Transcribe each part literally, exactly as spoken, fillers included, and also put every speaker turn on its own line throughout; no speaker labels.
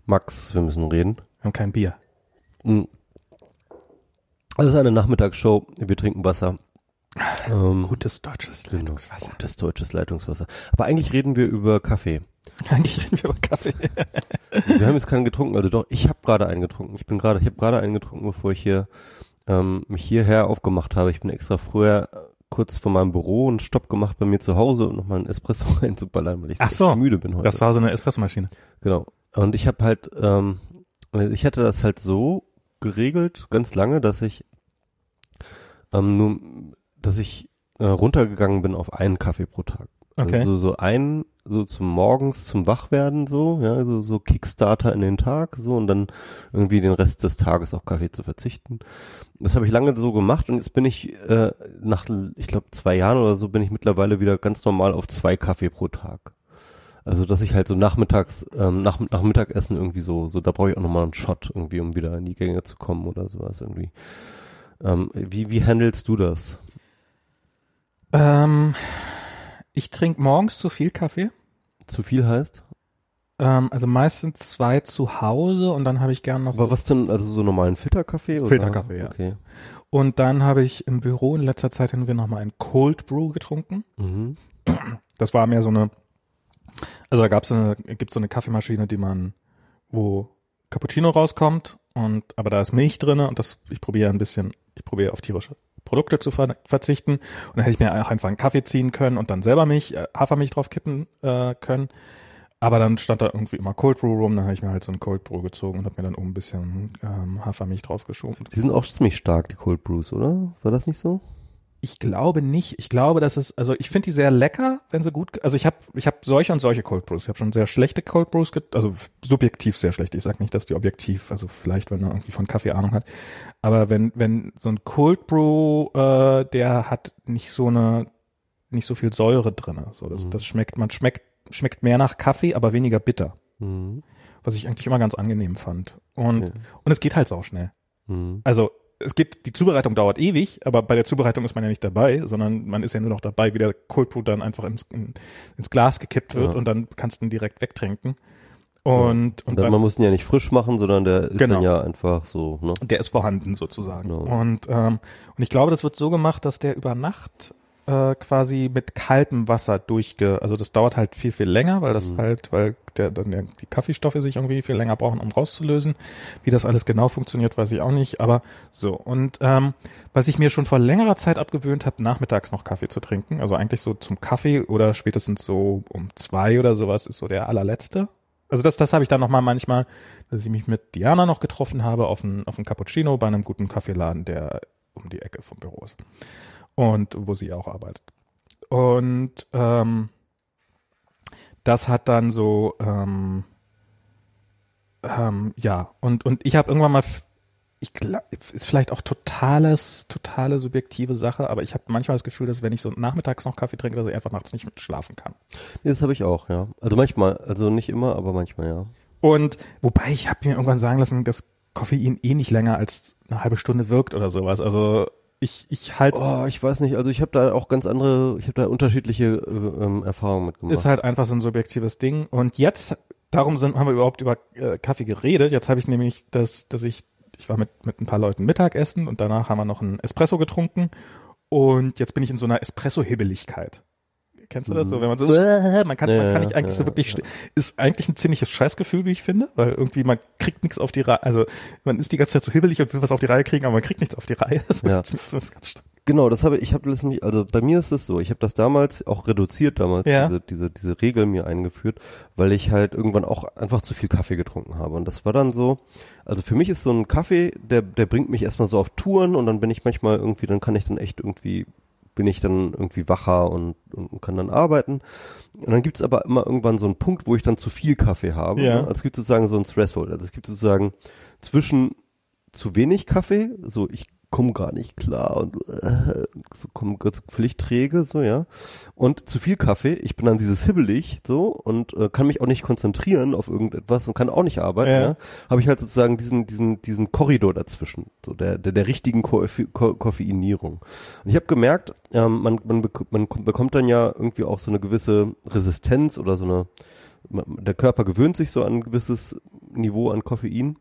Max, wir müssen reden.
Wir haben kein Bier.
Mhm. Das ist eine Nachmittagsshow. Wir trinken Wasser. Ähm,
Gutes deutsches Leitungswasser.
Genau, gutes deutsches Leitungswasser. Aber eigentlich reden wir über Kaffee.
Eigentlich reden wir über Kaffee.
Wir haben jetzt keinen getrunken. Also doch, ich habe gerade einen getrunken. Ich bin gerade, ich habe gerade einen getrunken, bevor ich hier ähm, mich hierher aufgemacht habe. Ich bin extra früher äh, kurz vor meinem Büro einen Stopp gemacht bei mir zu Hause und nochmal einen Espresso reinzuballern, weil ich
Ach so,
müde bin heute.
Das war so eine Espressomaschine.
Genau. Und ich habe halt, ähm, ich hatte das halt so geregelt, ganz lange, dass ich ähm, nur, dass ich äh, runtergegangen bin auf einen Kaffee pro Tag.
Okay.
Also so, so ein, so zum Morgens zum Wachwerden so, ja, so, so Kickstarter in den Tag, so und dann irgendwie den Rest des Tages auf Kaffee zu verzichten. Das habe ich lange so gemacht und jetzt bin ich äh, nach, ich glaube zwei Jahren oder so bin ich mittlerweile wieder ganz normal auf zwei Kaffee pro Tag. Also dass ich halt so nachmittags, ähm, nach, nach Mittagessen irgendwie so, so da brauche ich auch nochmal einen Shot irgendwie, um wieder in die Gänge zu kommen oder sowas irgendwie. Ähm, wie, wie handelst du das?
Ähm, ich trinke morgens zu viel Kaffee.
Zu viel heißt?
Ähm, also meistens zwei zu Hause und dann habe ich gern noch
Aber
so
was denn, also so normalen Filterkaffee? Oder?
Filterkaffee, ja.
Okay.
Und dann habe ich im Büro in letzter Zeit haben wir nochmal einen Cold Brew getrunken.
Mhm.
Das war mehr so eine, also da gab's eine, gibt's so eine Kaffeemaschine, die man, wo Cappuccino rauskommt und, aber da ist Milch drinne und das, ich probiere ein bisschen, ich probiere auf tierische Produkte zu ver- verzichten und dann hätte ich mir auch einfach einen Kaffee ziehen können und dann selber Milch, äh, Hafermilch drauf kippen äh, können. Aber dann stand da irgendwie immer Cold Brew rum, dann habe ich mir halt so einen Cold Brew gezogen und habe mir dann oben ein bisschen ähm, Hafermilch draufgeschoben.
Die sind auch ziemlich stark, die Cold Brews, oder? War das nicht so?
Ich glaube nicht. Ich glaube, dass es, also ich finde die sehr lecker, wenn sie gut, also ich habe ich habe solche und solche Cold Brews. Ich habe schon sehr schlechte Cold Brews, get, also subjektiv sehr schlecht. Ich sag nicht, dass die objektiv, also vielleicht, wenn man irgendwie von Kaffee Ahnung hat. Aber wenn wenn so ein Cold Brew, äh, der hat nicht so eine, nicht so viel Säure drinne. So, das,
Mhm.
das schmeckt, man schmeckt, schmeckt mehr nach Kaffee, aber weniger bitter.
Mhm.
Was ich eigentlich immer ganz angenehm fand. Und,
Okay.
und es geht halt auch schnell.
Mhm.
Also, es geht, die Zubereitung dauert ewig, aber bei der Zubereitung ist man ja nicht dabei, sondern man ist ja nur noch dabei, wie der Cold Brew dann einfach ins, in, ins Glas gekippt wird
Ja.
und dann kannst du ihn direkt wegtrinken. Und,
Ja.
und,
Und dann,
beim,
man muss ihn ja nicht frisch machen, sondern der ist
Genau.
dann ja einfach so, ne?
der ist vorhanden sozusagen.
Genau.
Und, ähm, und ich glaube, das wird so gemacht, dass der über Nacht äh, quasi mit kaltem Wasser durchge, also das dauert halt viel, viel länger, weil das
Mhm.
halt, weil der dann der, die Kaffeestoffe sich irgendwie viel länger brauchen, um rauszulösen. Wie das alles genau funktioniert, weiß ich auch nicht, aber so. Und ähm, was ich mir schon vor längerer Zeit abgewöhnt habe, nachmittags noch Kaffee zu trinken, also eigentlich so zum Kaffee oder spätestens so um zwei oder sowas, ist so der allerletzte. Also das, das habe ich dann nochmal manchmal, dass ich mich mit Diana noch getroffen habe auf ein, auf ein Cappuccino bei einem guten Kaffeeladen, der um die Ecke vom Büro ist. Und wo sie auch arbeitet. Und ähm, das hat dann so, ähm, ähm, ja, und und ich habe irgendwann mal, f- ich glaube, ist vielleicht auch totales, totale subjektive Sache, aber ich habe manchmal das Gefühl, dass wenn ich so nachmittags noch Kaffee trinke, dass ich einfach nachts nicht mit schlafen kann.
Nee, das habe ich auch, ja. Also manchmal, also nicht immer, aber manchmal, ja.
Und wobei ich habe mir irgendwann sagen lassen, dass Koffein eh nicht länger als eine halbe Stunde wirkt oder sowas. Also ich ich halte
Oh, ich weiß nicht, also ich habe da auch ganz andere, ich habe da unterschiedliche äh, ähm, Erfahrungen mitgemacht.
ist halt einfach so ein subjektives Ding. Und jetzt, darum sind, haben wir überhaupt über äh, Kaffee geredet. Jetzt habe ich nämlich das, dass ich, ich war mit, mit ein paar Leuten Mittagessen und danach haben wir noch einen Espresso getrunken. Und jetzt bin ich in so einer Espresso-Hibbeligkeit. Kennst du das so? Wenn man so, äh, man kann,
Ja,
man kann nicht eigentlich
ja,
so wirklich,
ja.
sti- ist eigentlich ein ziemliches Scheißgefühl, wie ich finde, weil irgendwie man kriegt nichts auf die Reihe, also man ist die ganze Zeit so hibbelig und will was auf die Reihe kriegen, aber man kriegt nichts auf die Reihe. Das
Ja.
ist mir zumindest ganz stark.
Genau, das habe ich, ich habe das nicht, also bei mir ist es so, ich habe das damals auch reduziert damals,
Ja.
diese, diese, diese Regel mir eingeführt, weil ich halt irgendwann auch einfach zu viel Kaffee getrunken habe. Und das war dann so, also für mich ist so ein Kaffee, der, der bringt mich erstmal so auf Touren und dann bin ich manchmal irgendwie, dann kann ich dann echt irgendwie, bin ich dann irgendwie wacher und, und kann dann arbeiten. Und dann gibt's aber immer irgendwann so einen Punkt, wo ich dann zu viel Kaffee habe.
Ja.
Ne? Also es gibt sozusagen so ein Threshold. Also es gibt sozusagen zwischen zu wenig Kaffee, so ich komme gar nicht klar und äh, so komme völlig träge, so, ja. Und zu viel Kaffee, ich bin dann dieses hibbelig, so, und äh, kann mich auch nicht konzentrieren auf irgendetwas und kann auch nicht arbeiten,
Ja.
ja. Habe ich halt sozusagen diesen, diesen, diesen Korridor dazwischen, so der, der, der richtigen Koffein- Ko- Koffeinierung. Und ich habe gemerkt, ähm, man, man, bek- man kommt- bekommt dann ja irgendwie auch so eine gewisse Resistenz oder so eine, der Körper gewöhnt sich so an ein gewisses Niveau an Koffein.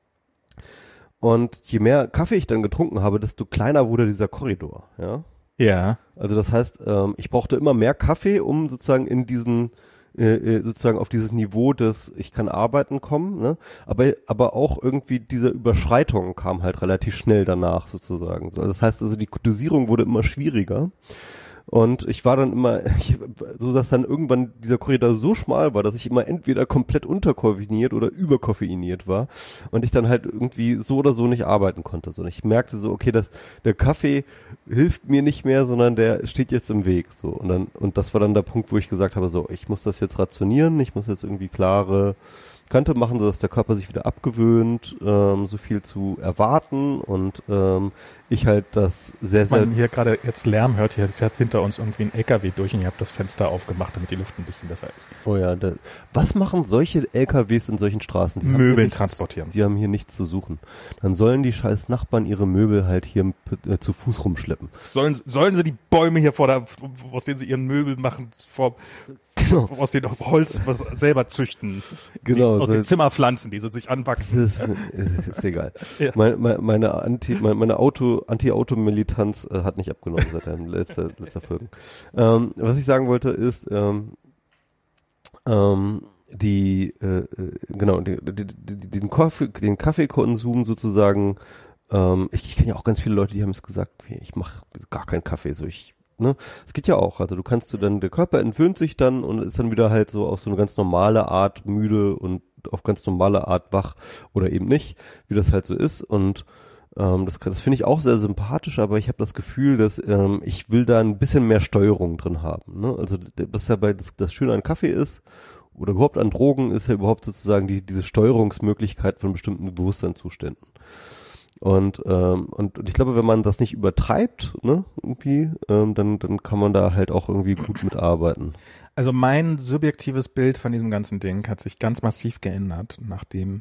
Und je mehr Kaffee ich dann getrunken habe, desto kleiner wurde dieser Korridor, ja.
Ja.
Also das heißt, ähm, ich brauchte immer mehr Kaffee, um sozusagen in diesen, äh, sozusagen auf dieses Niveau des ich kann arbeiten kommen, ne? Aber aber auch irgendwie diese Überschreitung kam halt relativ schnell danach sozusagen. So, das heißt also, die Dosierung wurde immer schwieriger. Und ich war dann immer, ich, so dass dann irgendwann dieser Korridor so schmal war, dass ich immer entweder komplett unterkoffeiniert oder überkoffeiniert war und ich dann halt irgendwie so oder so nicht arbeiten konnte. So, und ich merkte so, okay, das, der Kaffee hilft mir nicht mehr, sondern der steht jetzt im Weg. So, und dann, und das war dann der Punkt, wo ich gesagt habe, so, ich muss das jetzt rationieren, ich muss jetzt irgendwie klare Kante machen, sodass der Körper sich wieder abgewöhnt, ähm, so viel zu erwarten und ähm, ich halt das sehr, sehr...
Wenn man hier gerade jetzt Lärm hört, hier fährt hinter uns irgendwie ein L K W durch und ihr habt das Fenster aufgemacht, damit die Luft ein bisschen besser ist.
Oh ja, da, was machen solche L K Ws in solchen Straßen? Die
Möbel
haben nichts,
transportieren.
Die haben hier nichts zu suchen. Dann sollen die scheiß Nachbarn ihre Möbel halt hier äh, zu Fuß rumschleppen.
Sollen, sollen sie die Bäume hier vor der, aus denen sie ihren Möbel machen, vor, genau. aus dem Holz was selber züchten.
Genau.
Die, aus
so
den Zimmerpflanzen, die sie sich anwachsen.
Ist, ist, ist egal.
Ja.
Meine, meine, meine Anti, meine, meine Auto, Anti-Auto-Militanz äh, hat nicht abgenommen seit der letzter, letzter Folge. Ähm, was ich sagen wollte ist, ähm, ähm, die, äh, genau, die, die, die, den, Kaffee, den Kaffeekonsum sozusagen, ähm, ich, ich kenne ja auch ganz viele Leute, die haben es gesagt, ich mache gar keinen Kaffee, so ich, ne, es geht ja auch, also du kannst du dann, der Körper entwöhnt sich dann und ist dann wieder halt so auf so eine ganz normale Art müde und auf ganz normale Art wach oder eben nicht, wie das halt so ist und ähm, das, das finde ich auch sehr sympathisch, aber ich habe das Gefühl, dass ähm, ich will da ein bisschen mehr Steuerung drin haben, ne? Also was ja bei das, das Schöne an Kaffee ist oder überhaupt an Drogen ist ja überhaupt sozusagen die diese Steuerungsmöglichkeit von bestimmten Bewusstseinszuständen. Und, ähm, und und ich glaube, wenn man das nicht übertreibt, ne, irgendwie, ähm, dann dann kann man da halt auch irgendwie gut mitarbeiten.
Also mein subjektives Bild von diesem ganzen Ding hat sich ganz massiv geändert, nachdem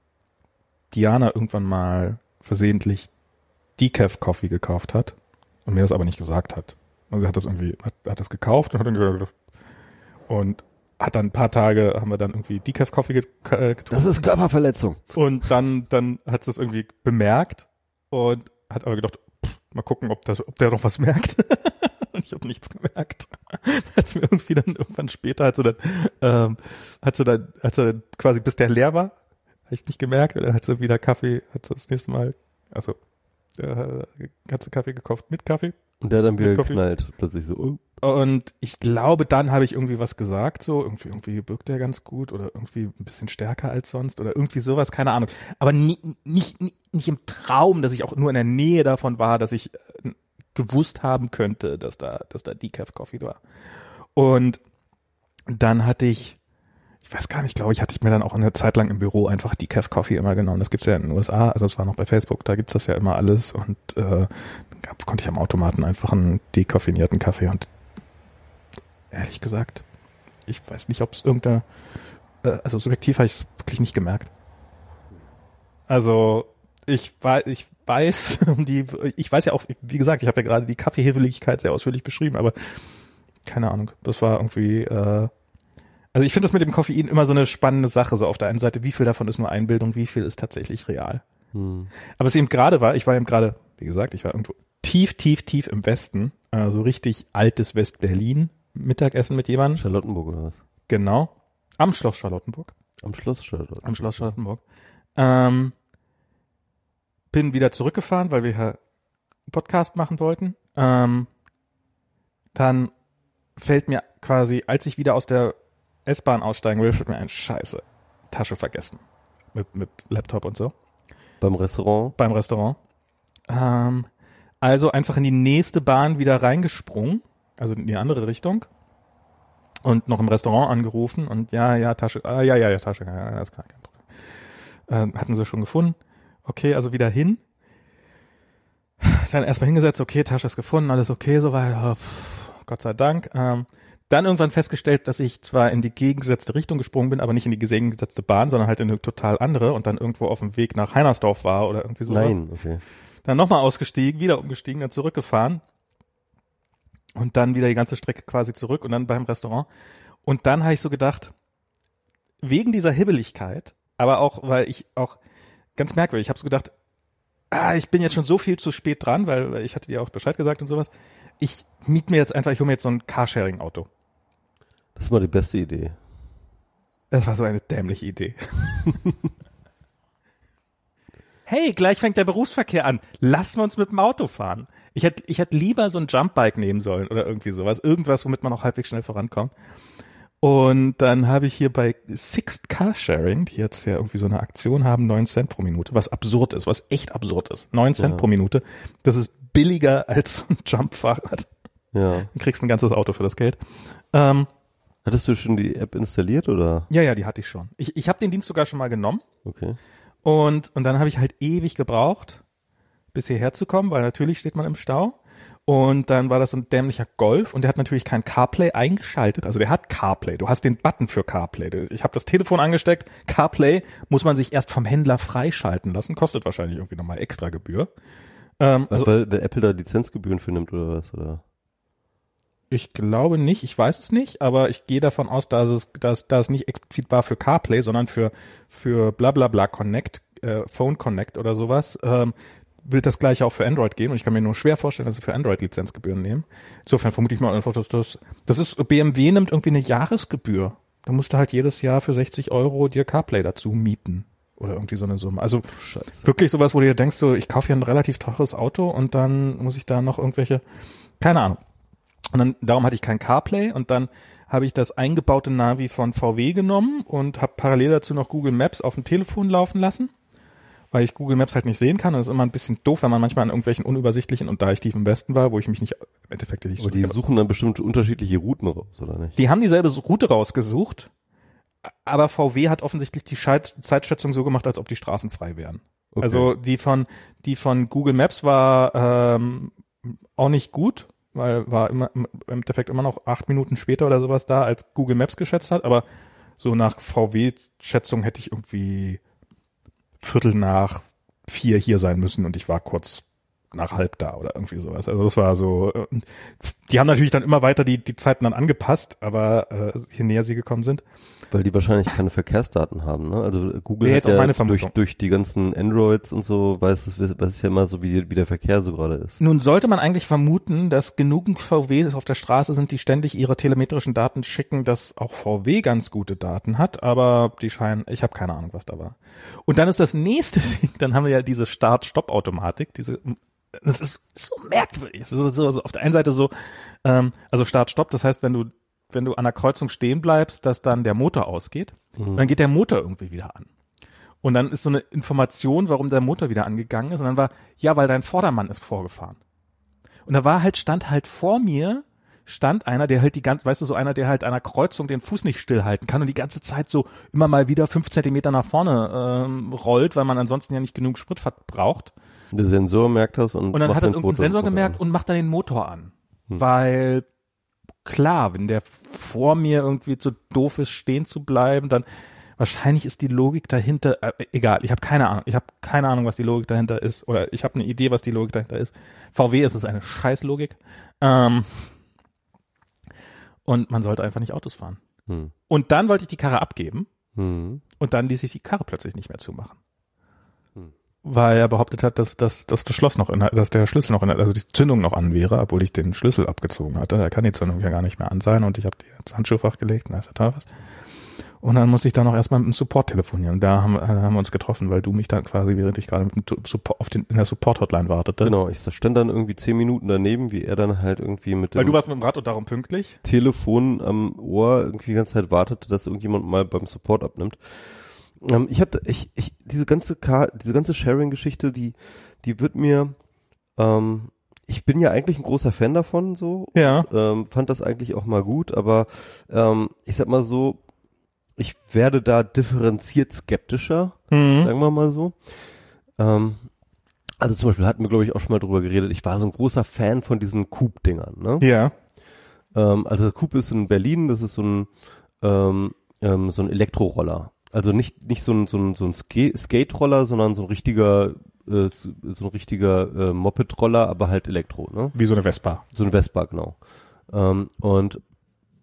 Diana irgendwann mal versehentlich Decaf Coffee gekauft hat und mir das aber nicht gesagt hat. Also sie hat das irgendwie, hat, hat das gekauft und hat dann gesagt, und hat dann ein paar Tage, haben wir dann irgendwie Decaf Coffee get, äh, getrunken.
Das ist Körperverletzung.
Und dann, dann hat sie das irgendwie bemerkt und hat aber gedacht, pff, mal gucken, ob, das, ob der noch was merkt. Und ich habe nichts gemerkt. Hat sie mir irgendwie dann irgendwann später, hat sie dann, ähm, hat sie dann, hat sie dann quasi, bis der leer war, habe ich nicht gemerkt, und dann hat sie wieder Kaffee, hat sie das nächste Mal, also, äh, hat sie Kaffee gekauft mit Kaffee.
Und der hat dann wieder
Kaffee.
geknallt, plötzlich so. Oh.
Und ich glaube, dann habe ich irgendwie was gesagt, so irgendwie, irgendwie wirkt der ganz gut oder irgendwie ein bisschen stärker als sonst oder irgendwie sowas, keine Ahnung. Aber nie, nicht, nicht, nicht im Traum, dass ich auch nur in der Nähe davon war, dass ich äh, gewusst haben könnte, dass da, dass da Decaf Coffee war. Und dann hatte ich, ich weiß gar nicht, glaube ich, hatte ich mir dann auch eine Zeit lang im Büro einfach Decaf Coffee immer genommen. Das gibt's ja in den U S A, also es war noch bei Facebook, da gibt's das ja immer alles und äh, dann gab, konnte ich am Automaten einfach einen dekoffinierten Kaffee und ehrlich gesagt, ich weiß nicht, ob es irgendeine, äh, also subjektiv habe ich es wirklich nicht gemerkt. Also ich weiß, ich weiß, die, ich weiß ja auch, wie gesagt, ich habe ja gerade die Kaffeeheveligkeit sehr ausführlich beschrieben, aber keine Ahnung, das war irgendwie, äh, also ich finde das mit dem Koffein immer so eine spannende Sache, so auf der einen Seite, wie viel davon ist nur Einbildung, wie viel ist tatsächlich real. Hm. Aber es eben gerade war, ich war eben gerade, wie gesagt, ich war irgendwo tief, tief, tief im Westen, äh, so richtig altes West-Berlin, Mittagessen mit jemandem.
Charlottenburg oder was?
Genau. Am Schloss Charlottenburg.
Am Schloss Charlottenburg.
Am Schloss Charlottenburg. Ähm, bin wieder zurückgefahren, weil wir hier einen Podcast machen wollten. Ähm, dann fällt mir quasi, als ich wieder aus der S-Bahn aussteigen will, fällt mir ein Scheiße. Tasche vergessen. Mit, mit Laptop und so.
Beim Restaurant?
Beim Restaurant. Ähm, also einfach in die nächste Bahn wieder reingesprungen. Also in die andere Richtung und noch im Restaurant angerufen und ja, ja, Tasche, ah, ja, ja, ja, Tasche, ja, ja, ist klar, kein Problem. Ähm, hatten sie schon gefunden. Okay, also wieder hin. Dann erstmal hingesetzt, okay, Tasche ist gefunden, alles okay, soweit, oh, Gott sei Dank. Ähm, dann irgendwann festgestellt, dass ich zwar in die gegengesetzte Richtung gesprungen bin, aber nicht in die gegengesetzte Bahn, sondern halt in eine total andere und dann irgendwo auf dem Weg nach Heinersdorf war oder irgendwie sowas.
Nein, okay.
Dann nochmal ausgestiegen, wieder umgestiegen, dann zurückgefahren. Und dann wieder die ganze Strecke quasi zurück und dann beim Restaurant. Und dann habe ich so gedacht, wegen dieser Hibbeligkeit, aber auch, weil ich auch ganz merkwürdig, ich habe so gedacht, ah, ich bin jetzt schon so viel zu spät dran, weil, weil ich hatte dir auch Bescheid gesagt und sowas. Ich miete mir jetzt einfach, ich hole mir jetzt so ein Carsharing-Auto.
Das ist mal die beste Idee.
Das war so eine dämliche Idee. Hey, gleich fängt der Berufsverkehr an. Lassen wir uns mit dem Auto fahren. Ich hätte ich hätte lieber so ein Jumpbike nehmen sollen oder irgendwie sowas. Irgendwas, womit man auch halbwegs schnell vorankommt. Und dann habe ich hier bei Sixt Carsharing, die jetzt ja irgendwie so eine Aktion haben, neun Cent pro Minute, was absurd ist, was echt absurd ist. neun Cent ja. pro Minute. Das ist billiger als so ein Jump-Fahrrad.
Ja.
Du kriegst ein ganzes Auto für das Geld. Ähm,
Hattest du schon die App installiert oder?
Ja, ja, die hatte ich schon. Ich, ich habe den Dienst sogar schon mal genommen.
Okay.
Und, und dann habe ich halt ewig gebraucht, bis hierher zu kommen, weil natürlich steht man im Stau. Und dann war das so ein dämlicher Golf und der hat natürlich kein CarPlay eingeschaltet. Also der hat CarPlay. Du hast den Button für CarPlay. Ich habe das Telefon angesteckt. CarPlay muss man sich erst vom Händler freischalten lassen. Kostet wahrscheinlich irgendwie nochmal extra Gebühr. Ähm,
also,
also,
weil, weil Apple da Lizenzgebühren für nimmt oder was? Oder?
Ich glaube nicht, ich weiß es nicht, aber ich gehe davon aus, dass es, dass das nicht explizit war für CarPlay, sondern für für Blablabla Connect, äh, Phone Connect oder sowas. Ähm, will das gleiche auch für Android gehen und ich kann mir nur schwer vorstellen, dass sie für Android Lizenzgebühren nehmen. Insofern vermute ich mal einfach, dass das das ist B M W nimmt irgendwie eine Jahresgebühr. Da musst du halt jedes Jahr für sechzig Euro dir CarPlay dazu mieten oder irgendwie so eine Summe. Also
Scheiße.
Wirklich sowas, wo du dir denkst, so ich kaufe hier ein relativ teures Auto und dann muss ich da noch irgendwelche, keine Ahnung. Und dann, darum hatte ich kein CarPlay und dann habe ich das eingebaute Navi von V W genommen und habe parallel dazu noch Google Maps auf dem Telefon laufen lassen, weil ich Google Maps halt nicht sehen kann und das ist immer ein bisschen doof, wenn man manchmal an irgendwelchen unübersichtlichen und da ich tief im Westen war, wo ich mich nicht im Endeffekt nicht.
Aber die suchen dann bestimmt unterschiedliche Routen raus, oder nicht?
Die haben dieselbe Route rausgesucht, aber V W hat offensichtlich die Scheit- Zeitschätzung so gemacht, als ob die Straßen frei wären. Okay. Also die von die von Google Maps war ähm, auch nicht gut, weil war immer im Endeffekt immer noch acht Minuten später oder sowas da, als Google Maps geschätzt hat, aber so nach V W-Schätzung hätte ich irgendwie Viertel nach vier hier sein müssen und ich war kurz nach halb da oder irgendwie sowas. Also das war so, die haben natürlich dann immer weiter die die Zeiten dann angepasst, aber äh, je näher sie gekommen sind.
Weil die wahrscheinlich keine Verkehrsdaten haben, ne? Also Google
nee,
hat
ja
durch, durch die ganzen Androids und so, weiß es, weiß es ja immer so, wie, wie der Verkehr so gerade ist.
Nun sollte man eigentlich vermuten, dass genügend V Ws auf der Straße sind, die ständig ihre telemetrischen Daten schicken, dass auch V W ganz gute Daten hat, aber die scheinen, ich habe keine Ahnung, was da war. Und dann ist das nächste Ding, dann haben wir ja diese Start-Stopp-Automatik, diese, das ist so merkwürdig. Es ist so, so, so auf der einen Seite so, ähm, also Start-Stopp, das heißt, wenn du wenn du an der Kreuzung stehen bleibst, dass dann der Motor ausgeht mhm. und dann geht der Motor irgendwie wieder an. Und dann ist so eine Information, warum der Motor wieder angegangen ist und dann war, ja, weil dein Vordermann ist vorgefahren. Und da war halt, stand halt vor mir, stand einer, der halt die ganze, weißt du, so einer, der halt an einer Kreuzung den Fuß nicht stillhalten kann und die ganze Zeit so immer mal wieder fünf Zentimeter nach vorne ähm, rollt, weil man ansonsten ja nicht genug Sprit verbraucht.
Der Sensor merkt das und
Und dann
macht
hat das
den
irgendein
Motor
Sensor
an.
gemerkt und macht dann den Motor an.
Hm.
Weil klar, wenn der vor mir irgendwie zu doof ist, stehen zu bleiben, dann wahrscheinlich ist die Logik dahinter, äh, egal, ich habe keine Ahnung, ich habe keine Ahnung, was die Logik dahinter ist oder ich habe eine Idee, was die Logik dahinter ist. V W ist es eine Scheißlogik ähm, und man sollte einfach nicht Autos fahren.
Hm.
Und dann wollte ich die Karre abgeben
Hm.
und dann ließ ich die Karre plötzlich nicht mehr zumachen.
Hm.
Weil er behauptet hat, dass, dass, dass das Schloss noch, in, dass der Schlüssel noch, in, also die Zündung noch an wäre, obwohl ich den Schlüssel abgezogen hatte. Da kann die Zündung ja gar nicht mehr an sein und ich habe die ins Handschuhfach gelegt und da ist ja da was. Und dann musste ich da noch erstmal mit dem Support telefonieren. Und da haben, haben wir uns getroffen, weil du mich dann quasi, während ich gerade mit dem Support, auf den, in der Support-Hotline wartete.
Genau, ich stand dann irgendwie zehn Minuten daneben, wie er dann halt irgendwie mit dem
Weil du warst mit dem Rad und darum pünktlich?
Telefon am Ohr irgendwie die ganze Zeit wartete, dass irgendjemand mal beim Support abnimmt. Ähm, ich habe, ich, ich, diese ganze Car, diese ganze Sharing-Geschichte, die, die wird mir, ähm, ich bin ja eigentlich ein großer Fan davon, so.
Ja.
Ähm, fand das eigentlich auch mal gut, aber ähm, ich sag mal so, ich werde da differenziert skeptischer,
Mhm.
sagen wir mal so. Ähm, also zum Beispiel hatten wir, glaube ich, auch schon mal drüber geredet, ich war so ein großer Fan von diesen Coupe-Dingern, ne?
Ja.
Ähm, also Coupe ist in Berlin, das ist so ein, ähm, ähm, so ein Elektroroller. Also nicht nicht so ein so ein so ein Sk- Skate-Roller, sondern so ein richtiger äh, so ein richtiger äh, Moped-Roller, aber halt Elektro, ne?
Wie so eine Vespa.
So ein Vespa, genau. Ähm, und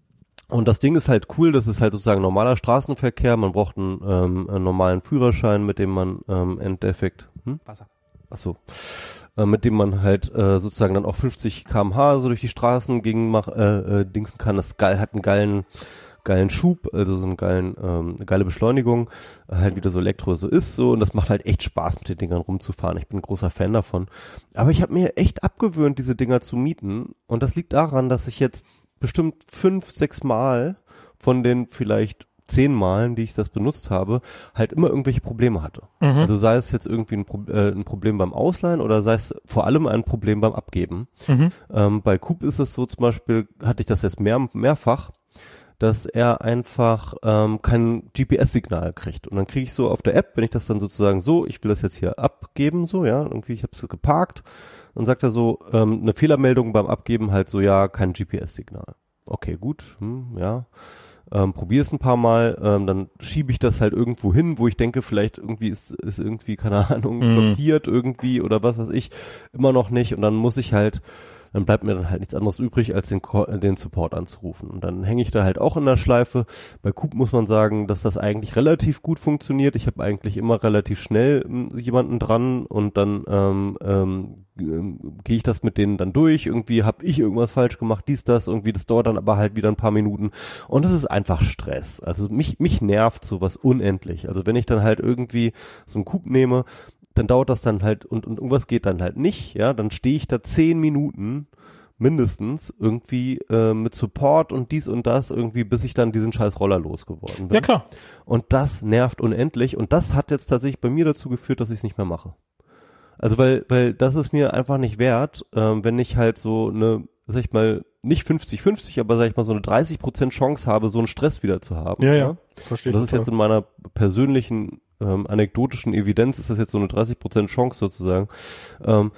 Und das Ding ist halt cool, das ist halt sozusagen normaler Straßenverkehr, man braucht einen, ähm, einen normalen Führerschein, mit dem man ähm, im Endeffekt, hm?
Wasser.
Ach so, äh, mit dem man halt äh, sozusagen dann auch fünfzig Kilometer pro Stunde so durch die Straßen gegen mach, äh, äh, dingsen kann. Das geil, hat einen geilen geilen Schub, also so einen geilen, ähm, eine geile Beschleunigung, äh, halt wieder so Elektro so ist so und das macht halt echt Spaß mit den Dingern rumzufahren. Ich bin ein großer Fan davon. Aber ich habe mir echt abgewöhnt, diese Dinger zu mieten und das liegt daran, dass ich jetzt bestimmt fünf, sechs Mal von den vielleicht zehn Malen, die ich das benutzt habe, halt immer irgendwelche Probleme hatte. Mhm. Also sei es jetzt irgendwie ein, Pro- äh, ein Problem beim Ausleihen oder sei es vor allem ein Problem beim Abgeben. Mhm. Ähm, bei Coop ist es so zum Beispiel, hatte ich das jetzt mehr, mehrfach, dass er einfach ähm, kein G P S-Signal kriegt. Und dann kriege ich so auf der App, wenn ich das dann sozusagen so, ich will das jetzt hier abgeben, so, ja, irgendwie, ich habe es geparkt, dann sagt er so, ähm, eine Fehlermeldung beim Abgeben halt so, ja, kein G P S-Signal. Okay, gut, hm, ja. Ähm, probier es ein paar Mal, ähm, dann schiebe ich das halt irgendwo hin, wo ich denke, vielleicht irgendwie ist, ist irgendwie, keine Ahnung, blockiert mm. irgendwie oder was weiß ich, immer noch nicht und dann muss ich halt, dann bleibt mir dann halt nichts anderes übrig, als den, den Support anzurufen. Und dann hänge ich da halt auch in der Schleife. Bei Coop muss man sagen, dass das eigentlich relativ gut funktioniert. Ich habe eigentlich immer relativ schnell m, jemanden dran und dann ähm, ähm, ähm, gehe ich das mit denen dann durch. Irgendwie habe ich irgendwas falsch gemacht, dies, das, irgendwie, das dauert dann aber halt wieder ein paar Minuten. Und es ist einfach Stress. Also mich, mich nervt sowas unendlich. Also wenn ich dann halt irgendwie so einen Coop nehme, dann dauert das dann halt und, und irgendwas geht dann halt nicht, ja, dann stehe ich da zehn Minuten mindestens irgendwie äh, mit Support und dies und das irgendwie, bis ich dann diesen scheiß Roller losgeworden bin.
Ja, klar.
Und das nervt unendlich und das hat jetzt tatsächlich bei mir dazu geführt, dass ich es nicht mehr mache. Also weil, weil das ist mir einfach nicht wert, ähm, wenn ich halt so eine, sag ich mal, nicht fünfzig fünfzig, aber sag ich mal so eine dreißig Prozent Chance habe, so einen Stress wieder zu haben.
Ja, ja,
ja?
verstehe.
Das ist jetzt in meiner persönlichen ähm, anekdotischen Evidenz ist das jetzt so eine dreißig Prozent Chance sozusagen. Ähm,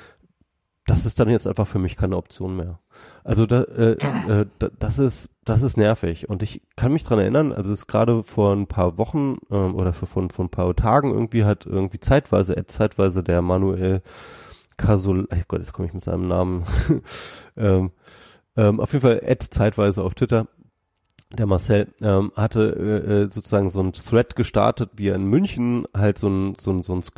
das ist dann jetzt einfach für mich keine Option mehr. Also da, äh, äh, da, das ist das ist nervig und ich kann mich dran erinnern, also es gerade vor ein paar Wochen ähm, oder für, von von ein paar Tagen irgendwie hat irgendwie zeitweise äh, zeitweise der Manuel Casol, ach Gott, jetzt komme ich mit seinem Namen, ähm, ähm, auf jeden Fall Ed zeitweise auf Twitter. Der Marcel ähm, hatte äh, sozusagen so ein Thread gestartet, wie er in München halt so ein so ein so ein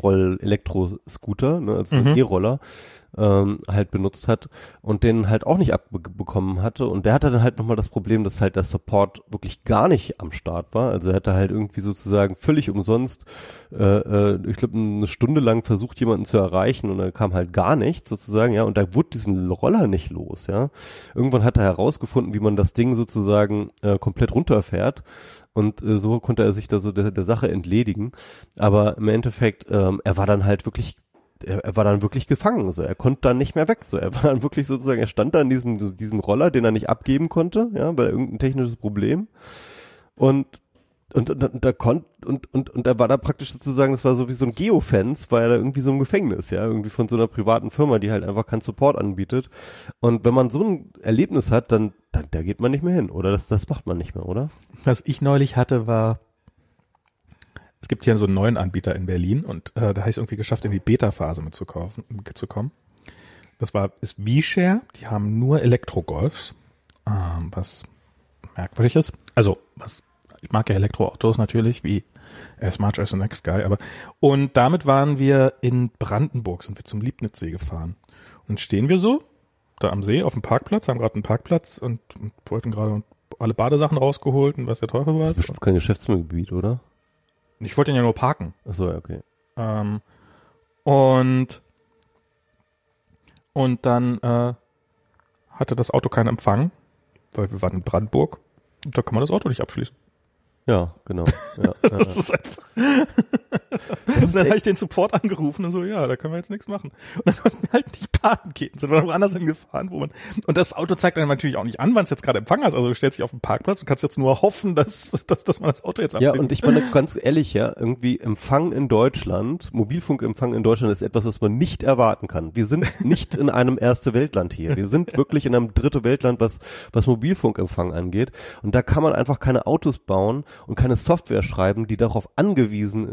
Tretroll-Elektroscooter, ne, also mhm. ein E-Roller, ähm, halt benutzt hat und den halt auch nicht abbekommen hatte und der hatte dann halt nochmal das Problem, dass halt der Support wirklich gar nicht am Start war, also er hatte halt irgendwie sozusagen völlig umsonst äh, äh, ich glaube eine Stunde lang versucht jemanden zu erreichen und da kam halt gar nichts sozusagen, ja, und da wurde diesen Roller nicht los, ja. Irgendwann hat er herausgefunden, wie man das Ding sozusagen äh, komplett runterfährt und äh, so konnte er sich da so der, der Sache entledigen, aber im Endeffekt ähm, er war dann halt wirklich Er, er war dann wirklich gefangen, so er konnte dann nicht mehr weg, so er war dann wirklich sozusagen, er stand da in diesem diesem Roller, den er nicht abgeben konnte, ja, weil irgendein technisches Problem und und und, und da konnte und und und er war da praktisch sozusagen, das war so wie so ein Geofence, war er da irgendwie so im Gefängnis, ja, irgendwie von so einer privaten Firma, die halt einfach keinen Support anbietet und wenn man so ein Erlebnis hat, dann dann da geht man nicht mehr hin, oder das das macht man nicht mehr, oder?
Was ich neulich hatte, war es gibt hier so einen neuen Anbieter in Berlin und äh, da habe ich es irgendwie geschafft, in die Beta-Phase mitzukaufen, mitzukommen. Das war, ist V-Share, die haben nur Elektrogolfs, ähm, was merkwürdig ist. Also, was, ich mag ja Elektroautos natürlich, wie as much as the next guy, aber, und damit waren wir in Brandenburg, sind wir zum Liebnitzsee gefahren. Und stehen wir so, da am See, auf dem Parkplatz, haben gerade einen Parkplatz und, und wollten gerade alle Badesachen rausgeholt und was der Teufel war.
Das ist bestimmt kein Geschäftsgebiet, oder?
Ich wollte ihn ja nur parken.
Ach so, ja, okay.
Ähm, und und dann äh, hatte das Auto keinen Empfang, weil wir waren in Brandenburg und da kann man das Auto nicht abschließen.
Ja, genau. Ja,
das
ja,
ist einfach. Dann habe ich den Support angerufen und so, ja, da können wir jetzt nichts machen. Und dann konnten wir halt nicht parken gehen, sind wir noch woanders hingefahren, wo man. Und das Auto zeigt dann natürlich auch nicht an, wann es jetzt gerade Empfang hast. Also du stellst dich auf den Parkplatz und kannst jetzt nur hoffen, dass, dass, dass man das Auto jetzt abschließt.
Ja, und ich meine ganz ehrlich, ja, irgendwie Empfang in Deutschland, Mobilfunkempfang in Deutschland ist etwas, was man nicht erwarten kann. Wir sind nicht in einem erste Weltland hier. Wir sind wirklich in einem dritte Weltland, was, was Mobilfunkempfang angeht. Und da kann man einfach keine Autos bauen und keine Software schreiben, die darauf angewiesen ist,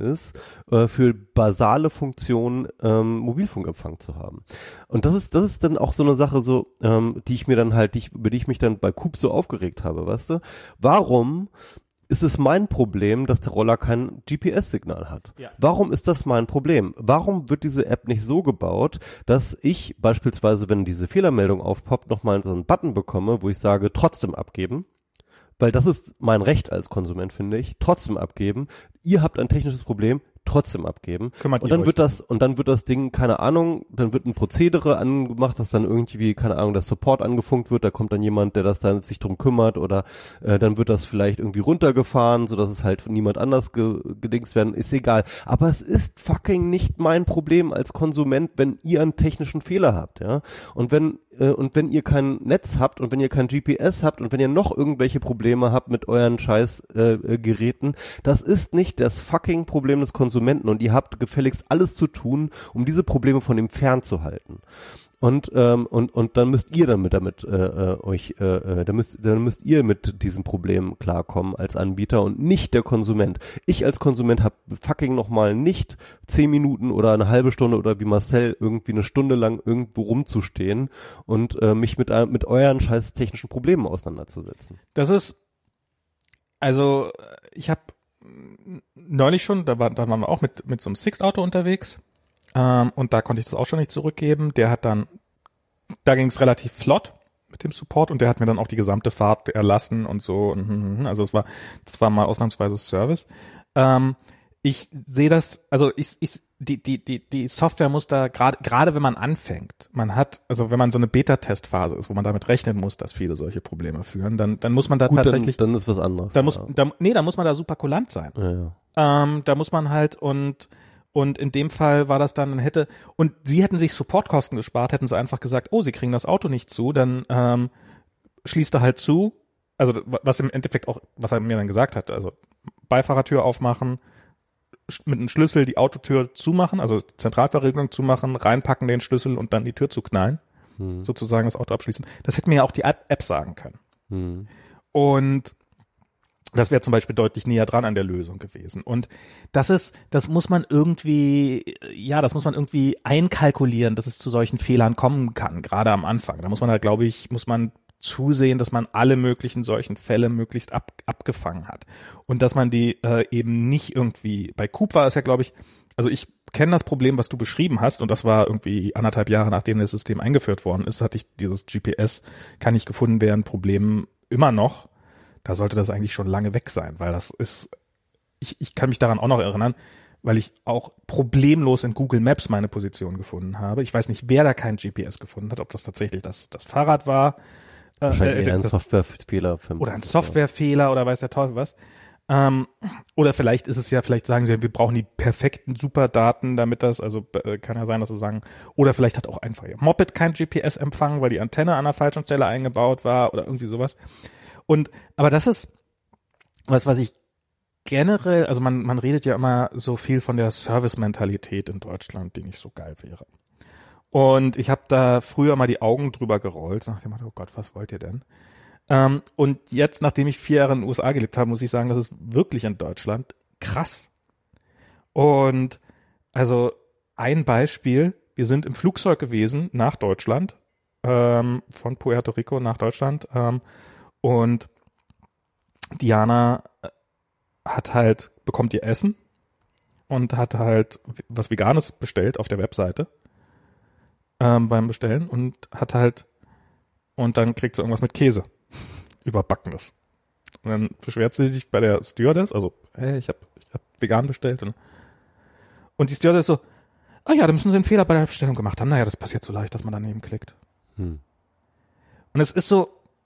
äh, für basale Funktionen ähm, Mobilfunkempfang zu haben. Und das ist das ist dann auch so eine Sache, so ähm, die ich mir dann halt, die ich, über die ich mich dann bei Coop so aufgeregt habe, weißt du? Warum ist es mein Problem, dass der Roller kein G P S-Signal hat? Ja. Warum ist das mein Problem? Warum wird diese App nicht so gebaut, dass ich beispielsweise, wenn diese Fehlermeldung aufpoppt, nochmal so einen Button bekomme, wo ich sage, trotzdem abgeben? Weil das ist mein Recht als Konsument, finde ich, trotzdem abgeben. Ihr habt ein technisches Problem, trotzdem abgeben.
Kümmert
und dann wird das und dann wird das Ding, keine Ahnung, dann wird ein Prozedere angemacht, dass dann irgendwie, keine Ahnung, der Support angefunkt wird, da kommt dann jemand, der das dann sich drum kümmert, oder äh, dann wird das vielleicht irgendwie runtergefahren, sodass es halt von niemand anders ge gedingst werden, ist egal. Aber es ist fucking nicht mein Problem als Konsument, wenn ihr einen technischen Fehler habt, ja. Und wenn äh, und wenn ihr kein Netz habt und wenn ihr kein G P S habt und wenn ihr noch irgendwelche Probleme habt mit euren scheiß äh, äh, Geräten, das ist nicht das fucking Problem des Konsumenten. Und ihr habt gefälligst alles zu tun, um diese Probleme von ihm fernzuhalten. Und ähm, und und dann müsst ihr damit damit äh, äh, euch äh, dann müsst dann müsst ihr mit diesem Problem klarkommen als Anbieter und nicht der Konsument. Ich als Konsument habe fucking noch mal nicht zehn Minuten oder eine halbe Stunde oder wie Marcel irgendwie eine Stunde lang irgendwo rumzustehen und äh, mich mit äh, mit euren scheiß technischen Problemen auseinanderzusetzen.
Das ist also ich habe neulich schon, da, war, da waren wir auch mit mit so einem Sixt-Auto unterwegs ähm, und da konnte ich das auch schon nicht zurückgeben. Der hat dann, da ging es relativ flott mit dem Support und der hat mir dann auch die gesamte Fahrt erlassen und so. Und, also es war, das war mal ausnahmsweise Service. Ähm, ich sehe das, also ich, ich die die die die Software muss da gerade gerade wenn man anfängt, man hat, also wenn man so eine Beta-Testphase ist, wo man damit rechnen muss, dass viele solche Probleme führen, dann dann muss man da
Gut,
tatsächlich
dann, dann ist was anderes.
Da muss
ja.
da, nee, da muss man da super kulant sein.
Ja, ja.
Ähm, da muss man halt und und in dem Fall war das dann hätte und sie hätten sich Supportkosten gespart, hätten sie einfach gesagt, oh, sie kriegen das Auto nicht zu, dann ähm, schließt er halt zu. Also was im Endeffekt auch, was er mir dann gesagt hat, also Beifahrertür aufmachen, mit einem Schlüssel die Autotür zumachen, also Zentralverriegelung zumachen, reinpacken den Schlüssel und dann die Tür zuknallen, hm. sozusagen das Auto abschließen. Das hätte mir ja auch die App, App sagen können. Hm. Und das wäre zum Beispiel deutlich näher dran an der Lösung gewesen. Und das ist, das muss man irgendwie, ja, das muss man irgendwie einkalkulieren, dass es zu solchen Fehlern kommen kann, gerade am Anfang. Da muss man halt, glaube ich, muss man zusehen, dass man alle möglichen solchen Fälle möglichst ab, abgefangen hat. Und dass man die äh, eben nicht irgendwie, bei Coop war es ja, glaube ich, also ich kenne das Problem, was du beschrieben hast, und das war irgendwie anderthalb Jahre, nachdem das System eingeführt worden ist, hatte ich dieses G P S, kann nicht gefunden werden, Problem immer noch. Da sollte das eigentlich schon lange weg sein, weil das ist, ich, ich kann mich daran auch noch erinnern, weil ich auch problemlos in Google Maps meine Position gefunden habe. Ich weiß nicht, wer da kein G P S gefunden hat, ob das tatsächlich das, das Fahrrad war,
Wahrscheinlich
äh,
ein
das,
Softwarefehler.
Oder ein Softwarefehler oder weiß der Teufel was. Ähm, oder vielleicht ist es ja, vielleicht sagen sie, wir brauchen die perfekten Superdaten, damit das, also äh, kann ja sein, dass sie sagen, oder vielleicht hat auch einfach ihr Moped kein G P S-Empfang, weil die Antenne an der falschen Stelle eingebaut war oder irgendwie sowas. Und, aber das ist was, was ich generell, also man, man redet ja immer so viel von der Service-Mentalität in Deutschland, die nicht so geil wäre. Und ich habe da früher mal die Augen drüber gerollt, nach dem Motto, oh Gott, was wollt ihr denn? Ähm, und jetzt, nachdem ich vier Jahre in den U S A gelebt habe, muss ich sagen, das ist wirklich in Deutschland krass. Und also ein Beispiel, wir sind im Flugzeug gewesen nach Deutschland, ähm, von Puerto Rico nach Deutschland, ähm, und Diana hat halt, bekommt ihr Essen und hat halt was Veganes bestellt auf der Webseite. Ähm, beim Bestellen und hat halt und dann kriegt sie irgendwas mit Käse überbackenes. Und dann beschwert sie sich bei der Stewardess, also hey, ich habe ich hab vegan bestellt und, und die Stewardess so, ah ja, da müssen sie einen Fehler bei der Bestellung gemacht haben. Naja, das passiert so leicht, dass man daneben klickt. Hm. Und es ist so,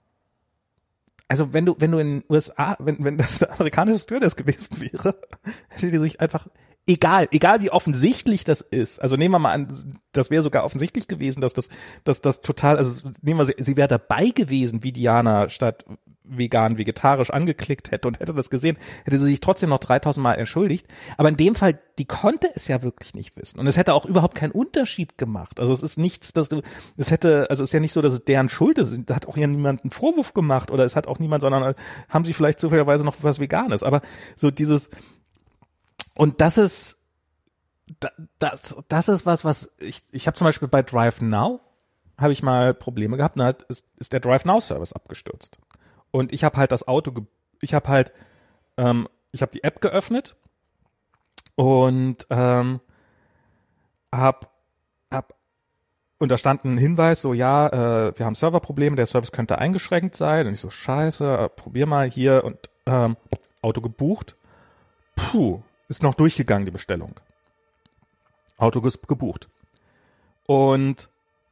also wenn du wenn du in den U S A, wenn wenn das eine amerikanische Stewardess gewesen wäre, hätte die sich einfach Egal, egal wie offensichtlich das ist. Also nehmen wir mal an, das wäre sogar offensichtlich gewesen, dass das, dass das total, also nehmen wir sie, sie wäre dabei gewesen, wie Diana statt vegan, vegetarisch angeklickt hätte und hätte das gesehen, hätte sie sich trotzdem noch dreitausend Mal entschuldigt. Aber in dem Fall, die konnte es ja wirklich nicht wissen. Und es hätte auch überhaupt keinen Unterschied gemacht. Also es ist nichts, dass du, es hätte, also es ist ja nicht so, dass es deren Schuld ist. Da hat auch hier niemand einen Vorwurf gemacht oder es hat auch niemand, sondern haben sie vielleicht zufälligerweise noch was Veganes. Aber so dieses, und das ist, da, das, das ist was, was ich, ich habe zum Beispiel bei DriveNow habe ich mal Probleme gehabt, da ist, ist der DriveNow-Service abgestürzt. Und ich habe halt das Auto, ge- ich habe halt, ähm, ich habe die App geöffnet und ähm, hab, hab, und da stand ein Hinweis, so ja, äh, wir haben Serverprobleme, der Service könnte eingeschränkt sein. Und ich so, scheiße, äh, probier mal hier und ähm, Auto gebucht. Puh, ist noch durchgegangen, die Bestellung. Auto ges- gebucht. Und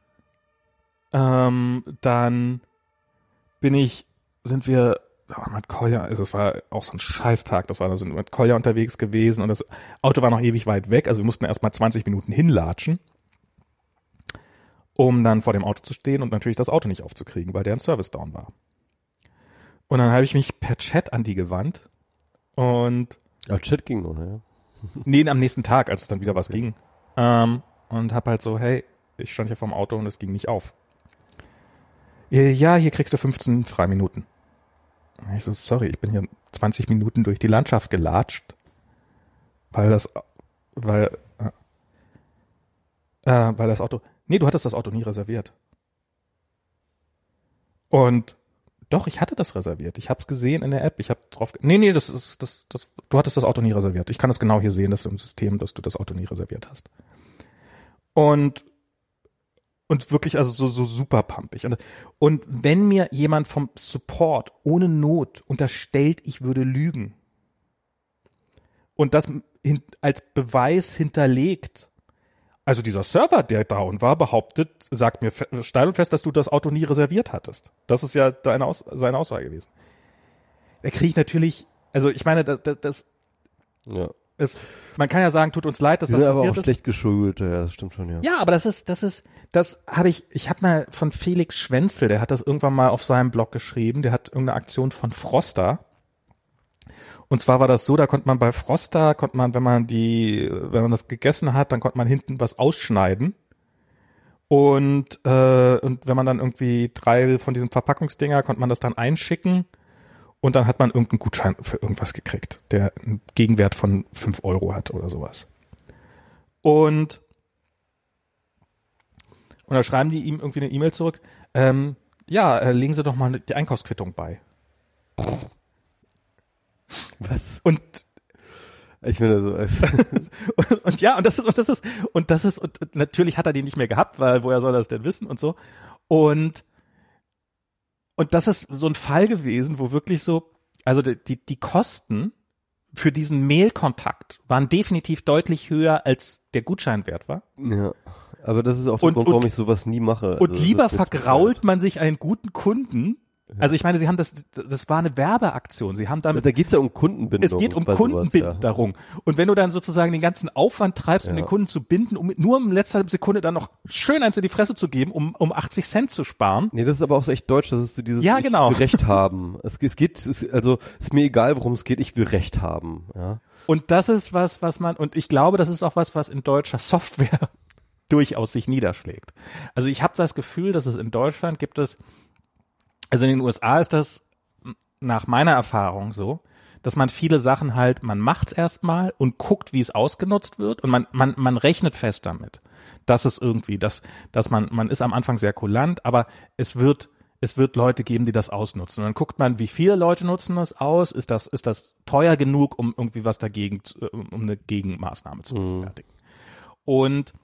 ähm, dann bin ich, sind wir oh, mit Kolja, also es war auch so ein Scheißtag, das war, da sind wir mit Kolja unterwegs gewesen und das Auto war noch ewig weit weg, also wir mussten erst mal zwanzig Minuten hinlatschen, um dann vor dem Auto zu stehen und natürlich das Auto nicht aufzukriegen, weil deren Service down war. Und dann habe ich mich per Chat an die gewandt und
Ja, Chat ging noch, ja.
nee, am nächsten Tag, als es dann wieder was ging. Ähm, und hab halt so, hey, ich stand hier vorm Auto und es ging nicht auf. Ja, hier kriegst du fünfzehn Freiminuten. Ich so, sorry, ich bin hier zwanzig Minuten durch die Landschaft gelatscht, weil das, weil, äh, äh, weil das Auto, nee, du hattest das Auto nie reserviert. Und doch, ich hatte das reserviert. Ich hab's gesehen in der App. Ich hab drauf, nee, nee, das ist, das, das, du hattest das Auto nie reserviert. Ich kann das genau hier sehen, dass du im System, dass du das Auto nie reserviert hast. Und Und wirklich also so, so super pumpig. Und, und wenn mir jemand vom Support ohne Not unterstellt, ich würde lügen und das hin, als Beweis hinterlegt, also dieser Server, der down war, behauptet, sagt mir steil und fest, dass du das Auto nie reserviert hattest. Das ist ja deine Aus, seine Aussage gewesen. Da kriege ich natürlich, also ich meine, das, das, das
Ja.
Es, man kann ja sagen, tut uns leid, dass
Die
das
sind aber
passiert
auch
ist.
schlecht geschult, ja, das stimmt schon, ja.
Ja, aber das ist, das ist, das habe ich, ich habe mal von Felix Schwenzel, der hat das irgendwann mal auf seinem Blog geschrieben, der hat irgendeine Aktion von Froster. Und zwar war das so, da konnte man bei Froster, konnte man, wenn man die, wenn man das gegessen hat, dann konnte man hinten was ausschneiden. Und, äh, und wenn man dann irgendwie drei von diesen Verpackungsdinger, konnte man das dann einschicken. Und dann hat man irgendeinen Gutschein für irgendwas gekriegt, der einen Gegenwert von fünf Euro hat oder sowas. Und, und da schreiben die ihm irgendwie eine E-Mail zurück, ähm, ja, äh, legen Sie doch mal die Einkaufsquittung bei.
Was?
Und
Ich finde so.
und, und ja, und das ist, und das ist, und das ist, und, und natürlich hat er die nicht mehr gehabt, weil woher soll er das denn wissen und so. Und Und das ist so ein Fall gewesen, wo wirklich so, also die, die, die Kosten für diesen Mailkontakt waren definitiv deutlich höher, als der Gutscheinwert war.
Ja, aber das ist auch der
Und-
Grund, warum
und-
ich sowas nie mache.
Und
Also,
lieber
das wird
vergrault man sich einen guten Kunden. Also ich meine, sie haben das, das war eine Werbeaktion. Sie haben
bescheuert.
damit
Da geht's ja um Kundenbindung.
Es geht um
bei sowas,
Kundenbindung. Und wenn du dann sozusagen den ganzen Aufwand treibst, um
Ja.
den Kunden zu binden, um nur in letzter Sekunde dann noch schön eins in die Fresse zu geben, um, um achtzig Cent zu sparen.
Nee, das ist aber auch so echt deutsch, das ist so dieses,
Ja,
ich
genau.
will Recht haben. Es, es geht, es ist, also, ist mir egal, worum es geht, ich will Recht haben, ja.
Und das ist was, was man, und ich glaube, das ist auch was, was in deutscher Software durchaus sich niederschlägt. Also ich habe das Gefühl, dass es in Deutschland gibt es, also in den U S A ist das nach meiner Erfahrung so, dass man viele Sachen halt, man macht's erstmal und guckt, wie es ausgenutzt wird und man, man, man rechnet fest damit. Das ist irgendwie, dass, dass man, man ist am Anfang sehr kulant, aber es wird, es wird Leute geben, die das ausnutzen. Und dann guckt man, wie viele Leute nutzen das aus, ist das, ist das teuer genug, um irgendwie was dagegen, zu- um eine Gegenmaßnahme zu fertigen. Und,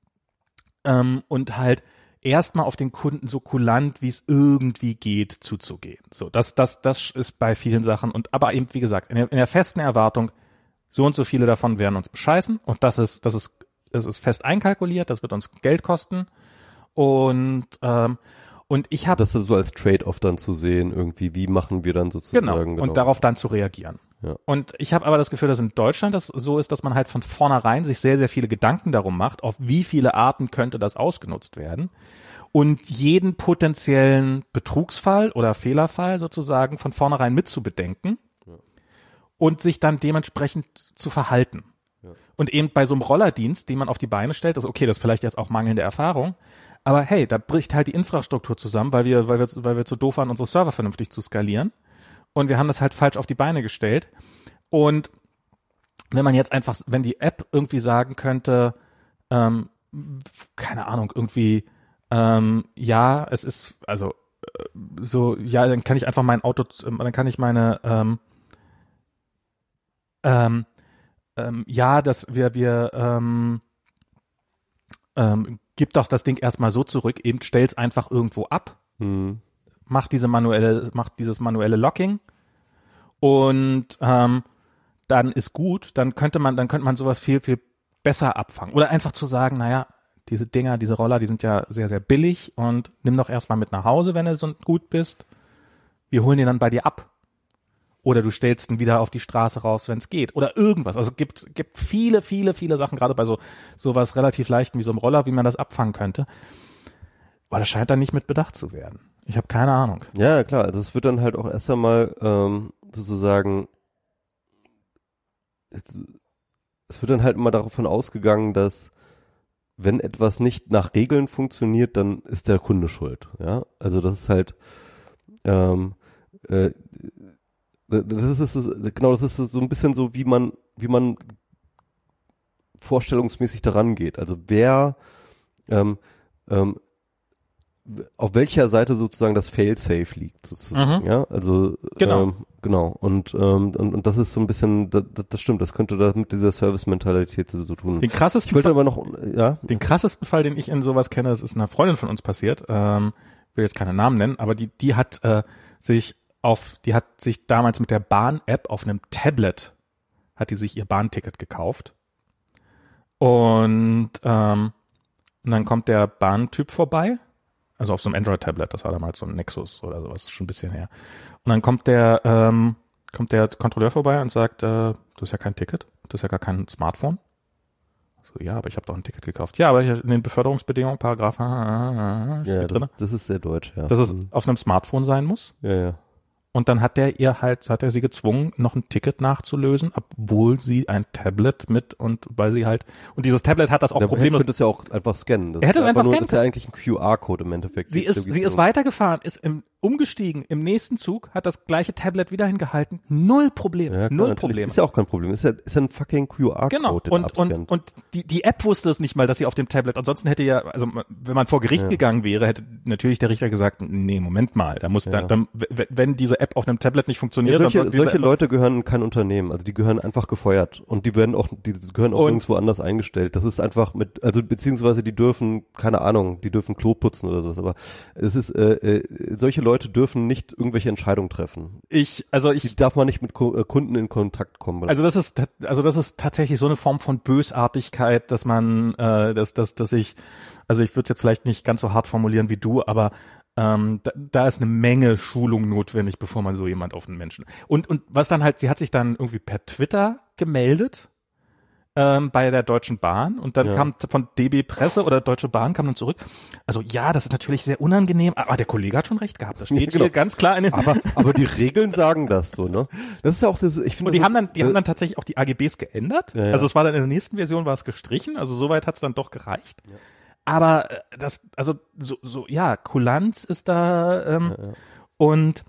ähm, und halt, erstmal auf den Kunden so kulant, wie es irgendwie geht, zuzugehen. So, das, das, das ist bei vielen Sachen und, aber eben, wie gesagt, in der, in der festen Erwartung, so und so viele davon werden uns bescheißen und das ist, das ist, das ist fest einkalkuliert, das wird uns Geld kosten und, ähm, und ich habe
Das ist so als Trade-off dann zu sehen, irgendwie, wie machen wir dann sozusagen.
Genau, und darauf dann zu reagieren.
Ja.
Und ich habe aber das Gefühl, dass in Deutschland das so ist, dass man halt von vornherein sich sehr, sehr viele Gedanken darum macht, auf wie viele Arten könnte das ausgenutzt werden und jeden potenziellen Betrugsfall oder Fehlerfall sozusagen von vornherein mitzubedenken
Ja.
und sich dann dementsprechend zu verhalten.
Ja.
Und eben bei so einem Rollerdienst, den man auf die Beine stellt, ist okay, das ist vielleicht jetzt auch mangelnde Erfahrung, aber hey, da bricht halt die Infrastruktur zusammen, weil wir, weil wir, weil wir zu doof waren, unsere Server vernünftig zu skalieren. Und wir haben das halt falsch auf die Beine gestellt. Und wenn man jetzt einfach, wenn die App irgendwie sagen könnte, ähm, keine Ahnung, irgendwie, ähm, ja, es ist, also äh, so, ja, dann kann ich einfach mein Auto, dann kann ich meine, ähm, ähm, ähm, ja, dass wir, wir, ähm, ähm, gib doch das Ding erstmal so zurück, eben stell's einfach irgendwo ab,
Mhm.
mach diese manuelle, mach dieses manuelle Locking und ähm, dann ist gut, dann könnte man, dann könnte man sowas viel, viel besser abfangen. Oder einfach zu sagen, naja, diese Dinger, diese Roller, die sind ja sehr, sehr billig und nimm doch erstmal mit nach Hause, wenn du so gut bist. Wir holen den dann bei dir ab. Oder du stellst ihn wieder auf die Straße raus, wenn es geht. Oder irgendwas. Also es gibt, gibt viele, viele, viele Sachen, gerade bei so sowas relativ Leichten wie so einem Roller, wie man das abfangen könnte. Aber das scheint dann nicht mit bedacht zu werden. Ich habe keine Ahnung.
Ja, klar. Also es wird dann halt auch erst einmal ähm, sozusagen es wird dann halt immer davon ausgegangen, dass wenn etwas nicht nach Regeln funktioniert, dann ist der Kunde schuld. Ja, also das ist halt ähm, äh, das ist genau, das ist so ein bisschen so, wie man wie man vorstellungsmäßig daran geht. Also wer ähm, ähm, auf welcher Seite sozusagen das Fail-Safe liegt, sozusagen,
Mhm.
ja, also
Genau.
ähm, genau und, ähm, und und das ist so ein bisschen, das, das stimmt, das könnte da mit dieser Service-Mentalität so, so tun.
Den krassesten
Ich wollte
Fall,
aber noch, ja,
den krassesten Fall, den ich in sowas kenne, das ist einer Freundin von uns passiert. Ähm, will jetzt keine Namen nennen, aber die die hat äh, sich auf, die hat sich damals mit der Bahn-App auf einem Tablet hat die sich ihr Bahnticket gekauft und ähm, und dann kommt der Bahntyp vorbei. Also auf so einem Android-Tablet, das war damals so ein Nexus oder sowas, schon ein bisschen her. Und dann kommt der, ähm, kommt der Kontrolleur vorbei und sagt, äh, du hast ja kein Ticket, du hast ja gar kein Smartphone. So, ja, aber ich habe doch ein Ticket gekauft. Ja, aber hier in den Beförderungsbedingungen, Paragraph, ah,
ja,
drin,
das, das ist sehr deutsch, ja.
dass es
Mhm.
auf einem Smartphone sein muss.
Ja, ja.
Und dann hat der ihr halt, hat er sie gezwungen, noch ein Ticket nachzulösen, obwohl sie ein Tablet mit und weil sie halt, und dieses Tablet hat das auch
Der
problemlos.
könnte es ja auch einfach scannen. Das
Er hätte
ist
es einfach
nur,
scannen
Das ist ja eigentlich ein Q R-Code im Endeffekt.
Sie ist, sie ist weitergefahren, ist im, umgestiegen, im nächsten Zug, hat das gleiche Tablet wieder hingehalten. Null Problem,
Ja, klar,
null
natürlich.
Probleme.
Ist ja auch kein Problem. Ist ja, ist ja ein fucking Q R-Code,
Genau.
den
Und,
abscannt.
und, und die, die App wusste es nicht mal, dass sie auf dem Tablet, ansonsten hätte ja, also wenn man vor Gericht
Ja.
gegangen wäre, hätte natürlich der Richter gesagt, nee, Moment mal, da muss
Ja.
dann, dann, w- wenn diese App auf einem Tablet nicht
Ja,
funktioniert,
solche
dann soll diese
solche
App-
Leute gehören in kein Unternehmen, also die gehören einfach gefeuert und die werden auch, die gehören auch
Und-
nirgendwo anders eingestellt. Das ist einfach mit, also beziehungsweise die dürfen, keine Ahnung, die dürfen Klo putzen oder sowas, aber es ist, äh, äh, solche Leute dürfen nicht irgendwelche Entscheidungen treffen.
ich, also ich,
Die darf man nicht mit Ko äh, Kunden in Kontakt kommen.
Also das ist, also das ist tatsächlich so eine Form von Bösartigkeit, dass man, äh, dass, dass, dass ich, also ich würde es jetzt vielleicht nicht ganz so hart formulieren wie du, aber ähm, da, da ist eine Menge Schulung notwendig, bevor man so jemand auf einen Menschen. Und und was dann halt, sie hat sich dann irgendwie per Twitter gemeldet ähm, bei der Deutschen Bahn und dann
Ja.
kam von D B Presse oder Deutsche Bahn kam dann zurück. Also ja, das ist natürlich sehr unangenehm, aber der Kollege hat schon recht gehabt. Das steht
Ja, genau.
hier ganz klar in den
aber, aber die Regeln sagen das so, ne? Das ist ja auch das, ich finde.
Und die
das
haben dann, die
ist,
haben dann tatsächlich auch die A G Bs geändert.
Ja, ja.
Also es war dann in der nächsten Version war es gestrichen. Also soweit hat es dann doch gereicht. Ja. Aber äh, das, also so, so ja, Kulanz ist da ähm,
Ja, ja.
und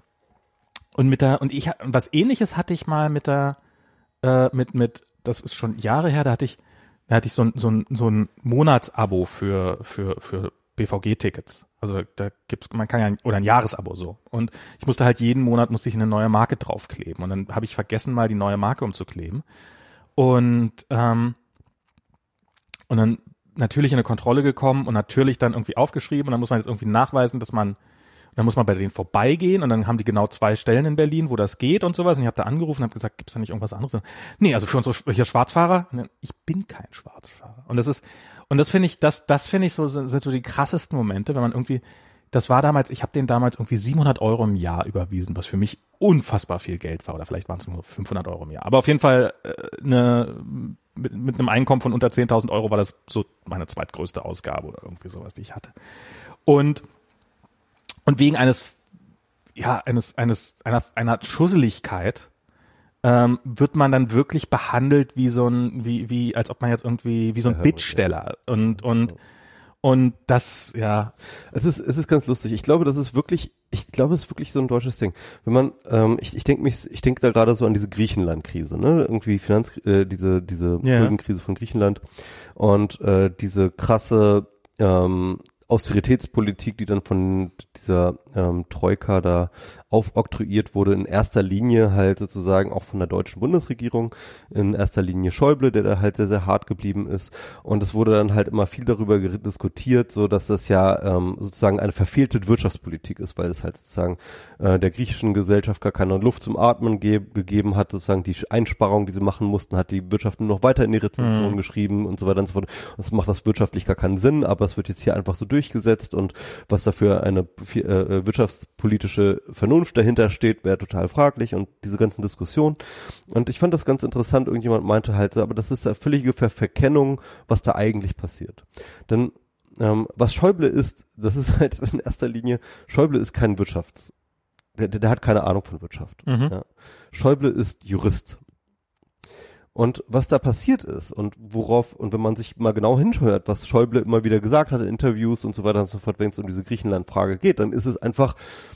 und mit der und ich was Ähnliches hatte ich mal mit der äh, mit mit das ist schon Jahre her. Da hatte ich da hatte ich so ein so ein so ein Monatsabo für für für B V G-Tickets. Also da gibt's, man kann ja, oder ein Jahresabo so. Und ich musste halt jeden Monat musste ich eine neue Marke draufkleben. Und dann habe ich vergessen, mal die neue Marke umzukleben. Und, ähm, und dann natürlich in eine Kontrolle gekommen und natürlich dann irgendwie aufgeschrieben. Und dann muss man jetzt irgendwie nachweisen, dass man, dann muss man bei denen vorbeigehen. Und dann haben die genau zwei Stellen in Berlin, wo das geht und sowas. Und ich habe da angerufen und habe gesagt, gibt's da nicht irgendwas anderes? Und, nee, also für unsere hier Schwarzfahrer, ich bin kein Schwarzfahrer. Und das ist, Und das finde ich, das, das finde ich so, sind so die krassesten Momente, wenn man irgendwie, das war damals, ich habe denen damals irgendwie siebenhundert Euro im Jahr überwiesen, was für mich unfassbar viel Geld war, oder vielleicht waren es nur fünfhundert Euro im Jahr. Aber auf jeden Fall äh, eine, mit, mit einem Einkommen von unter zehntausend Euro war das so meine zweitgrößte Ausgabe oder irgendwie sowas, die ich hatte. Und, und wegen eines, ja, eines, eines, einer, einer Schusseligkeit, Ähm, wird man dann wirklich behandelt wie so ein, wie, wie, als ob man jetzt irgendwie, wie so ein
Ja,
Bittsteller. Und, und, und das, ja.
Es ist, es ist ganz lustig. Ich glaube, das ist wirklich Ich glaube, es ist wirklich so ein deutsches Ding. Wenn man, ähm, ich, ich denke mich, ich denke da gerade so an diese Griechenland-Krise, ne? Irgendwie Finanz, äh, diese, diese
Ja.
Schuldenkrise von Griechenland und äh, diese krasse ähm, Austeritätspolitik, die dann von dieser ähm, Troika da aufoktroyiert wurde, in erster Linie halt sozusagen auch von der deutschen Bundesregierung, in erster Linie Schäuble, der da halt sehr, sehr hart geblieben ist. Und es wurde dann halt immer viel darüber diskutiert, so dass das ja ähm, sozusagen eine verfehlte Wirtschaftspolitik ist, weil es halt sozusagen äh, der griechischen Gesellschaft gar keine Luft zum Atmen ge- gegeben hat, sozusagen die Einsparungen, die sie machen mussten, hat die Wirtschaft nur noch weiter in die Rezession mhm. geschrieben und so weiter und so fort. Und das macht das wirtschaftlich gar keinen Sinn, aber es wird jetzt hier einfach so durchgesetzt und was dafür eine äh, wirtschaftspolitische Vernunft dahinter steht, wäre total fraglich und diese ganzen Diskussionen. Und ich fand das ganz interessant, irgendjemand meinte halt, aber das ist eine völlige Ver- Verkennung, was da eigentlich passiert. Denn ähm, was Schäuble ist, das ist halt in erster Linie, Schäuble ist kein Wirtschafts-, der, der hat keine Ahnung von Wirtschaft.
Mhm.
Ja. Schäuble ist Jurist. Und was da passiert ist und worauf, und wenn man sich mal genau hinhört, was Schäuble immer wieder gesagt hat in Interviews und so weiter und so fort, wenn es um diese Griechenland-Frage geht, dann ist es einfach,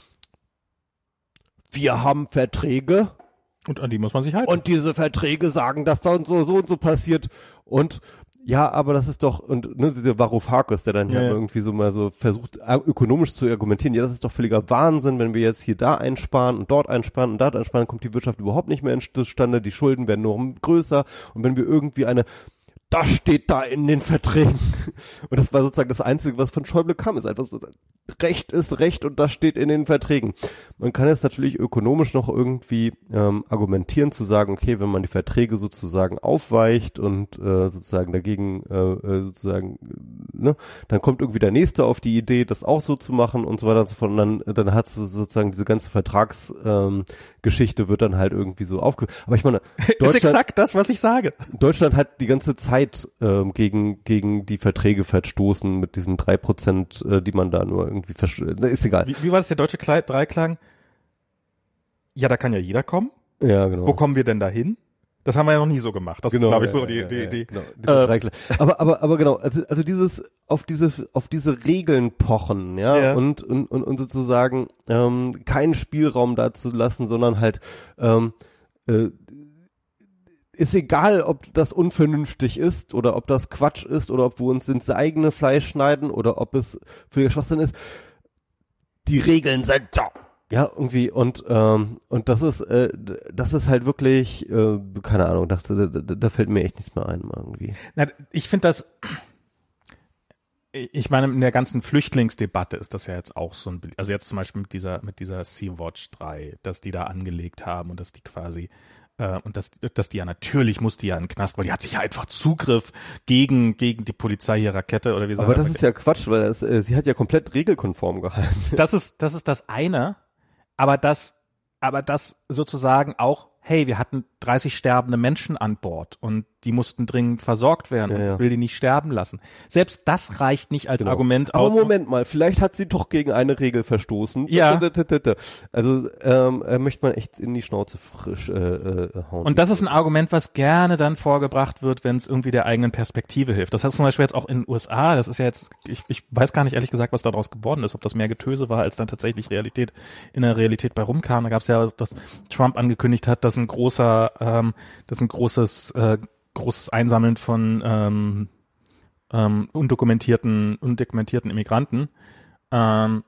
wir haben Verträge.
Und an die muss man sich halten.
Und diese Verträge sagen, dass da und so, so und so passiert. Und ja, aber das ist doch, und ne, dieser Varoufakis, der dann ja, ja irgendwie so mal so versucht, ökonomisch zu argumentieren, ja, das ist doch völliger Wahnsinn, wenn wir jetzt hier da einsparen und dort einsparen und dort einsparen, kommt die Wirtschaft überhaupt nicht mehr zustande, die Schulden werden nur größer und wenn wir irgendwie eine, das steht da in den Verträgen. Und das war sozusagen das Einzige, was von Schäuble kam, ist einfach so, Recht ist Recht und das steht in den Verträgen. Man kann jetzt natürlich ökonomisch noch irgendwie ähm, argumentieren, zu sagen, okay, wenn man die Verträge sozusagen aufweicht und äh, sozusagen dagegen äh, sozusagen, ne, dann kommt irgendwie der Nächste auf die Idee, das auch so zu machen und so weiter und so fort. Und dann, dann hat sozusagen diese ganze Vertragsgeschichte ähm, wird dann halt irgendwie so aufge... Aber ich meine,
ist exakt das, was ich sage.
Deutschland hat die ganze Zeit ähm, gegen gegen die Verträge verstoßen mit diesen drei Prozent, äh, die man da nur irgendwie versch... Ist egal.
Wie, wie war das der deutsche Kle- Dreiklang? Ja, da kann ja jeder kommen.
Ja, genau.
Wo kommen wir denn da hin? Das haben wir ja noch nie so gemacht. Das
genau,
ist, glaube ich,
ja,
so
ja,
die,
ja,
die,
ja,
die.
Genau, diese äh, Dreiklang. Aber, aber, aber genau, also, also dieses, auf diese, auf diese Regeln pochen, ja,
ja.
und, und, und, und sozusagen, ähm, keinen Spielraum dazu lassen, sondern halt, ähm, äh, ist egal, ob das unvernünftig ist oder ob das Quatsch ist oder ob wir uns ins eigene Fleisch schneiden oder ob es für Schwachsinn ist. Die Regeln sind so. Ja, irgendwie und ähm, und das ist äh, das ist halt wirklich äh, keine Ahnung, dachte da, da, da fällt mir echt nichts mehr ein irgendwie.
Na, ich finde das ich meine, in der ganzen Flüchtlingsdebatte ist das ja jetzt auch so ein, also jetzt zum Beispiel mit dieser mit dieser Sea-Watch drei, dass die da angelegt haben und dass die quasi äh, und dass dass die ja natürlich muss die ja in den Knast, weil die hat sich ja einfach Zugriff gegen gegen die Polizei hier Rakete oder wie sagt
Aber das ist ja Quatsch, weil das, äh, sie hat ja komplett regelkonform gehalten.
Das ist das ist das eine. Aber das, aber das sozusagen auch, hey, wir hatten dreißig sterbende Menschen an Bord und die mussten dringend versorgt werden
ja,
und
ja.
ich will die nicht sterben lassen. Selbst das reicht nicht als
genau.
Argument
Aber
aus.
Moment mal, vielleicht hat sie doch gegen eine Regel verstoßen.
Ja.
Also ähm, äh, möchte man echt in die Schnauze frisch äh, äh, hauen.
Und das ist ein Argument, was gerne dann vorgebracht wird, wenn es irgendwie der eigenen Perspektive hilft. Das heißt zum Beispiel jetzt auch in den U S A, das ist ja jetzt, ich, ich weiß gar nicht ehrlich gesagt, was daraus geworden ist, ob das mehr Getöse war, als dann tatsächlich Realität in der Realität bei rumkam. Da gab es ja, dass Trump angekündigt hat, dass ein großer, ähm, dass ein großes äh, großes Einsammeln von ähm, ähm, undokumentierten, undokumentierten Immigranten ähm,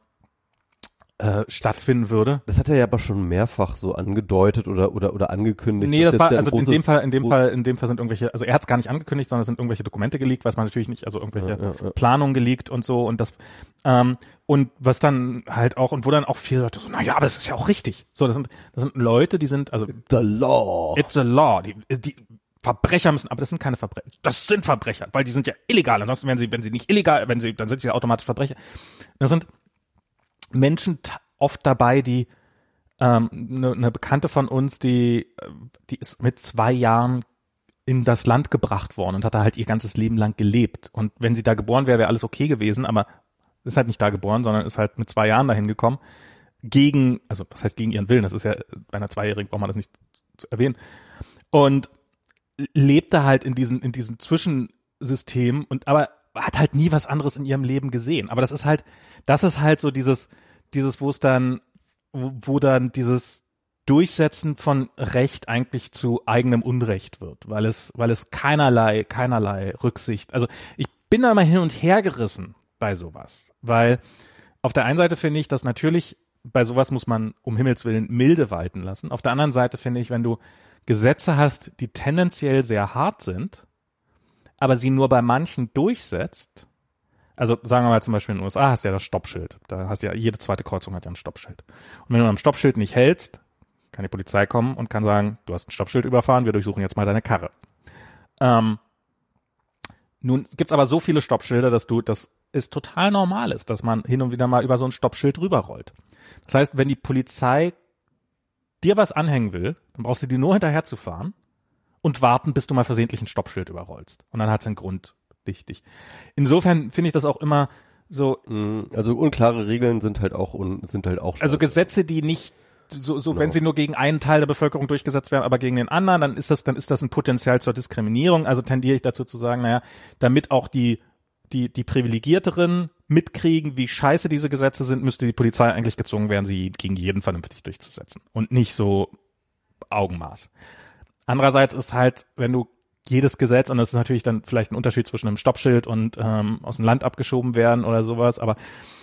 äh, stattfinden würde.
Das hat er ja aber schon mehrfach so angedeutet oder oder oder angekündigt.
Nee, das war also
großes,
in dem Fall, in dem Fall, in dem Fall sind irgendwelche, also er hat es gar nicht angekündigt, sondern es sind irgendwelche Dokumente geleakt, weiß man natürlich nicht, also irgendwelche
ja, ja, ja.
Planungen geleakt und so und das ähm, und was dann halt auch und wo dann auch viele Leute so, na ja, aber das ist ja auch richtig. So, das sind das sind Leute, die sind also
the law.
It's the law. Die, die Verbrecher müssen, aber das sind keine Verbrecher. Das sind Verbrecher, weil die sind ja illegal. Ansonsten wären sie, wenn sie nicht illegal, wenn sie, dann sind sie ja automatisch Verbrecher. Das sind Menschen t- oft dabei, die ähm, eine ne Bekannte von uns, die die ist mit zwei Jahren in das Land gebracht worden und hat da halt ihr ganzes Leben lang gelebt. Und wenn sie da geboren wäre, wäre alles okay gewesen, aber ist halt nicht da geboren, sondern ist halt mit zwei Jahren dahin gekommen. Gegen, also was heißt gegen ihren Willen? Das ist ja, bei einer Zweijährigen braucht man das nicht zu erwähnen. Und lebte halt in diesen, in diesen Zwischensystemen und aber hat halt nie was anderes in ihrem Leben gesehen. Aber das ist halt, das ist halt so dieses, dieses, wo es dann, wo, wo dann dieses Durchsetzen von Recht eigentlich zu eigenem Unrecht wird, weil es, weil es keinerlei, keinerlei Rücksicht, also ich bin da mal hin und her gerissen bei sowas, weil auf der einen Seite finde ich, dass natürlich bei sowas muss man um Himmels Willen milde walten lassen. Auf der anderen Seite finde ich, wenn du Gesetze hast, die tendenziell sehr hart sind, aber sie nur bei manchen durchsetzt, also sagen wir mal zum Beispiel in den U S A hast du ja das Stoppschild, da hast du ja, jede zweite Kreuzung hat ja ein Stoppschild. Und wenn du am Stoppschild nicht hältst, kann die Polizei kommen und kann sagen, du hast ein Stoppschild überfahren, wir durchsuchen jetzt mal deine Karre. Ähm, nun gibt's aber so viele Stoppschilder, dass du, dass es total normal ist, dass man hin und wieder mal über so ein Stoppschild rüberrollt. Das heißt, wenn die Polizei dir was anhängen will, dann brauchst du dir nur hinterher zu fahren und warten, bis du mal versehentlich ein Stoppschild überrollst. Und dann hat's einen Grund, dich, dich. Insofern finde ich das auch immer so.
Also unklare Regeln sind halt auch, un, sind halt auch.
Also Gesetze, die nicht So, so, genau. Wenn sie nur gegen einen Teil der Bevölkerung durchgesetzt werden, aber gegen den anderen, dann ist das, dann ist das ein Potenzial zur Diskriminierung. Also tendiere ich dazu zu sagen, naja, damit auch die, die, die Privilegierteren mitkriegen, wie scheiße diese Gesetze sind, müsste die Polizei eigentlich gezwungen werden, sie gegen jeden vernünftig durchzusetzen. Und nicht so Augenmaß. Andererseits ist halt, wenn du jedes Gesetz, und das ist natürlich dann vielleicht ein Unterschied zwischen einem Stoppschild und ähm, aus dem Land abgeschoben werden oder sowas, aber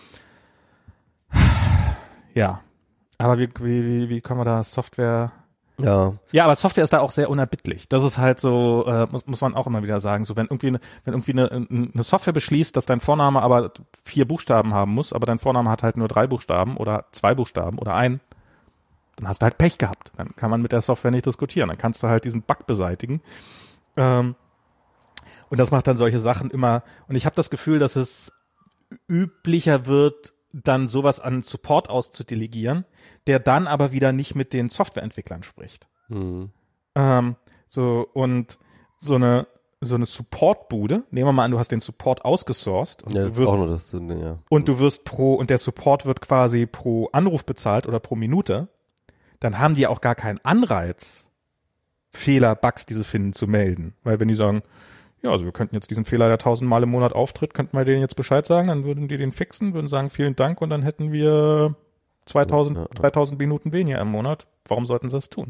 ja. Aber wie, wie, wie kann man da Software?
Ja.
Ja, aber Software ist da auch sehr unerbittlich. Das ist halt so, äh, muss, muss man auch immer wieder sagen. So, wenn irgendwie eine, wenn irgendwie eine, eine Software beschließt, dass dein Vorname aber vier Buchstaben haben muss, aber dein Vorname hat halt nur drei Buchstaben oder zwei Buchstaben oder ein, dann hast du halt Pech gehabt. Dann kann man mit der Software nicht diskutieren. Dann kannst du halt diesen Bug beseitigen. Ähm, und das macht dann solche Sachen immer. Und ich habe das Gefühl, dass es üblicher wird, dann sowas an Support auszudelegieren, der dann aber wieder nicht mit den Softwareentwicklern spricht.
Mhm.
Ähm, so, und so eine, so eine Support-Bude, nehmen wir mal an, du hast den Support ausgesourced und
ja,
du
das
wirst,
ist auch nur das, ja.
und du wirst pro, und der Support wird quasi pro Anruf bezahlt oder pro Minute, dann haben die auch gar keinen Anreiz, Fehler, Bugs, die sie finden, zu melden. Weil wenn die sagen, ja, also wir könnten jetzt diesen Fehler, der tausendmal im Monat auftritt, könnten wir denen jetzt Bescheid sagen, dann würden die den fixen, würden sagen, vielen Dank und dann hätten wir zweitausend, ja, ja. dreitausend Minuten weniger im Monat. Warum sollten sie das tun?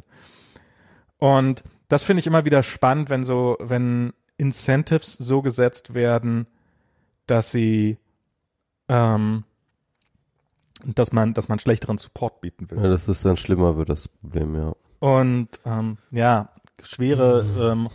Und das finde ich immer wieder spannend, wenn so, wenn Incentives so gesetzt werden, dass sie, ähm, dass man, dass man schlechteren Support bieten will.
Ja, dass es dann schlimmer wird, das Problem, ja.
Und, ähm, ja, schwere, ähm,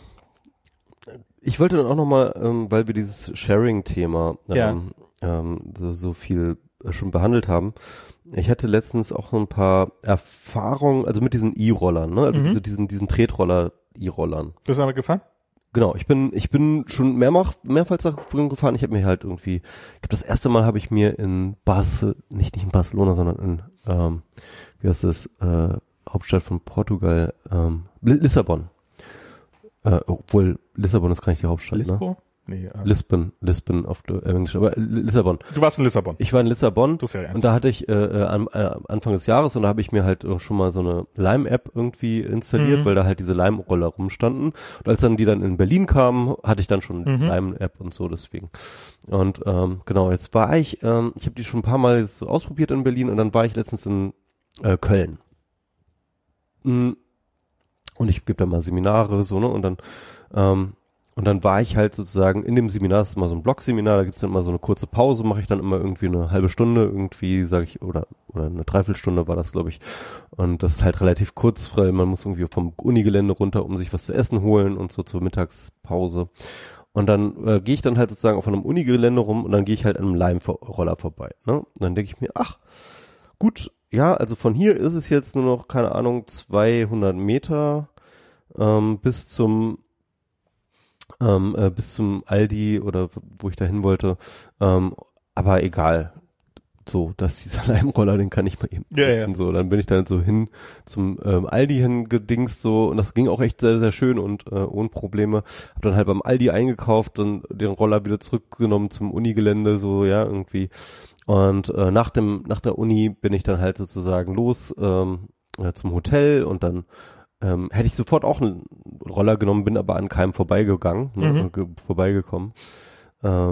ich wollte dann auch nochmal, ähm, weil wir dieses Sharing-Thema ähm,
ja.
ähm, so, so viel äh, schon behandelt haben. Ich hatte letztens auch so ein paar Erfahrungen, also mit diesen E-Rollern, ne? Also
mhm.
diese, diesen, diesen Tretroller-E-Rollern.
Du bist damit gefahren?
Genau, ich bin, ich bin schon mehrmals, mehrmals davon gefahren. Ich habe mir halt irgendwie, ich glaube, das erste Mal habe ich mir in Barcelona, nicht, nicht in Barcelona, sondern in, ähm, wie heißt das, äh, Hauptstadt von Portugal, ähm, Lissabon. Äh, obwohl Lissabon ist gar nicht die Hauptstadt,
Lisbo?
ne?
Nee, äh,
Lisbon, Lisbon auf äh, Englisch, aber Lissabon.
Du warst in Lissabon.
Ich war in Lissabon
das ist ja
und da hatte ich äh, äh, am, äh, Anfang des Jahres und da habe ich mir halt schon mal so eine Lime-App irgendwie installiert, mhm. weil da halt diese Lime-Roller rumstanden. Und als dann die dann in Berlin kamen, hatte ich dann schon mhm. Lime-App und so deswegen. Und ähm, genau, jetzt war ich, ähm, ich habe die schon ein paar Mal so ausprobiert in Berlin und dann war ich letztens in äh, Köln. Mhm. Und ich gebe da mal Seminare, so, ne, und dann, ähm, und dann war ich halt sozusagen in dem Seminar, das ist immer so ein Blog-Seminar, da gibt's dann immer so eine kurze Pause, mache ich dann immer irgendwie eine halbe Stunde, irgendwie, sage ich, oder oder eine Dreiviertelstunde war das, glaube ich. Und das ist halt relativ kurz, weil man muss irgendwie vom Unigelände runter, um sich was zu essen holen und so zur Mittagspause. Und dann äh, gehe ich dann halt sozusagen auf einem Unigelände rum und dann gehe ich halt an einem Lime-Roller vorbei, ne? Und dann denke ich mir, ach, gut, ja, also von hier ist es jetzt nur noch, keine Ahnung, zweihundert Meter ähm, bis zum ähm, äh, bis zum Aldi oder wo ich da hin wollte. Ähm, aber egal. So, dass dieser Leimroller, den kann ich mal eben
ja,
nutzen.
Ja.
So, dann bin ich dann so hin zum ähm, Aldi hingedingst so und das ging auch echt sehr, sehr schön und äh, ohne Probleme. Hab dann halt beim Aldi eingekauft und den Roller wieder zurückgenommen zum Unigelände, so, ja, irgendwie. Und äh, nach dem, nach der Uni bin ich dann halt sozusagen los ähm, äh, zum Hotel und dann ähm, hätte ich sofort auch einen Roller genommen, bin aber an keinem vorbeigegangen, ne,
mhm.
ge- vorbeigekommen. Ähm,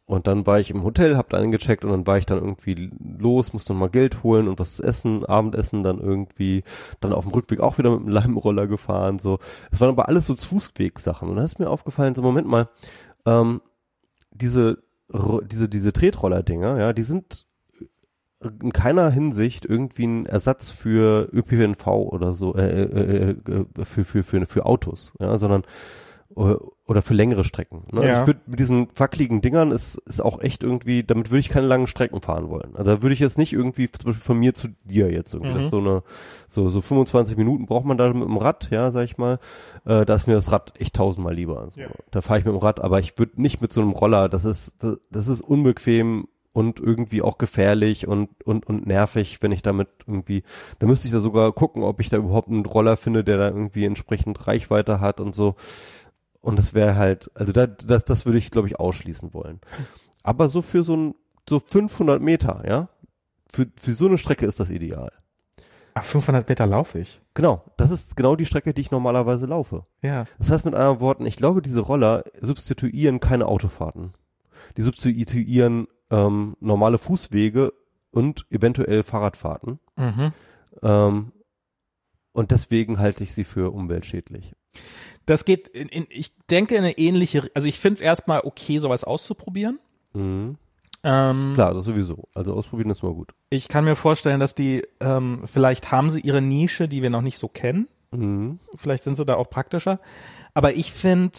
und dann war ich im Hotel, hab da eingecheckt und dann war ich dann irgendwie los, musste noch mal Geld holen und was zu essen, Abendessen dann irgendwie, dann auf dem Rückweg auch wieder mit dem Leimroller gefahren, so. Das waren aber alles so Fußwegsachen und dann ist mir aufgefallen, so Moment mal, ähm, diese, diese, diese Tretroller-Dinger, ja, die sind in keiner Hinsicht irgendwie ein Ersatz für Ö P N V oder so, äh, äh, äh, für, für, für, für Autos, ja, sondern oder für längere Strecken. Ne?
Ja.
Also ich würde mit diesen wackeligen Dingern ist ist auch echt irgendwie, damit würde ich keine langen Strecken fahren wollen. Also da würde ich jetzt nicht irgendwie zum Beispiel von mir zu dir jetzt irgendwie, mhm. das ist so eine so so fünfundzwanzig Minuten braucht man da mit dem Rad, ja, sag ich mal. Äh, da ist mir das Rad echt tausendmal lieber. Also,
ja.
Da fahre ich mit dem Rad, aber ich würde nicht mit so einem Roller. Das ist das, das ist unbequem und irgendwie auch gefährlich und und und nervig, wenn ich damit irgendwie, da müsste ich da sogar gucken, ob ich da überhaupt einen Roller finde, der da irgendwie entsprechend Reichweite hat und so. Und das wäre halt, also da, das, das würde ich, glaube ich, ausschließen wollen. Aber so für so ein, so fünfhundert Meter, ja, für, für so eine Strecke ist das ideal.
Ach, fünfhundert Meter laufe ich.
Genau, das ist genau die Strecke, die ich normalerweise laufe.
Ja.
Das heißt mit anderen Worten, ich glaube, diese Roller substituieren keine Autofahrten. Die substituieren ähm, normale Fußwege und eventuell Fahrradfahrten.
Mhm.
Ähm, und deswegen halte ich sie für umweltschädlich.
Das geht, in, in, ich denke, in eine ähnliche, also ich finde es erstmal okay, sowas auszuprobieren.
Mhm.
Ähm,
Klar, das sowieso. Also ausprobieren ist mal gut.
Ich kann mir vorstellen, dass die, ähm, vielleicht haben sie ihre Nische, die wir noch nicht so kennen.
Mhm.
Vielleicht sind sie da auch praktischer. Aber ich finde,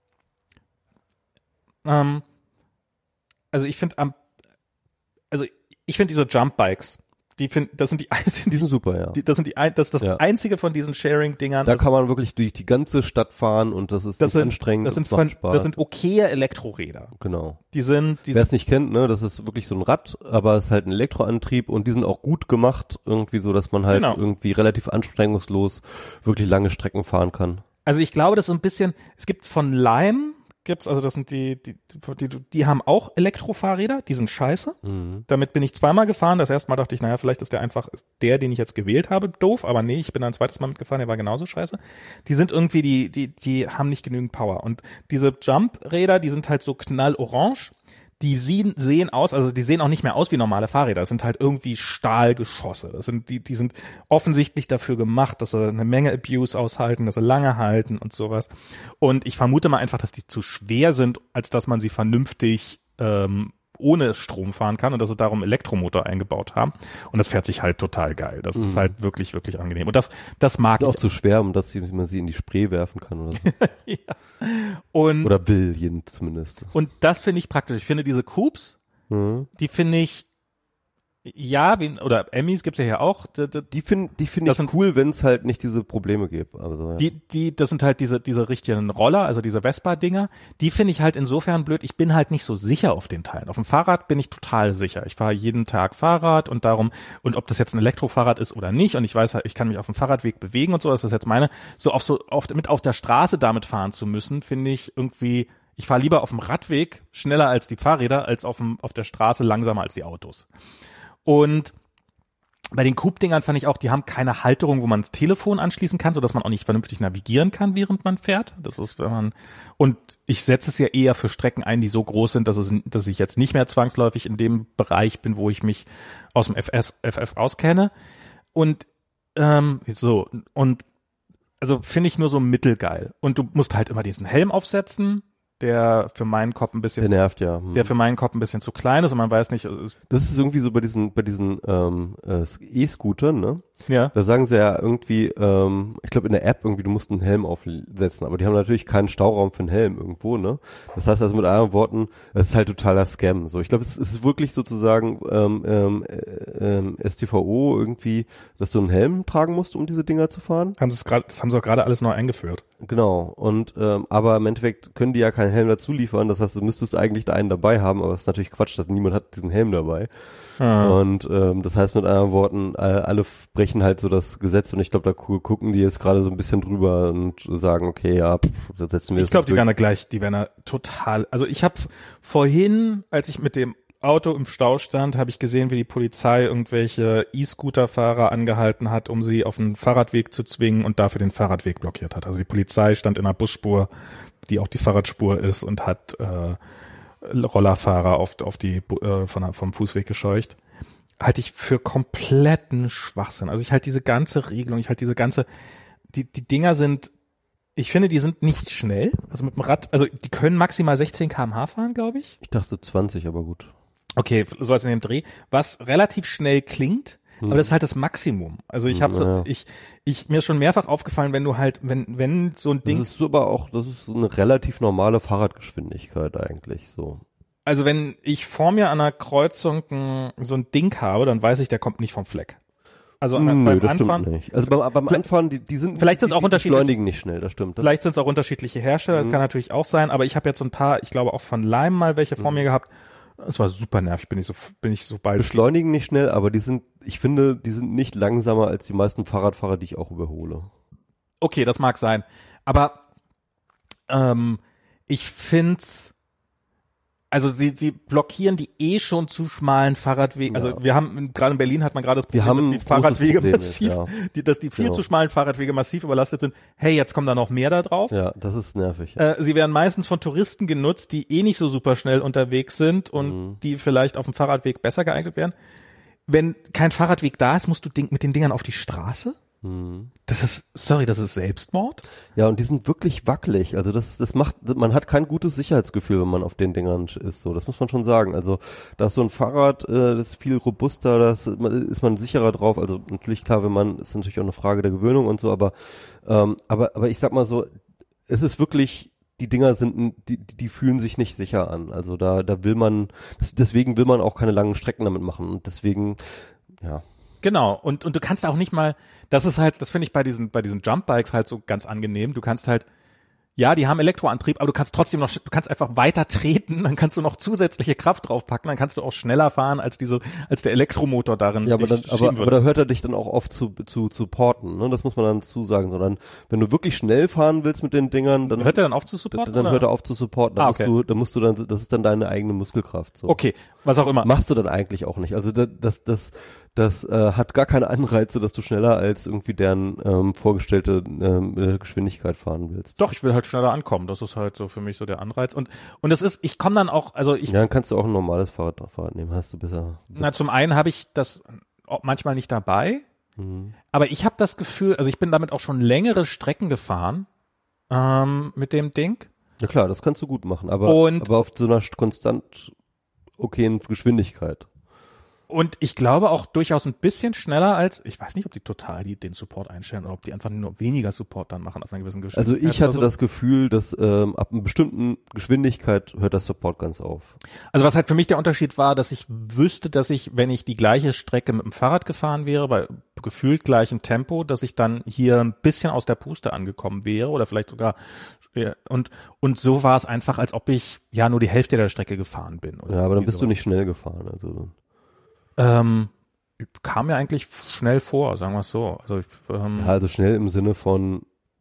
ähm, also ich finde, also ich finde diese Jump Bikes, die find, das sind die einzigen,
die sind super, ja.
Die, das sind die, das ist das
ja.
einzige von diesen Sharing-Dingern.
Da
das,
kann man wirklich durch die ganze Stadt fahren und das ist
das sind,
anstrengend.
Das sind,
macht
von,
Spaß.
das sind okaye Elektroräder.
Genau.
Die sind, die
Wer es nicht kennt, ne, das ist wirklich so ein Rad, aber es ist halt ein Elektroantrieb und die sind auch gut gemacht, irgendwie so, dass man halt
genau.
irgendwie relativ anstrengungslos wirklich lange Strecken fahren kann.
Also ich glaube, das ist so ein bisschen, es gibt von Lime, gibt's, also das sind die, die, die, die, die haben auch Elektrofahrräder, die sind scheiße.
Mhm.
Damit bin ich zweimal gefahren. Das erste Mal dachte ich, naja, vielleicht ist der einfach der, den ich jetzt gewählt habe, doof, aber nee, ich bin dann ein zweites Mal mitgefahren, der war genauso scheiße. Die sind irgendwie, die, die, die haben nicht genügend Power. Und diese Jump-Räder, die sind halt so knallorange. Die sehen, sehen aus, also die sehen auch nicht mehr aus wie normale Fahrräder. Das sind halt irgendwie Stahlgeschosse. Das sind, die, die sind offensichtlich dafür gemacht, dass sie eine Menge Abuse aushalten, dass sie lange halten und sowas. Und ich vermute mal einfach, dass die zu schwer sind, als dass man sie vernünftig ähm, ohne Strom fahren kann und dass sie darum Elektromotor eingebaut haben. Und das fährt sich halt total geil. Das mhm. ist halt wirklich, wirklich angenehm. Und das, das mag
ist
ich.
Auch zu schwer, um dass man sie in die Spree werfen kann oder so.
ja. Und,
oder will, jeden zumindest.
Und das finde ich praktisch. Ich finde diese Coupes, mhm. die finde ich, ja, wie, oder Emmys gibt's ja hier auch.
Die, die finde die find ich
sind,
cool, wenn es halt nicht diese Probleme gibt. Also, ja.
Die, die, das sind halt diese, diese richtigen Roller, also diese Vespa-Dinger. Die finde ich halt insofern blöd. Ich bin halt nicht so sicher auf den Teilen. Auf dem Fahrrad bin ich total sicher. Ich fahre jeden Tag Fahrrad und darum, und ob das jetzt ein Elektrofahrrad ist oder nicht, und ich weiß halt, ich kann mich auf dem Fahrradweg bewegen und so, das ist jetzt meine, so auf so, auf, mit auf der Straße damit fahren zu müssen, finde ich irgendwie, ich fahre lieber auf dem Radweg schneller als die Fahrräder, als auf dem, auf der Straße langsamer als die Autos. Und bei den Coupe-Dingern fand ich auch, die haben keine Halterung, wo man das Telefon anschließen kann, sodass man auch nicht vernünftig navigieren kann, während man fährt. Das ist, wenn man, und ich setze es ja eher für Strecken ein, die so groß sind, dass es, dass ich jetzt nicht mehr zwangsläufig in dem Bereich bin, wo ich mich aus dem F S, F F auskenne. Und, ähm, so, und, also finde ich nur so mittelgeil. Und du musst halt immer diesen Helm aufsetzen, der für meinen Kopf ein bisschen,
der nervt, ja. Hm.
der für meinen Kopf ein bisschen zu klein ist und man weiß nicht.
Das ist irgendwie so bei diesen, bei diesen ähm, äh, E-Scootern, ne?
Ja.
Da sagen sie ja irgendwie, ähm, ich glaube in der App irgendwie, du musst einen Helm aufsetzen, aber die haben natürlich keinen Stauraum für einen Helm irgendwo, ne? Das heißt also mit anderen Worten, das ist halt totaler Scam. So, ich glaube, es ist wirklich sozusagen ähm, ähm, ähm, S T V O irgendwie, dass du einen Helm tragen musst, um diese Dinger zu fahren.
Haben sie es gerade, das haben sie auch gerade alles neu eingeführt.
Genau. Und ähm, aber im Endeffekt können die ja keinen Helm dazu liefern. Das heißt, du müsstest eigentlich da einen dabei haben, aber es ist natürlich Quatsch, dass niemand hat diesen Helm dabei. Ah. Und ähm, das heißt mit anderen Worten, alle brechen halt so das Gesetz und ich glaube, da gucken die jetzt gerade so ein bisschen drüber und sagen, okay, ja, pff, da setzen wir das.
Ich glaube, die werden da gleich, die werden da total, also ich habe vorhin, als ich mit dem Auto im Stau stand, habe ich gesehen, wie die Polizei irgendwelche E-Scooter-Fahrer angehalten hat, um sie auf den Fahrradweg zu zwingen und dafür den Fahrradweg blockiert hat. Also die Polizei stand in einer Busspur, die auch die Fahrradspur ist und hat äh, Rollerfahrer auf, auf die, äh, von, vom Fußweg gescheucht. Halte ich für kompletten Schwachsinn. Also ich halte diese ganze Regelung, ich halte diese ganze, die, die Dinger sind, ich finde, die sind nicht schnell. Also mit dem Rad, also die können maximal sechzehn Kilometer pro Stunde fahren, glaube ich.
Ich dachte zwanzig, aber gut.
Okay, so als in dem Dreh. Was relativ schnell klingt, hm. aber das ist halt das Maximum. Also ich habe so,
naja.
ich, ich, mir ist schon mehrfach aufgefallen, wenn du halt, wenn, wenn so ein Ding.
Das ist aber auch, das ist eine relativ normale Fahrradgeschwindigkeit eigentlich, so.
Also wenn ich vor mir an einer Kreuzung ein, so ein Ding habe, dann weiß ich, der kommt nicht vom Fleck. Also an,
Nö,
beim
das
Anfahren.
Stimmt nicht. Also beim, beim Anfahren, die, die sind,
vielleicht sind es auch
die, die
unterschiedliche.
beschleunigen nicht schnell, das stimmt. Das
vielleicht sind es auch unterschiedliche Hersteller, das
mhm.
kann natürlich auch sein, aber ich habe jetzt so ein paar, ich glaube auch von Lime mal welche vor
mhm.
mir gehabt. Es war super nervig, bin ich so, bin ich so bei.
Beschleunigen nicht schnell, aber die sind, ich finde, die sind nicht langsamer als die meisten Fahrradfahrer, die ich auch überhole.
Okay, das mag sein. Aber ähm, ich find's, also sie, sie blockieren die eh schon zu schmalen Fahrradwege.
Ja.
Also wir haben, gerade in Berlin hat man gerade das Problem,
wir haben
dass die Fahrradwege
Problem
massiv,
ist, ja.
die, dass die viel
genau.
zu schmalen Fahrradwege massiv überlastet sind. Hey, jetzt kommt da noch mehr da drauf.
Ja, das ist nervig.
Äh, sie werden meistens von Touristen genutzt, die eh nicht so super schnell unterwegs sind und
mhm.
die vielleicht auf dem Fahrradweg besser geeignet wären. Wenn kein Fahrradweg da ist, musst du mit den Dingern auf die Straße?
Mhm.
Das ist, sorry, das ist Selbstmord?
Ja, und die sind wirklich wackelig. Also das, das macht, man hat kein gutes Sicherheitsgefühl, wenn man auf den Dingern ist. So, das muss man schon sagen. Also da ist so ein Fahrrad, äh, das ist viel robuster, da ist man sicherer drauf. Also natürlich klar, wenn man, ist natürlich auch eine Frage der Gewöhnung und so, aber, ähm, aber, aber ich sag mal so, es ist wirklich, die Dinger sind, die, die fühlen sich nicht sicher an. Also da, da will man, das, deswegen will man auch keine langen Strecken damit machen. Und deswegen, ja.
Genau, und, und du kannst auch nicht mal, das ist halt, das finde ich bei diesen, bei diesen Jumpbikes halt so ganz angenehm, du kannst halt, ja, die haben Elektroantrieb, aber du kannst trotzdem noch, du kannst einfach weiter treten, dann kannst du noch zusätzliche Kraft draufpacken, dann kannst du auch schneller fahren, als diese, als der Elektromotor darin.
Ja, aber, dann, aber, aber da hört er dich dann auch auf zu, zu, zu porten, ne? Das muss man dann zusagen, sondern wenn du wirklich schnell fahren willst mit den Dingern, dann
hört er dann auf zu supporten?
Dann, dann hört er auf zu supporten, dann
ah,
musst
okay.
du, dann musst du dann, das ist dann deine eigene Muskelkraft, so.
Okay, was auch immer.
Machst du dann eigentlich auch nicht. Also das, das, das, das äh, hat gar keine Anreize, dass du schneller als irgendwie deren ähm, vorgestellte ähm, Geschwindigkeit fahren willst.
Doch, ich will halt schneller ankommen. Das ist halt so für mich so der Anreiz. Und und es ist, ich komme dann auch, also ich.
Ja, dann kannst du auch ein normales Fahrrad, Fahrrad nehmen. Hast du besser.
Na, zum einen habe ich das manchmal nicht dabei, mhm. aber ich habe das Gefühl, also ich bin damit auch schon längere Strecken gefahren ähm, mit dem Ding.
Ja klar, das kannst du gut machen, aber
und,
aber auf so einer konstant okayen Geschwindigkeit.
Und ich glaube auch durchaus ein bisschen schneller als, ich weiß nicht, ob die total die, den Support einstellen oder ob die einfach nur weniger Support dann machen auf einer gewissen Geschwindigkeit.
Also ich hatte
so.
das Gefühl, dass ähm, ab einer bestimmten Geschwindigkeit hört das Support ganz auf.
Also was halt für mich der Unterschied war, dass ich wüsste, dass ich, wenn ich die gleiche Strecke mit dem Fahrrad gefahren wäre, bei gefühlt gleichem Tempo, dass ich dann hier ein bisschen aus der Puste angekommen wäre oder vielleicht sogar und und so war es einfach, als ob ich ja nur die Hälfte der Strecke gefahren bin. Oder
ja, aber dann bist
sowas.
du nicht schnell gefahren. Also
Ähm, kam mir eigentlich schnell vor, sagen wir es so. Also, ich, ähm,
ja, also schnell im Sinne von,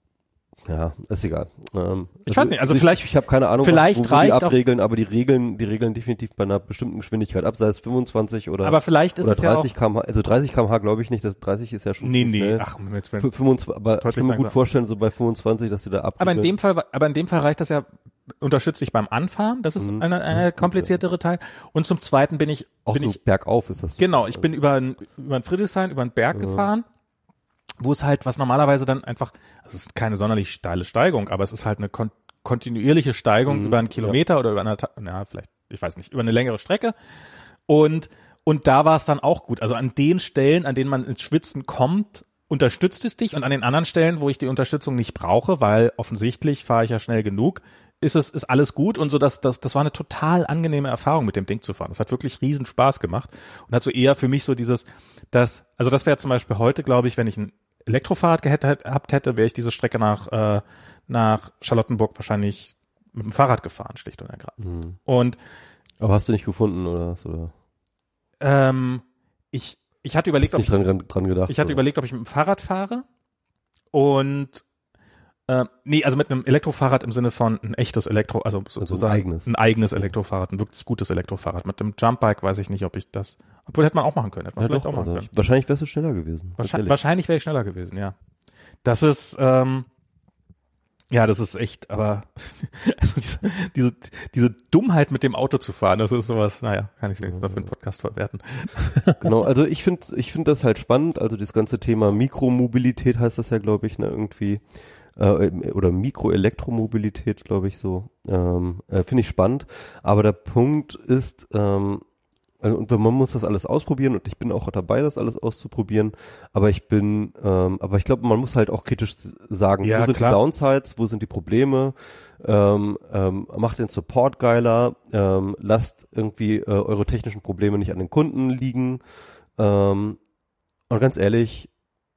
ja, ist egal. Ähm,
ich weiß nicht, also
ich,
vielleicht,
ich habe keine Ahnung,
vielleicht
was, wo, wo
reicht
die abregeln, aber die Regeln, die regeln definitiv bei einer bestimmten Geschwindigkeit ab, sei es fünfundzwanzig oder,
aber vielleicht ist
oder
es
dreißig
ja auch,
Kilometer pro Stunde, also dreißig Kilometer pro Stunde glaube ich nicht, das dreißig ist ja schon
nee, nee,
schnell.
ach, jetzt
F- fünfundzwanzig, aber ich kann mir gut vorstellen, so bei fünfundzwanzig, dass sie da abregeln.
aber in dem Fall, aber in dem Fall reicht das ja, unterstützt dich beim Anfahren, das ist
Mhm.
eine, eine kompliziertere Teil. Und zum Zweiten bin ich,
auch
bin
so
ich,
bergauf ist das.
genau, ich bin über ein, über ein Friedrichshain, über einen Berg
Ja.
gefahren, wo es halt, was normalerweise dann einfach, also es ist keine sonderlich steile Steigung, aber es ist halt eine kon- kontinuierliche Steigung
Mhm.
über einen Kilometer ja. oder über eine, na, vielleicht, ich weiß nicht, über eine längere Strecke. Und, und da war es dann auch gut. Also an den Stellen, an denen man ins Schwitzen kommt, unterstützt es dich und an den anderen Stellen, wo ich die Unterstützung nicht brauche, weil offensichtlich fahre ich ja schnell genug, ist es, ist alles gut und so, dass das, das war eine total angenehme Erfahrung mit dem Ding zu fahren. Das hat wirklich riesen Spaß gemacht und hat so eher für mich so dieses, das, also das wäre zum Beispiel heute, glaube ich, wenn ich ein Elektrofahrrad gehabt hätte, wäre ich diese Strecke nach, äh, nach Charlottenburg wahrscheinlich mit dem Fahrrad gefahren, schlicht und ergreifend.
Mhm.
Und,
aber hast du nicht gefunden oder was, oder?
ähm, ich, ich hatte überlegt,
Hast
ob
nicht
ich,
dran, dran gedacht.
ich hatte
oder?
überlegt, ob ich mit dem Fahrrad fahre und Äh, nee, also mit einem Elektrofahrrad im Sinne von ein echtes Elektro, also sozusagen
ein eigenes.
ein eigenes Elektrofahrrad, ein wirklich gutes Elektrofahrrad. Mit dem Jumpbike weiß ich nicht, ob ich das, obwohl hätte man auch machen können, hätte man
Ja,
vielleicht
doch,
auch machen
also
können.
ich, wahrscheinlich wärst du schneller gewesen.
Wahrscheinlich, wahrscheinlich wäre ich schneller gewesen, ja. Das ist, ähm, Ja, das ist echt, aber also diese, diese, diese Dummheit mit dem Auto zu fahren, das ist sowas, naja, kann ich wenigstens noch für einen Podcast verwerten.
Genau, also ich finde ich finde das halt spannend, also das ganze Thema Mikromobilität heißt das ja, glaube ich, ne, irgendwie, äh, oder Mikroelektromobilität, glaube ich so, ähm, äh, finde ich spannend, aber der Punkt ist, ähm, und man muss das alles ausprobieren und ich bin auch dabei, das alles auszuprobieren, aber ich bin, ähm, aber ich glaube, man muss halt auch kritisch sagen,
ja,
wo sind
klar.
die Downsides, wo sind die Probleme, ähm, ähm, macht den Support geiler, ähm, lasst irgendwie äh, eure technischen Probleme nicht an den Kunden liegen, ähm, und ganz ehrlich,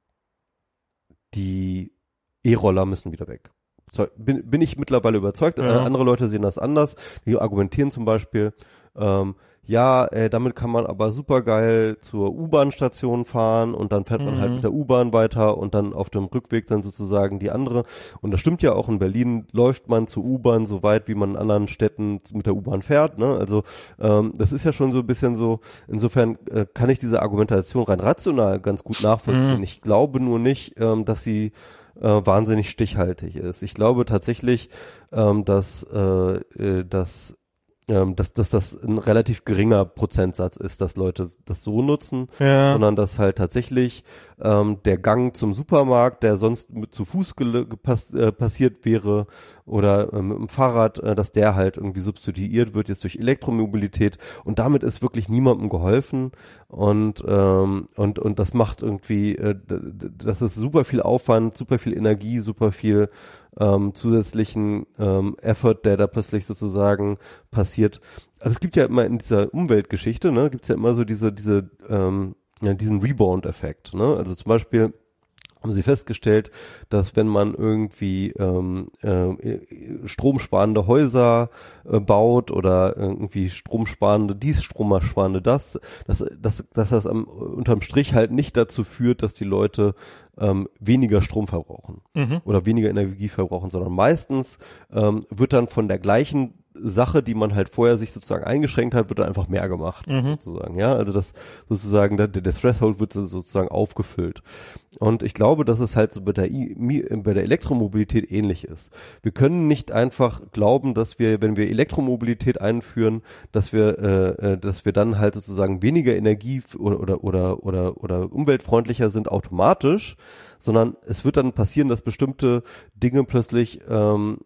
die E-Roller müssen wieder weg. Bin, bin ich mittlerweile überzeugt,
Ja.
äh, andere Leute sehen das anders, die argumentieren zum Beispiel, ähm, ja, äh, damit kann man aber super geil zur U-Bahn-Station fahren und dann fährt man
Mhm.
halt mit der U-Bahn weiter und dann auf dem Rückweg dann sozusagen die andere. Und das stimmt ja auch, in Berlin läuft man zur U-Bahn so weit, wie man in anderen Städten mit der U-Bahn fährt. Ne? Also ähm, das ist ja schon so ein bisschen so, insofern äh, kann ich diese Argumentation rein rational ganz gut nachvollziehen.
Mhm.
Ich glaube nur nicht, ähm, dass sie äh, wahnsinnig stichhaltig ist. Ich glaube tatsächlich, ähm, dass, äh, äh, dass Ähm, dass, dass das ein relativ geringer Prozentsatz ist, dass Leute das so nutzen,
Ja.
sondern dass halt tatsächlich ähm, der Gang zum Supermarkt, der sonst mit zu Fuß gele- gepass, äh, passiert wäre oder äh, mit dem Fahrrad, äh, dass der halt irgendwie substituiert wird jetzt durch Elektromobilität und damit ist wirklich niemandem geholfen und ähm, und und das macht irgendwie, äh, d- d- das ist super viel Aufwand, super viel Energie, super viel ähm, zusätzlichen ähm, Effort, der da plötzlich sozusagen passiert. Also es gibt ja immer in dieser Umweltgeschichte, ne, gibt es ja immer so diese, diese, ähm, ja, diesen Rebound-Effekt, ne? Also zum Beispiel haben sie festgestellt, dass wenn man irgendwie ähm, äh, stromsparende Häuser äh, baut oder irgendwie stromsparende dies, stromsparende das, dass, dass, dass das am, unterm Strich halt nicht dazu führt, dass die Leute ähm, weniger Strom verbrauchen
Mhm.
oder weniger Energie verbrauchen, sondern meistens ähm, wird dann von der gleichen Sache, die man halt vorher sich sozusagen eingeschränkt hat, wird dann einfach mehr gemacht,
Mhm.
sozusagen, ja, also das sozusagen, der, der Threshold wird sozusagen aufgefüllt und ich glaube, dass es halt so bei der, I, bei der Elektromobilität ähnlich ist. Wir können nicht einfach glauben, dass wir, wenn wir Elektromobilität einführen, dass wir, äh, dass wir dann halt sozusagen weniger Energie oder, oder, oder, oder, oder umweltfreundlicher sind automatisch, sondern es wird dann passieren, dass bestimmte Dinge plötzlich ähm,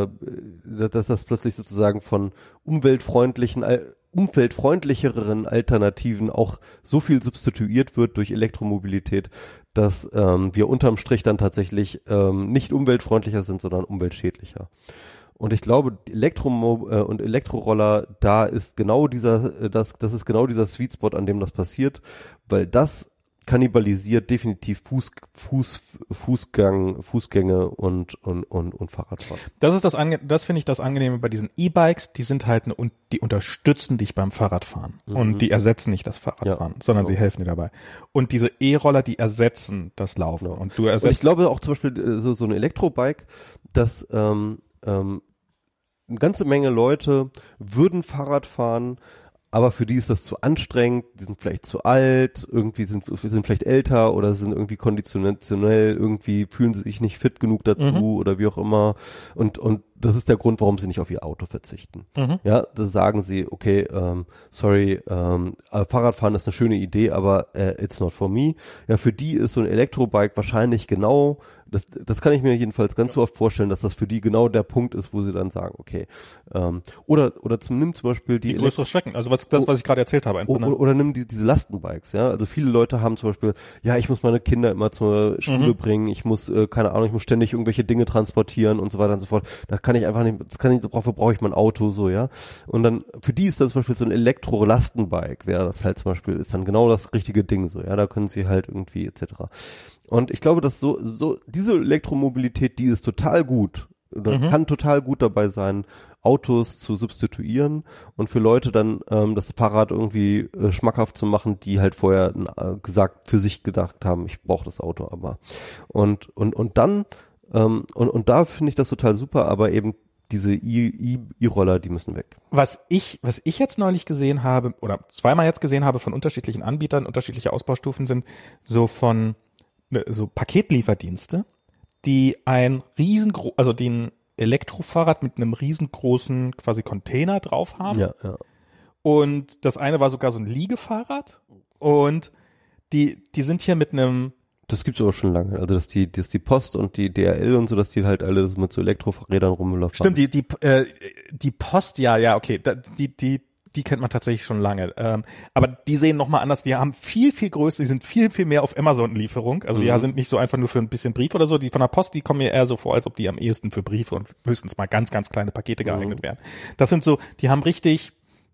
dass das plötzlich sozusagen von umweltfreundlichen, umweltfreundlicheren Alternativen auch so viel substituiert wird durch Elektromobilität, dass ähm, wir unterm Strich dann tatsächlich ähm, nicht umweltfreundlicher sind, sondern umweltschädlicher. Und ich glaube, Elektromo äh, und Elektroroller, da ist genau dieser, äh, das, das ist genau dieser Sweet Spot, an dem das passiert, weil das kannibalisiert definitiv Fuß, Fuß, Fußgang, Fußgänge und, und, und, und Fahrradfahren.
Das ist das, ange das finde ich das Angenehme bei diesen E-Bikes, die sind halt, eine, die unterstützen dich beim Fahrradfahren
Mhm.
und die ersetzen nicht das Fahrradfahren,
Ja,
sondern
genau.
sie helfen dir dabei. Und diese E-Roller, die ersetzen das Laufen
Genau.
und du
Und ich
ersetzt,
glaube auch zum Beispiel äh, so, so ein Elektrobike, dass ähm, ähm, eine ganze Menge Leute würden Fahrrad fahren, aber für die ist das zu anstrengend, die sind vielleicht zu alt, irgendwie sind, sind vielleicht älter oder sind irgendwie konditionell, irgendwie fühlen sie sich nicht fit genug dazu
Mhm.
oder wie auch immer. Und, und das ist der Grund, warum sie nicht auf ihr Auto verzichten.
Mhm.
Ja, da sagen sie, okay, ähm, sorry, ähm, äh, Fahrradfahren ist eine schöne Idee, aber äh, it's not for me. Ja, für die ist so ein Elektrobike wahrscheinlich genau, das, das kann ich mir jedenfalls ganz so oft vorstellen, dass das für die genau der Punkt ist, wo sie dann sagen, okay, ähm, oder oder zum, nimm zum Beispiel die,
die größere Strecken, also was, das, was ich gerade erzählt habe. Einfach,
O-
ne?
Oder, oder nimm die, diese Lastenbikes, ja. Also viele Leute haben zum Beispiel, ja, ich muss meine Kinder immer zur Schule
Mhm.
bringen, ich muss, äh, keine Ahnung, ich muss ständig irgendwelche Dinge transportieren und so weiter und so fort. Das kann ich einfach nicht, das kann ich, dafür brauche ich mein Auto, so, ja. Und dann, für die ist das zum Beispiel so ein Elektro-Lastenbike, wäre das halt zum Beispiel, ist dann genau das richtige Ding, so, ja. Da können sie halt irgendwie, et cetera. Und ich glaube, dass so, so, diese Elektromobilität, die ist total gut. Oder
Mhm.
kann total gut dabei sein, Autos zu substituieren und für Leute dann ähm, das Fahrrad irgendwie äh, schmackhaft zu machen, die halt vorher äh, gesagt, für sich gedacht haben, ich brauche das Auto aber. Und und und dann ähm, und und da finde ich das total super, aber eben diese E- E- E-Roller, die müssen weg.
Was ich, was ich jetzt neulich gesehen habe, oder zweimal jetzt gesehen habe von unterschiedlichen Anbietern, unterschiedliche Ausbaustufen sind, so von, ne, so Paketlieferdienste, die ein riesengro, also den Elektrofahrrad mit einem riesengroßen quasi Container drauf haben.
Ja, ja.
Und das eine war sogar so ein Liegefahrrad. Und die, die sind hier mit einem.
Das gibt's aber schon lange. Also dass die, dass die Post und die D H L und so, dass die halt alle mit so Elektrorädern rumlaufen.
Stimmt, die, die, äh, die Post, ja, ja, okay, da, die, die, die kennt man tatsächlich schon lange. Ähm, aber die sehen nochmal anders. Die haben viel, viel größer, die sind viel, viel mehr auf Amazon-Lieferung. Also mhm. die sind nicht so einfach nur für ein bisschen Brief oder so. Die von der Post, die kommen mir eher so vor, als ob die am ehesten für Briefe und höchstens mal ganz, ganz kleine Pakete geeignet mhm. wären. Das sind so, die haben richtig,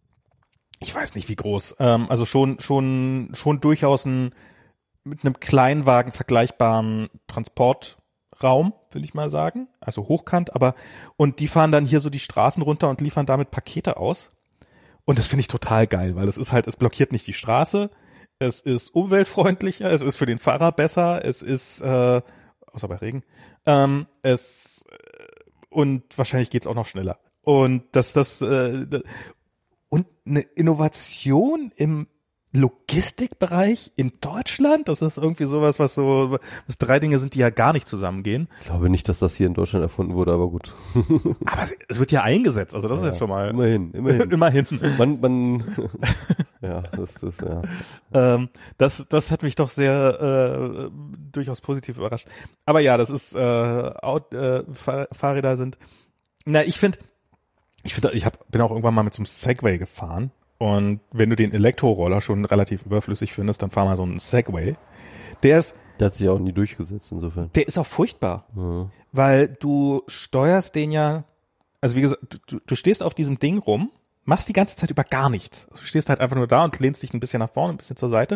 ich weiß nicht wie groß, ähm, also schon, schon, schon durchaus ein, mit einem Kleinwagen vergleichbaren Transportraum, will ich mal sagen. Also hochkant, aber, und die fahren dann hier so die Straßen runter und liefern damit Pakete aus. Und das finde ich total geil, weil es ist halt, es blockiert nicht die Straße, es ist umweltfreundlicher, es ist für den Fahrer besser, es ist, äh, außer bei Regen, ähm, es, und wahrscheinlich geht's auch noch schneller. Und dass das, äh, und eine Innovation im Logistikbereich in Deutschland, das ist irgendwie sowas, was so, was drei Dinge sind, die ja gar nicht zusammengehen.
Ich glaube nicht, dass das hier in Deutschland erfunden wurde, aber gut.
Aber es wird ja eingesetzt, also das ja, ist ja schon mal.
Immerhin, immerhin.
immerhin.
Man, man, ja, das ist, ja.
Ähm, das, das hat mich doch sehr, äh, durchaus positiv überrascht. Aber ja, das ist, äh, Out, äh Fahr- Fahrräder sind, na, ich finde, ich finde, ich hab, bin auch irgendwann mal mit so einem Segway gefahren. Und wenn du den Elektroroller schon relativ überflüssig findest, dann fahr mal so einen Segway. Der ist,
der hat sich auch nie durchgesetzt insofern.
Der ist auch furchtbar,
mhm.
weil du steuerst den ja, also wie gesagt, du, du stehst auf diesem Ding rum, machst die ganze Zeit über gar nichts. Du stehst halt einfach nur da und lehnst dich ein bisschen nach vorne, ein bisschen zur Seite.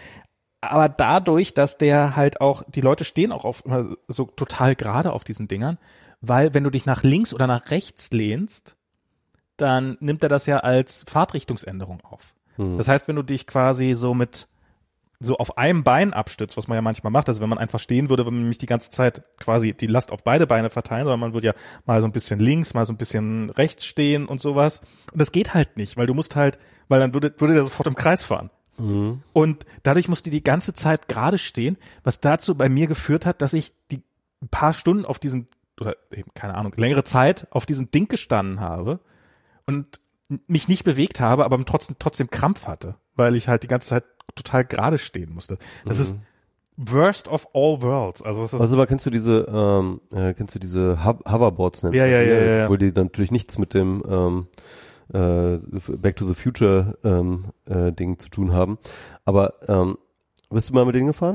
Aber dadurch, dass der halt auch, die Leute stehen auch auf immer so total gerade auf diesen Dingern, weil wenn du dich nach links oder nach rechts lehnst, dann nimmt er das ja als Fahrtrichtungsänderung auf. Hm. Das heißt, wenn du dich quasi so mit so auf einem Bein abstützt, was man ja manchmal macht, also wenn man einfach stehen würde, wenn man nämlich die ganze Zeit quasi die Last auf beide Beine verteilen, sondern man würde ja mal so ein bisschen links, mal so ein bisschen rechts stehen und sowas. Und das geht halt nicht, weil du musst halt, weil dann würde, würde der sofort im Kreis fahren. Mhm. Und dadurch musst du die ganze Zeit gerade stehen, was dazu bei mir geführt hat, dass ich die ein paar Stunden auf diesem, oder eben, keine Ahnung, längere Zeit auf diesem Ding gestanden habe und mich nicht bewegt habe, aber trotzdem, trotzdem Krampf hatte, weil ich halt die ganze Zeit total gerade stehen musste. Das mhm. ist worst of all worlds. Also, das ist
also aber kennst du diese, ähm, äh, kennst du diese Ho- Hoverboards?
Ja, ja, ja, ja, ja.
Wo die natürlich nichts mit dem ähm, äh, Back to the Future ähm, äh, Ding zu tun haben. Aber ähm, bist du mal mit denen gefahren?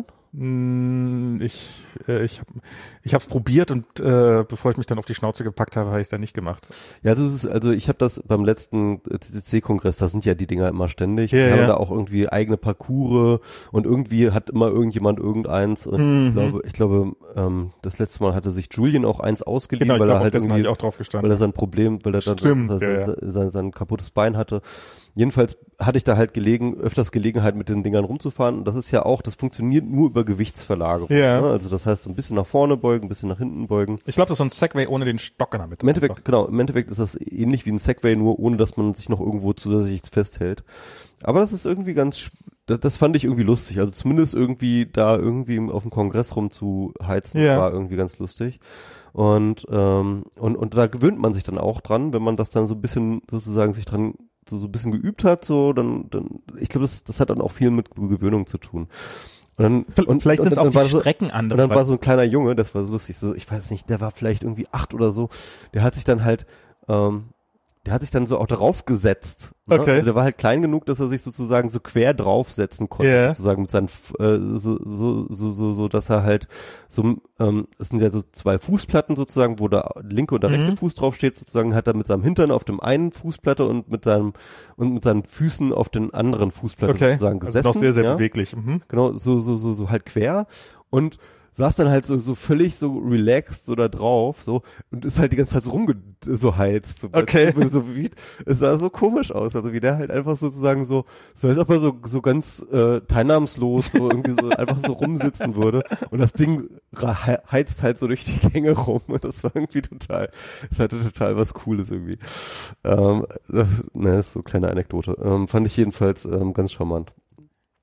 Ich äh, ich habe ich habe es probiert und äh, bevor ich mich dann auf die Schnauze gepackt habe, habe ich es dann nicht gemacht.
Ja, das ist also ich habe das beim letzten C C C-Kongress, da sind ja die Dinger immer ständig.
Ja,
wir haben
ja.
da auch irgendwie eigene Parcours und irgendwie hat immer irgendjemand irgendeins. Und
mhm.
Ich glaube, ich glaube, ähm, das letzte Mal hatte sich Julian auch eins ausgeliehen,
genau,
weil
glaub,
er halt irgendwie,
ich auch drauf gestanden.
weil er sein Problem, weil er dann
Stimmt,
sein,
ja, ja.
sein, sein, sein kaputtes Bein hatte. Jedenfalls hatte ich da halt gelegen, öfters Gelegenheit mit den Dingern rumzufahren und das ist ja auch, das funktioniert nur über Gewichtsverlagerung.
Ja.
Ne? Also das heißt, ein bisschen nach vorne beugen, ein bisschen nach hinten beugen.
Ich glaube, das ist so ein Segway ohne den Stock in der Mitte.
Im Endeffekt, genau, im Endeffekt ist das ähnlich wie ein Segway, nur ohne, dass man sich noch irgendwo zusätzlich festhält. Aber das ist irgendwie ganz, das, das fand ich irgendwie lustig. Also zumindest irgendwie da irgendwie auf dem Kongress rumzuheizen,
ja.
war irgendwie ganz lustig. Und, ähm, und, und da gewöhnt man sich dann auch dran, wenn man das dann so ein bisschen sozusagen sich dran so, so ein bisschen geübt hat, so, dann, dann, ich glaube, das, das hat dann auch viel mit Gewöhnung zu tun. Und dann, und
vielleicht sind es auch die
so,
Strecken andere.
Und dann war so ein kleiner Junge, das war so lustig, so, ich weiß nicht, der war vielleicht irgendwie acht oder so, der hat sich dann halt, ähm, der hat sich dann so auch darauf gesetzt. Ne?
Okay.
Also der war halt klein genug, dass er sich sozusagen so quer draufsetzen konnte,
yeah.
sozusagen mit seinen, äh, so, so, so, so, so, dass er halt so, ähm, es sind ja so zwei Fußplatten sozusagen, wo der linke und der
mhm.
rechte Fuß draufsteht, sozusagen hat er mit seinem Hintern auf dem einen Fußplatte und mit seinem, und mit seinen Füßen auf den anderen Fußplatte
okay.
sozusagen gesessen.
Also noch sehr, sehr
ja?
beweglich. Mhm.
Genau, so, so, so, so halt quer und saß dann halt so, so völlig so relaxed so da drauf, so, und ist halt die ganze Zeit so rumge, so heizt, so,
okay.
so wie, es sah so komisch aus, also wie der halt einfach sozusagen so, so als ob er so, so ganz, äh, teilnahmslos so irgendwie so einfach so rumsitzen würde und das Ding heizt halt so durch die Gänge rum und das war irgendwie total, das hatte total was Cooles irgendwie. Ähm, das, ne, das ist so eine kleine Anekdote, ähm, fand ich jedenfalls, ähm, ganz charmant.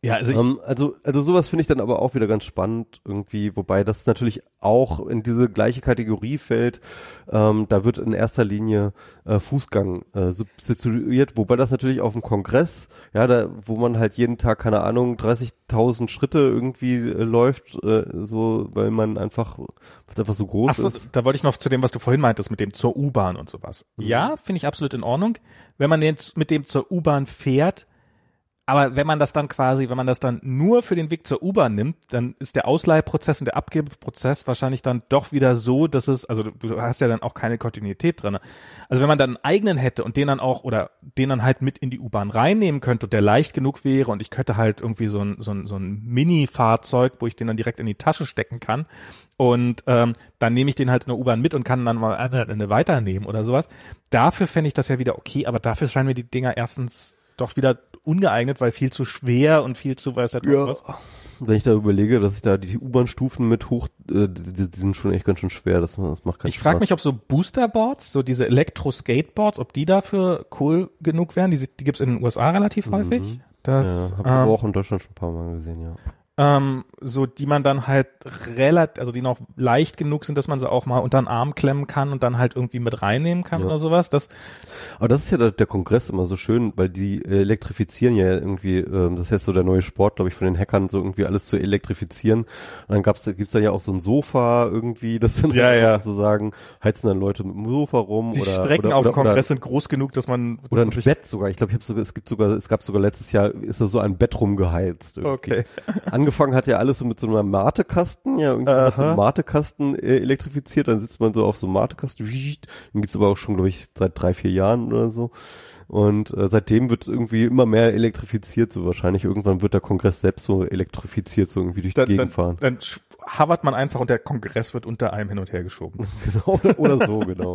Ja, also,
ähm, also also sowas finde ich dann aber auch wieder ganz spannend irgendwie, wobei das natürlich auch in diese gleiche Kategorie fällt. Ähm, da wird in erster Linie äh, Fußgang äh, substituiert, wobei das natürlich auf dem Kongress, ja, da wo man halt jeden Tag, keine Ahnung, dreißigtausend Schritte irgendwie äh, läuft, äh, so, weil man einfach, was einfach so groß
Ach so,
ist.
da wollte ich noch zu dem, was du vorhin meintest, mit dem zur U-Bahn und sowas.
Mhm.
Ja, finde ich absolut in Ordnung. Wenn man jetzt mit dem zur U-Bahn fährt, aber wenn man das dann quasi, wenn man das dann nur für den Weg zur U-Bahn nimmt, dann ist der Ausleihprozess und der Abgebeprozess wahrscheinlich dann doch wieder so, dass es, also du, du hast ja dann auch keine Kontinuität drin. Also wenn man dann einen eigenen hätte und den dann auch, oder den dann halt mit in die U-Bahn reinnehmen könnte und der leicht genug wäre und ich könnte halt irgendwie so ein, so ein, so ein Mini-Fahrzeug, wo ich den dann direkt in die Tasche stecken kann und ähm, dann nehme ich den halt in der U-Bahn mit und kann dann mal eine, eine weiternehmen oder sowas. Dafür fände ich das ja wieder okay, aber dafür scheinen mir die Dinger erstens doch wieder ungeeignet, weil viel zu schwer und viel zu, weiß der
Ja.
was.
Wenn ich da überlege, dass ich da die U-Bahn-Stufen mit hoch, äh, die, die sind schon echt ganz schön schwer, das, das macht keinen
Ich frage
Spaß.
mich, ob so Boosterboards, so diese Elektro-Skateboards, ob die dafür cool genug wären. Die, die gibt's in den U S A relativ
Mhm.
häufig. Das,
Ja, habe ich
ähm,
aber auch in Deutschland schon ein paar Mal gesehen, ja.
ähm, so die man dann halt relativ, also die noch leicht genug sind, dass man sie auch mal unter den Arm klemmen kann und dann halt irgendwie mit reinnehmen kann
Ja.
oder sowas. Das,
Aber das ist ja der, der Kongress immer so schön, weil die äh, elektrifizieren ja irgendwie, ähm, das ist jetzt so der neue Sport, glaube ich, von den Hackern, so irgendwie alles zu elektrifizieren. Und dann gab's, gibt's da ja auch so ein Sofa irgendwie, das sind
Ja,
halt
ja.
auch sozusagen, heizen dann Leute mit dem Sofa rum
die
oder
Strecken
oder,
auf dem
oder,
Kongress
oder,
sind groß genug, dass man
oder ein
sich,
Bett sogar. Ich glaube, ich habe sogar, es gibt sogar, es gab sogar letztes Jahr, ist da so ein Bett rumgeheizt. Irgendwie.
Okay.
Angefangen hat ja alles so mit so einem Matekasten, ja, irgendwie hat so
Aha.
einen Matekasten äh, elektrifiziert, dann sitzt man so auf so einem Matekasten, den gibt's aber auch schon, glaube ich, seit drei, vier Jahren oder so. Und äh, seitdem wird irgendwie immer mehr elektrifiziert, so wahrscheinlich. Irgendwann wird der Kongress selbst so elektrifiziert, so irgendwie durch die
dann,
Gegend
dann,
fahren.
dann sch- havert man einfach und der Kongress wird unter einem hin und her geschoben.
Genau, oder, oder so, genau.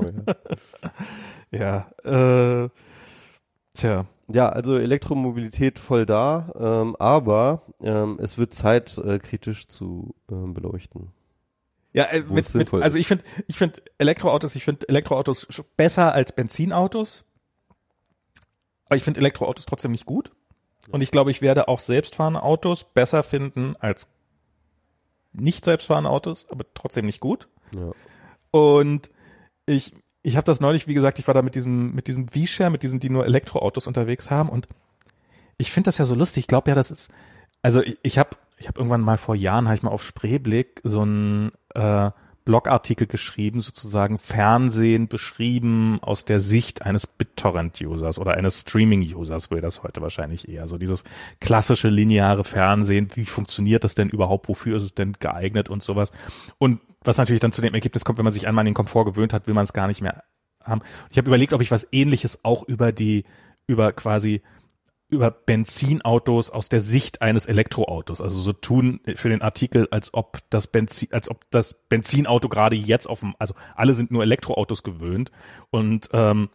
Ja.
Ja, äh, tja.
Ja, also Elektromobilität voll da, ähm, aber ähm, es wird Zeit, äh, kritisch zu ähm, beleuchten.
Ja, äh,
Wo
mit,
es
mit,
sinnvoll
also ich finde, ich finde Elektroautos, ich finde Elektroautos sch- besser als Benzinautos. Aber ich finde Elektroautos trotzdem nicht gut. Und ich glaube, ich werde auch selbstfahrende Autos besser finden als nicht selbstfahrende Autos, aber trotzdem nicht gut.
Ja.
Und ich, ich habe das neulich, wie gesagt, ich war da mit diesem, mit diesem V-Share, mit diesen, die nur Elektroautos unterwegs haben. Und ich finde das ja so lustig. Ich glaube ja, das ist, also ich, ich habe ich hab irgendwann mal vor Jahren, habe ich mal auf Spreeblick so einen äh, Blogartikel geschrieben, sozusagen Fernsehen beschrieben aus der Sicht eines BitTorrent-Users oder eines Streaming-Users, wäre das heute wahrscheinlich eher. So dieses klassische lineare Fernsehen, wie funktioniert das denn überhaupt, wofür ist es denn geeignet und sowas. Und was natürlich dann zu dem Ergebnis kommt, wenn man sich einmal an den Komfort gewöhnt hat, will man es gar nicht mehr haben. Ich habe überlegt, ob ich was Ähnliches auch über die, über quasi über Benzinautos aus der Sicht eines Elektroautos, also so tun für den Artikel, als ob das Benzin, als ob das Benzinauto gerade jetzt auf dem, also alle sind nur Elektroautos gewöhnt und ähm,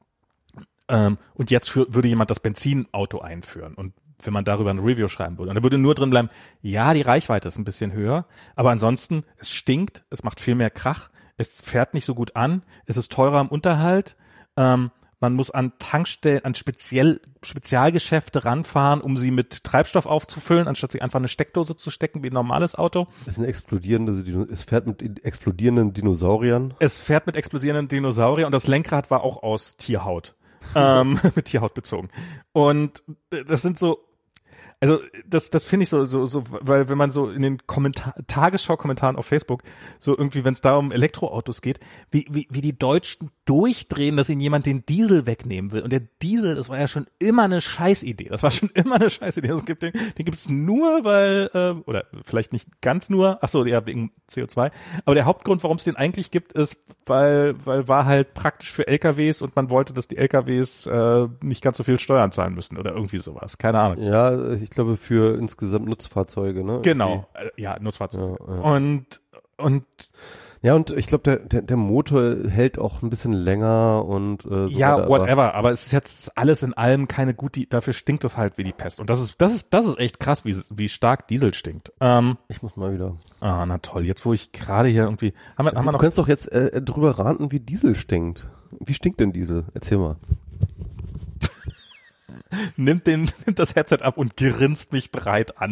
ähm, und jetzt für, würde jemand das Benzinauto einführen und wenn man darüber ein Review schreiben würde, und da würde nur drin bleiben, ja, die Reichweite ist ein bisschen höher, aber ansonsten, es stinkt, es macht viel mehr Krach, es fährt nicht so gut an, es ist teurer im Unterhalt, ähm, man muss an Tankstellen, an speziell, Spezialgeschäfte ranfahren, um sie mit Treibstoff aufzufüllen, anstatt sie einfach eine Steckdose zu stecken, wie ein normales Auto.
Es sind explodierende, es fährt mit explodierenden Dinosauriern.
Es fährt mit explodierenden Dinosauriern und das Lenkrad war auch aus Tierhaut. ähm, mit Tierhaut bezogen. Und das sind so, also das das finde ich so, so, so, weil wenn man so in den Kommentar Tagesschau-Kommentaren auf Facebook, so irgendwie, wenn es da um Elektroautos geht, wie, wie, wie die Deutschen durchdrehen, dass ihnen jemand den Diesel wegnehmen will. Und der Diesel, das war ja schon immer eine Scheißidee. Das war schon immer eine Scheißidee. Es gibt den, den gibt es nur, weil, äh, oder vielleicht nicht ganz nur, ach so, ja, wegen C O zwei. Aber der Hauptgrund, warum es den eigentlich gibt, ist, weil, weil war halt praktisch für L K Ws und man wollte, dass die L K Ws äh, nicht ganz so viel Steuern zahlen müssen oder irgendwie sowas. Keine Ahnung.
Ja, ich glaube für insgesamt Nutzfahrzeuge, ne?
Genau, äh, ja, Nutzfahrzeuge.
Ja, ja.
Und, und
Ja, und ich glaube, der, der, der Motor hält auch ein bisschen länger und äh, so
ja,
weiter,
whatever,
aber,
aber es ist jetzt alles in allem keine gute, dafür stinkt es halt wie die Pest. Und das ist, das ist, das ist echt krass, wie, wie stark Diesel stinkt. Ähm,
ich muss mal wieder.
ah, na toll, jetzt wo ich gerade hier irgendwie, haben wir, haben wir
Du
noch,
kannst doch jetzt äh, drüber raten, wie Diesel stinkt. Wie stinkt denn Diesel? Erzähl mal.
nimmt, den, nimmt das Headset ab und grinst mich breit an.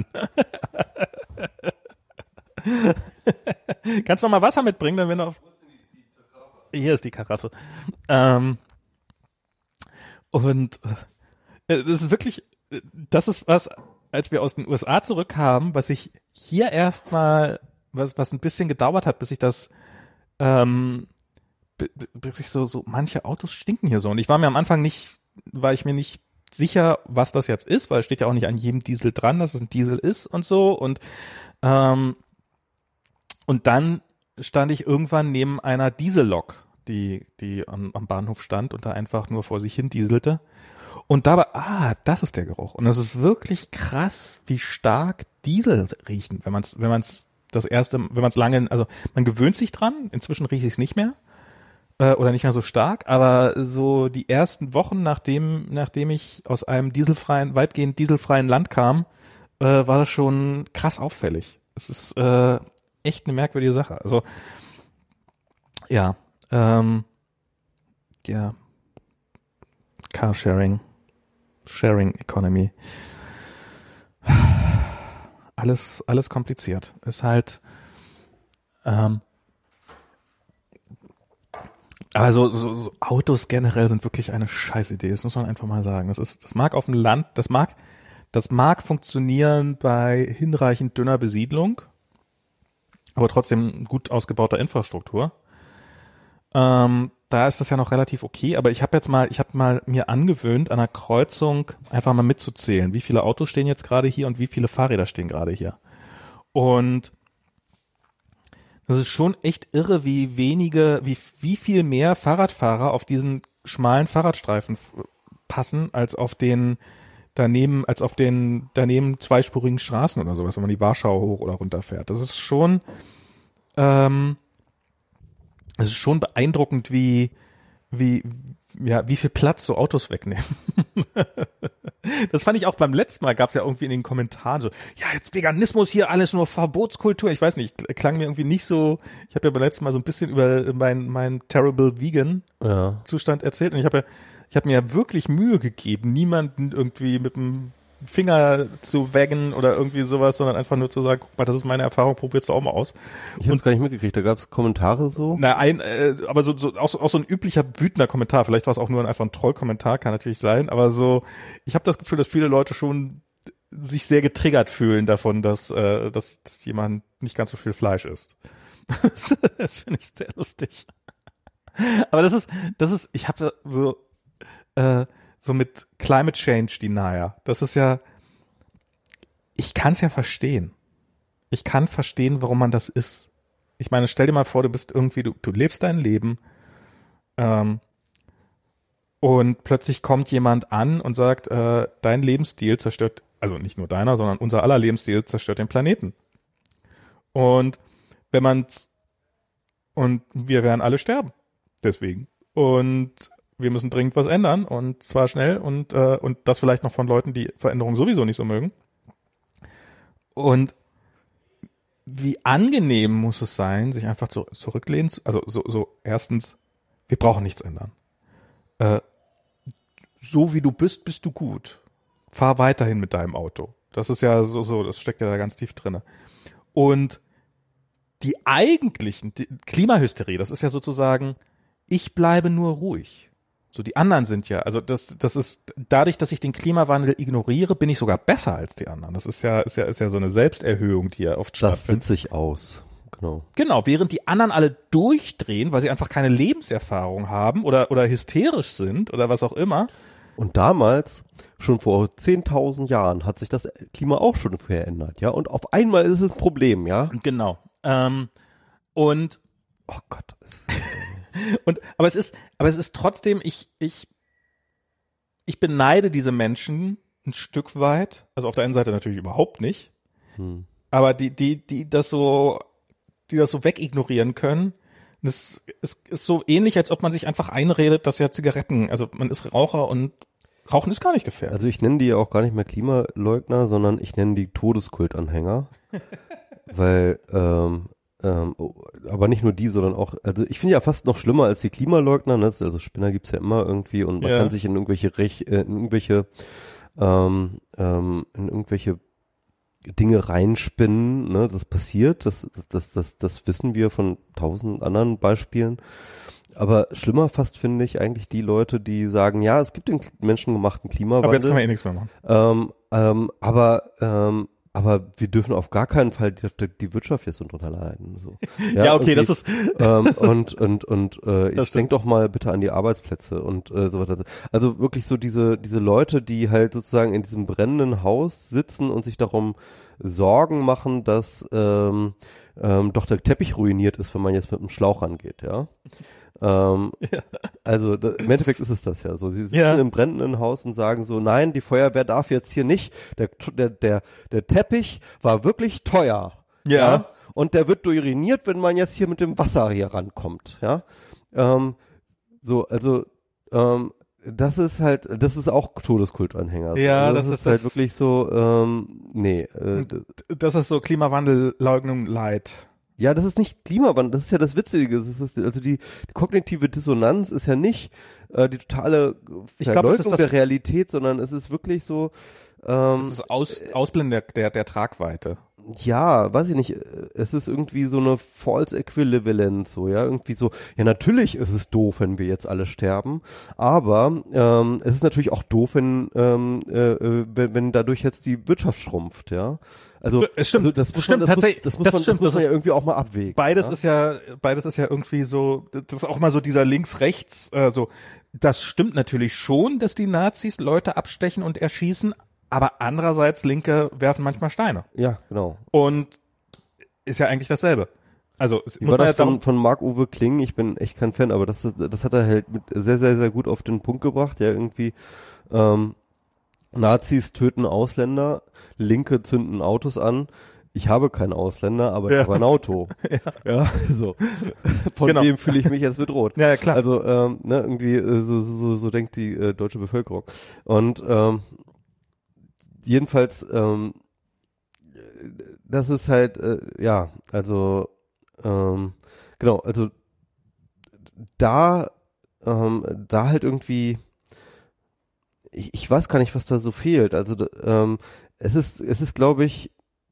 Kannst du noch mal Wasser mitbringen, dann wenn du auf... Hier ist die Karaffe. Ähm, und äh, das ist wirklich, das ist was, als wir aus den U S A zurückkamen, was ich hier erstmal, was, was ein bisschen gedauert hat, bis ich das, ähm, bis ich so, so, manche Autos stinken hier so. Und ich war mir am Anfang nicht, war ich mir nicht sicher, was das jetzt ist, weil es steht ja auch nicht an jedem Diesel dran, dass es ein Diesel ist und so. Und, ähm, und dann stand ich irgendwann neben einer Diesellok, die, die am, am Bahnhof stand und da einfach nur vor sich hin dieselte. Und dabei, ah, das ist der Geruch. Und das ist wirklich krass, wie stark Diesel riechen, wenn man es, wenn man es das erste, wenn man es lange, also man gewöhnt sich dran, inzwischen rieche ich es nicht mehr, äh, oder nicht mehr so stark, aber so die ersten Wochen, nachdem, nachdem ich aus einem dieselfreien, weitgehend dieselfreien Land kam, äh, war das schon krass auffällig. Es ist, äh, echt eine merkwürdige Sache. Also, ja, ähm, ja, Carsharing, Sharing Economy, alles, alles kompliziert. Ist halt, ähm, aber so, so, so Autos generell sind wirklich eine Scheißidee. Das muss man einfach mal sagen. Das ist, das mag auf dem Land, das mag, das mag funktionieren bei hinreichend dünner Besiedlung, aber trotzdem gut ausgebauter Infrastruktur. Ähm, da ist das ja noch relativ okay, aber ich habe jetzt mal, ich habe mal mir angewöhnt, an einer Kreuzung einfach mal mitzuzählen, wie viele Autos stehen jetzt gerade hier und wie viele Fahrräder stehen gerade hier. Und das ist schon echt irre, wie wenige, wie, wie viel mehr Fahrradfahrer auf diesen schmalen Fahrradstreifen f- passen, als auf den daneben, als auf den daneben zweispurigen Straßen oder sowas, wenn man die Warschau hoch oder runter fährt. Das ist schon, ähm, es ist schon beeindruckend, wie, wie, ja, wie viel Platz so Autos wegnehmen. Das fand ich auch beim letzten Mal, gab es ja irgendwie in den Kommentaren so, ja, jetzt Veganismus hier, alles nur Verbotskultur. Ich weiß nicht, klang mir irgendwie nicht so, ich habe ja beim letzten Mal so ein bisschen über mein, mein Terrible Vegan
Ja.
Zustand erzählt und ich habe ja, ich habe mir ja wirklich Mühe gegeben, niemanden irgendwie mit dem Finger zu waggen oder irgendwie sowas, sondern einfach nur zu sagen, guck mal, das ist meine Erfahrung, probier's auch mal aus.
Ich habe es gar nicht mitgekriegt, da gab es Kommentare so.
Na, ein, äh, aber so, so auch, so- auch so ein üblicher wütender Kommentar, vielleicht war es auch nur einfach ein Trollkommentar, kann natürlich sein, aber so, ich habe das Gefühl, dass viele Leute schon sich sehr getriggert fühlen davon, dass, äh, dass, dass jemand nicht ganz so viel Fleisch isst. Das, das finde ich sehr lustig. Aber das ist, das ist, ich habe so, äh, so mit Climate Change Denier. Das ist ja, ich kann es ja verstehen. Ich kann verstehen, warum man das ist. Ich meine, stell dir mal vor, du bist irgendwie, du, du lebst dein Leben ähm, und plötzlich kommt jemand an und sagt, äh, dein Lebensstil zerstört, also nicht nur deiner, sondern unser aller Lebensstil zerstört den Planeten. Und wenn man's, und wir werden alle sterben. Deswegen. Und wir müssen dringend was ändern und zwar schnell und, äh, und das vielleicht noch von Leuten, die Veränderungen sowieso nicht so mögen. Und wie angenehm muss es sein, sich einfach zu, zurücklehnen, zu- also so, so erstens, wir brauchen nichts ändern. Äh, so wie du bist, bist du gut. Fahr weiterhin mit deinem Auto. Das ist ja so, so, das steckt ja da ganz tief drinne. Und die eigentlichen, die Klimahysterie, das ist ja sozusagen, ich bleibe nur ruhig. So, die anderen sind ja, also das, das ist, dadurch, dass ich den Klimawandel ignoriere, bin ich sogar besser als die anderen. Das ist ja, ist ja, ist ja so eine Selbsterhöhung, die ja oft
Das
stattfindet.
sitze ich aus. Genau.
Genau, während die anderen alle durchdrehen, weil sie einfach keine Lebenserfahrung haben oder, oder hysterisch sind oder was auch immer.
Und damals, schon vor zehntausend Jahren, hat sich das Klima auch schon verändert, ja. Und auf einmal ist es ein Problem, ja.
Genau. Ähm, und
Oh Gott.
Und, aber es ist, aber es ist trotzdem, ich, ich, ich beneide diese Menschen ein Stück weit. Also auf der einen Seite natürlich überhaupt nicht.
Hm.
Aber die, die, die das so, die das so wegignorieren können. Das ist, ist so ähnlich, als ob man sich einfach einredet, dass ja Zigaretten, also man ist Raucher und Rauchen ist gar nicht gefährlich.
Also ich nenne die ja auch gar nicht mehr Klimaleugner, sondern ich nenne die Todeskultanhänger. Weil, ähm, ähm, aber nicht nur die, sondern auch, also ich finde ja fast noch schlimmer als die Klimaleugner, ne? Also Spinner gibt's ja immer irgendwie und man
ja.
kann sich in irgendwelche Rech, äh, in irgendwelche ähm, ähm, in irgendwelche Dinge reinspinnen, ne? Das passiert, das, das, das, das wissen wir von tausend anderen Beispielen. Aber schlimmer fast finde ich eigentlich die Leute, die sagen, ja, es gibt den menschengemachten Klimawandel.
Aber jetzt können wir eh nichts mehr machen.
Ähm, ähm, aber ähm, aber wir dürfen auf gar keinen Fall die, die Wirtschaft jetzt drunter leiden. So.
Ja, ja, okay, das ist
ähm, und und und äh, ich denk doch mal bitte an die Arbeitsplätze und äh, so weiter. Also wirklich so diese diese Leute, die halt sozusagen in diesem brennenden Haus sitzen und sich darum Sorgen machen, dass ähm, ähm, doch der Teppich ruiniert ist, wenn man jetzt mit einem Schlauch rangeht, ja. Ähm, ja. Also da, im Endeffekt ist es das ja so. Sie sitzen ja. im brennenden Haus und sagen so, nein, die Feuerwehr darf jetzt hier nicht. Der der der, der Teppich war wirklich teuer.
Ja. ja.
Und der wird uriniert, wenn man jetzt hier mit dem Wasser hier rankommt. Ja. Ähm, so, also ähm, das ist halt, das ist auch Todeskultanhänger.
Ja,
also
das,
das
ist
ist halt
das
wirklich so, ähm, nee. Äh,
das ist so Klimawandelleugnung light.
Ja, das ist nicht Klimawandel, das ist ja das Witzige. Das ist, also die, die kognitive Dissonanz ist ja nicht äh, die totale Verleugnung der Realität, sondern es ist wirklich so. Ähm,
es ist Aus, Ausblenden der, der, der Tragweite.
Ja, weiß ich nicht. Es ist irgendwie so eine False Equivalence, so ja, irgendwie so. Ja, natürlich ist es doof, wenn wir jetzt alle sterben, aber ähm, es ist natürlich auch doof, wenn ähm, äh, wenn, wenn dadurch jetzt die Wirtschaft schrumpft, ja. Also,
es stimmt,
also das muss
stimmt,
man, das
tatsächlich,
muss, das muss
das
man,
stimmt,
das muss man
das
ja irgendwie auch mal abwägen.
Beides
ja?
ist ja, beides ist ja irgendwie so, das ist auch mal so dieser links-rechts, äh, so. Das stimmt natürlich schon, dass die Nazis Leute abstechen und erschießen, aber andererseits Linke werfen manchmal Steine.
Ja, genau.
Und ist ja eigentlich dasselbe. Also es
Wie
muss
war
man
das
ja
von, von Marc-Uwe Kling? Ich bin echt kein Fan, aber das, ist, das hat er halt mit sehr, sehr, sehr gut auf den Punkt gebracht. Ja, irgendwie ähm, Nazis töten Ausländer, Linke zünden Autos an. Ich habe keinen Ausländer, aber
ja.
ich habe ein Auto. ja. ja, so. Von
genau.
dem fühle ich mich jetzt bedroht.
Ja, ja, klar.
Also ähm, ne, irgendwie äh, so, so, so, so denkt die äh, deutsche Bevölkerung. Und ähm, jedenfalls, ähm, das ist halt, äh, ja, also, ähm, genau, also da, ähm, da halt irgendwie, ich, ich weiß gar nicht, was da so fehlt. Also, ähm, es ist, es ist, glaube ich,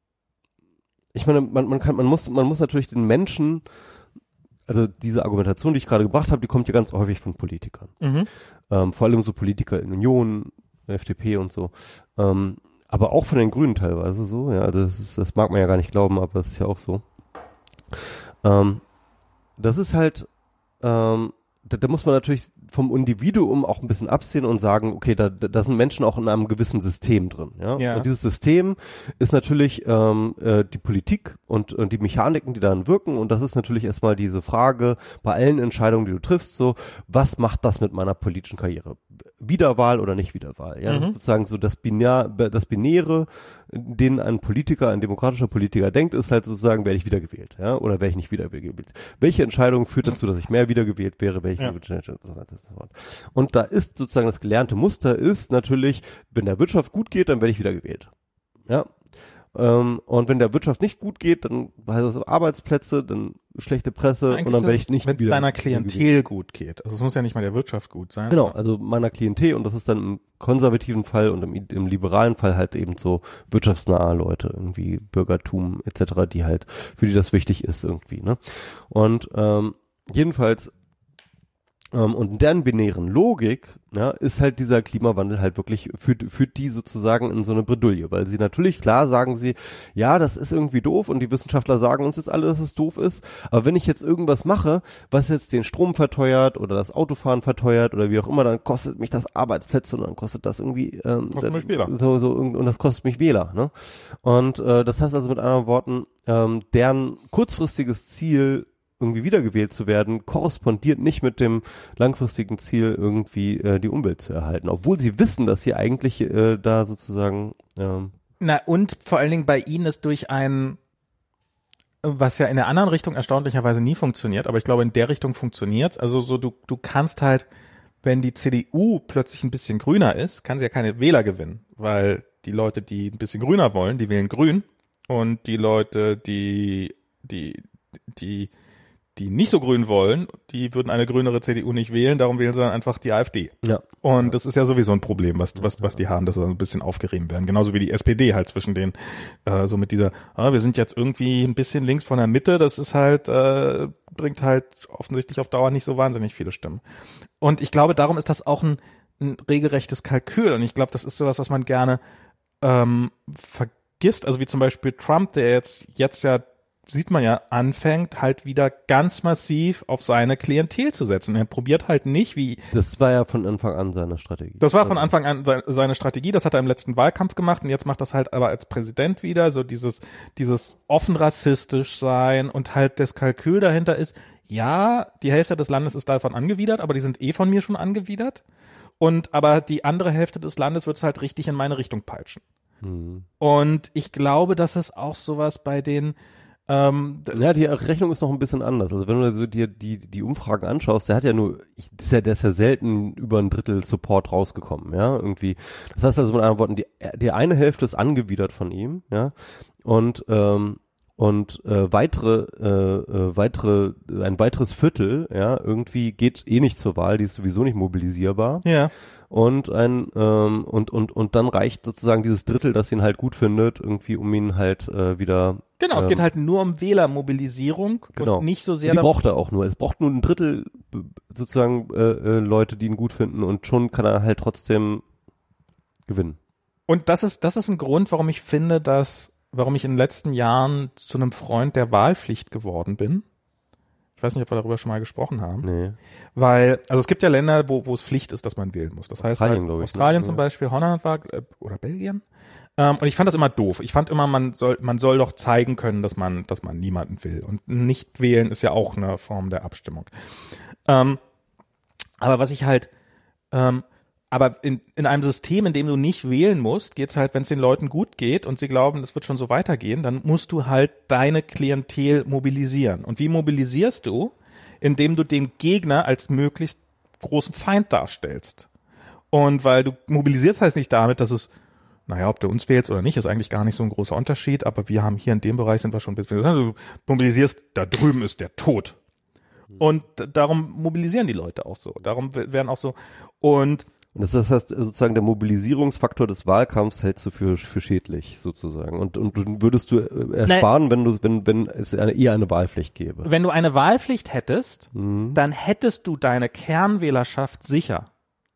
ich meine, man, man kann, man muss, man muss natürlich den Menschen, also diese Argumentation, die ich gerade gebracht habe, die kommt ja ganz häufig von Politikern.
Mhm.
Ähm, vor allem so Politiker in Union, F D P und so. Ähm, aber auch von den Grünen teilweise so, ja, das ist, das mag man ja gar nicht glauben, aber es ist ja auch so. Ähm, das ist halt, ähm, da, da muss man natürlich vom Individuum auch ein bisschen absehen und sagen, okay, da, da sind Menschen auch in einem gewissen System drin, ja.
Ja.
Und dieses System ist natürlich ähm, äh, die Politik und, und die Mechaniken, die daran wirken. Und das ist natürlich erstmal diese Frage bei allen Entscheidungen, die du triffst, so, was macht das mit meiner politischen Karriere? Wiederwahl oder nicht Wiederwahl? Ja, mhm. Das ist sozusagen so das Binär, das Binäre, den ein Politiker, ein demokratischer Politiker denkt, ist halt sozusagen, werde ich wiedergewählt, ja, oder werde ich nicht wiedergewählt? Welche Entscheidung führt dazu, dass ich mehr wiedergewählt wäre, welche ja. Und da ist sozusagen das gelernte Muster ist natürlich, wenn der Wirtschaft gut geht, dann werde ich wiedergewählt. Ja. Ähm, und wenn der Wirtschaft nicht gut geht, dann heißt das Arbeitsplätze, dann schlechte Presse
eigentlich
und dann werde ich nicht
wenn es deiner Klientel gut geht. Also es muss ja nicht mal der Wirtschaft gut sein.
Genau, also meiner Klientel und das ist dann im konservativen Fall und im, im liberalen Fall halt eben so wirtschaftsnahe Leute, irgendwie Bürgertum et cetera, die halt, für die das wichtig ist irgendwie, ne? Und ähm, jedenfalls Um, und in deren binären Logik, ja, ist halt dieser Klimawandel halt wirklich, führt, führt die sozusagen in so eine Bredouille, weil sie natürlich, klar sagen sie, ja, das ist irgendwie doof und die Wissenschaftler sagen uns jetzt alle, dass es doof ist, aber wenn ich jetzt irgendwas mache, was jetzt den Strom verteuert oder das Autofahren verteuert oder wie auch immer, dann kostet mich das Arbeitsplätze und dann kostet das irgendwie, ähm,
kostet mich Wähler.
So, so, und das kostet mich Wähler, ne? Und äh, das heißt also mit anderen Worten, ähm, deren kurzfristiges Ziel irgendwie wiedergewählt zu werden, korrespondiert nicht mit dem langfristigen Ziel, irgendwie äh, die Umwelt zu erhalten. Obwohl sie wissen, dass sie eigentlich äh, da sozusagen ähm
Na und vor allen Dingen bei ihnen ist durch ein, was ja in der anderen Richtung erstaunlicherweise nie funktioniert, aber ich glaube in der Richtung funktioniert's. Also so du du kannst halt, wenn die C D U plötzlich ein bisschen grüner ist, kann sie ja keine Wähler gewinnen, weil die Leute, die ein bisschen grüner wollen, die wählen grün und die Leute, die die die die nicht so grün wollen, die würden eine grünere C D U nicht wählen, darum wählen sie dann einfach die AfD.
Ja.
Und das ist ja sowieso ein Problem, was was was die haben, dass sie ein bisschen aufgerieben werden. Genauso wie die S P D halt zwischen den, äh, so mit dieser, ah, wir sind jetzt irgendwie ein bisschen links von der Mitte, das ist halt, äh, bringt halt offensichtlich auf Dauer nicht so wahnsinnig viele Stimmen. Und ich glaube, darum ist das auch ein, ein regelrechtes Kalkül. Und ich glaube, das ist sowas, was man gerne ähm, vergisst. Also wie zum Beispiel Trump, der jetzt jetzt ja sieht man ja, anfängt halt wieder ganz massiv auf seine Klientel zu setzen. Er probiert halt nicht, wie...
Das war ja von Anfang an seine Strategie.
Das war von Anfang an seine Strategie, das hat er im letzten Wahlkampf gemacht und jetzt macht das halt aber als Präsident wieder, so dieses, dieses offen rassistisch sein und halt das Kalkül dahinter ist, ja, die Hälfte des Landes ist davon angewidert, aber die sind eh von mir schon angewidert und aber die andere Hälfte des Landes wird es halt richtig in meine Richtung peitschen. Hm. Und ich glaube, dass es auch sowas bei den Ähm,
ja, die Rechnung ist noch ein bisschen anders. Also wenn du so dir die die Umfragen anschaust, der hat ja nur, ich, das ist ja, der ist ja selten über ein Drittel Support rausgekommen, ja, irgendwie. Das heißt also mit anderen Worten, die die eine Hälfte ist angewidert von ihm, ja, und ähm, und äh, weitere äh, äh, weitere ein weiteres Viertel, ja, irgendwie geht eh nicht zur Wahl, die ist sowieso nicht mobilisierbar.
Ja.
Und ein ähm, und und und dann reicht sozusagen dieses Drittel, das ihn halt gut findet, irgendwie um ihn halt äh, wieder.
Genau, ähm, es geht halt nur um Wählermobilisierung
genau.
und nicht so sehr.
Und die braucht er auch nur. Es braucht nur ein Drittel sozusagen äh, äh, Leute, die ihn gut finden und schon kann er halt trotzdem gewinnen.
Und das ist das ist ein Grund, warum ich finde, dass warum ich in den letzten Jahren zu einem Freund der Wahlpflicht geworden bin. Ich weiß nicht, ob wir darüber schon mal gesprochen haben.
Nee.
Weil, also es gibt ja Länder, wo, wo es Pflicht ist, dass man wählen muss. Das heißt,
Australien,
halt,
ich,
Australien
ne?
zum Beispiel, Holland war, äh, oder Belgien. Ähm, und ich fand das immer doof. Ich fand immer, man soll, man soll doch zeigen können, dass man, dass man niemanden will. Und nicht wählen ist ja auch eine Form der Abstimmung. Ähm, aber was ich halt, ähm, aber in, in einem System, in dem du nicht wählen musst, geht's halt, wenn es den Leuten gut geht und sie glauben, es wird schon so weitergehen, dann musst du halt deine Klientel mobilisieren. Und wie mobilisierst du? Indem du den Gegner als möglichst großen Feind darstellst. Und weil du mobilisierst heißt nicht damit, dass es, naja, ob du uns wählst oder nicht, ist eigentlich gar nicht so ein großer Unterschied, aber wir haben hier in dem Bereich sind wir schon ein bisschen, du mobilisierst, da drüben ist der Tod. Und darum mobilisieren die Leute auch so. Darum werden auch so, und
Und das heißt sozusagen der Mobilisierungsfaktor des Wahlkampfs hältst du für für schädlich sozusagen und und würdest du ersparen, Nein. wenn du wenn wenn es eine, eher eine Wahlpflicht gäbe.
Wenn du eine Wahlpflicht hättest,
mhm.
dann hättest du deine Kernwählerschaft sicher.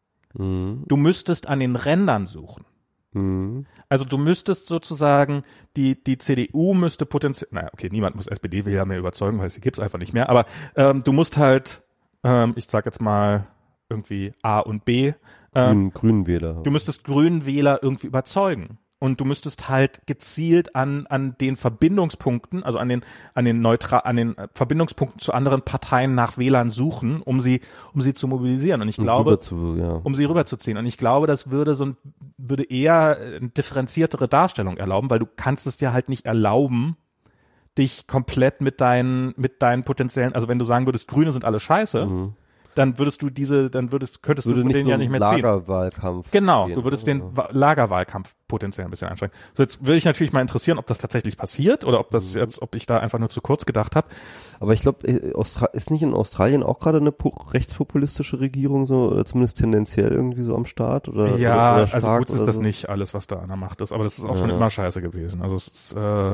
Mhm.
Du müsstest an den Rändern suchen.
Mhm.
Also du müsstest sozusagen die die C D U müsste potenziell, naja, okay, niemand muss S P D-Wähler mehr überzeugen, weil sie gibt's einfach nicht mehr. Aber ähm, du musst halt, ähm, ich sag jetzt mal irgendwie A und B.
Ähm, Grünwähler.
Du müsstest Grünwähler irgendwie überzeugen. Und du müsstest halt gezielt an, an den Verbindungspunkten, also an den, an den neutral, an den Verbindungspunkten zu anderen Parteien nach Wählern suchen, um sie, um sie zu mobilisieren. Und ich
um
glaube,
zu, ja.
um sie rüberzuziehen. Und ich glaube, das würde so ein, würde eher eine differenziertere Darstellung erlauben, weil du kannst es dir halt nicht erlauben, dich komplett mit deinen, mit deinen potenziellen, also wenn du sagen würdest, Grüne sind alle scheiße, mhm. dann würdest du diese, dann würdest, könntest
Würde
du
nicht
den
so
ja nicht mehr ziehen.
Lagerwahlkampf.
Genau,
gehen,
du würdest
oder?
den Wa- Lagerwahlkampf potenziell ein bisschen einschränken. So, jetzt würde ich natürlich mal interessieren, ob das tatsächlich passiert oder ob das jetzt, ob ich da einfach nur zu kurz gedacht habe.
Aber ich glaube, ist nicht in Australien auch gerade eine po- rechtspopulistische Regierung so, oder zumindest tendenziell irgendwie so am Start? Oder,
Ja,
oder, oder
also gut ist
oder
das
so?
nicht alles, was da an der Macht ist, aber das ist auch
Ja.
schon immer scheiße gewesen. Also es ist, äh,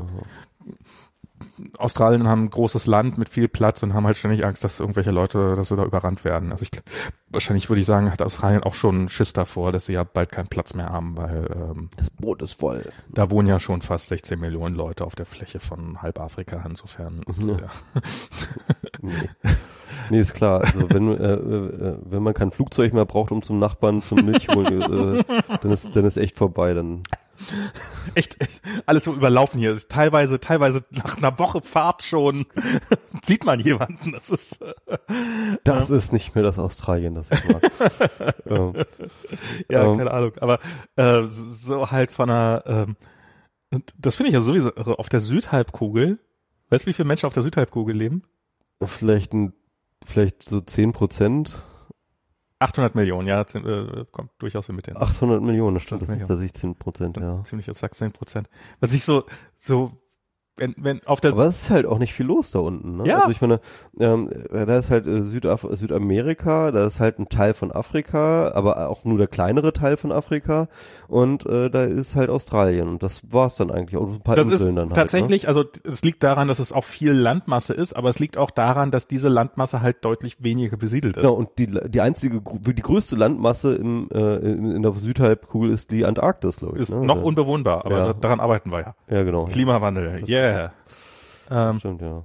Australien haben ein großes Land mit viel Platz und haben halt ständig Angst, dass irgendwelche Leute, dass sie da überrannt werden. Also ich wahrscheinlich würde ich sagen, hat Australien auch schon Schiss davor, dass sie ja bald keinen Platz mehr haben, weil ähm,
das Boot ist voll.
Da wohnen ja schon fast sechzehn Millionen Leute auf der Fläche von halb Afrika. Insofern ist das ja.
nee. nee, ist klar. Also wenn äh, äh, wenn man kein Flugzeug mehr braucht, um zum Nachbarn zum Milch holen, äh, dann ist dann ist echt vorbei. Dann
Echt, echt alles so überlaufen hier. Ist teilweise, teilweise nach einer Woche Fahrt schon sieht man jemanden. Das ist äh,
das äh, ist nicht mehr das Australien, das ich mag. ähm,
ja,
ähm,
keine Ahnung. Aber äh, so halt von einer, ähm, das finde ich ja sowieso irre. Auf der Südhalbkugel, weißt du, wie viele Menschen auf der Südhalbkugel leben?
Vielleicht ein, vielleicht so zehn Prozent.
achthundert Millionen, ja, äh, kommt durchaus mit hin.
achthundert Millionen, stimmt, das sind
Millionen.
tatsächlich zehn Prozent, ja.
Ziemlich exakt zehn Prozent. Was ich so, so wenn, wenn auf der
Aber es ist halt auch nicht viel los da unten, ne?
Ja.
Also ich meine, ähm, da ist halt äh, Südaf- Südamerika, da ist halt ein Teil von Afrika, aber auch nur der kleinere Teil von Afrika und äh, da ist halt Australien und das war's dann eigentlich. Auch ein paar
das ist
Inseln dann halt,
tatsächlich,
ne?
also es liegt daran, dass es auch viel Landmasse ist, aber es liegt auch daran, dass diese Landmasse halt deutlich weniger besiedelt ist.
Genau, und die die einzige, die größte Landmasse im, äh, in, in der Südhalbkugel ist die Antarktis, glaube ich.
Ist
ne?
noch
ja.
unbewohnbar, aber
Ja.
da, daran arbeiten wir ja.
Ja, genau.
Klimawandel,
Das-
yeah. Ähm,
Stimmt, ja.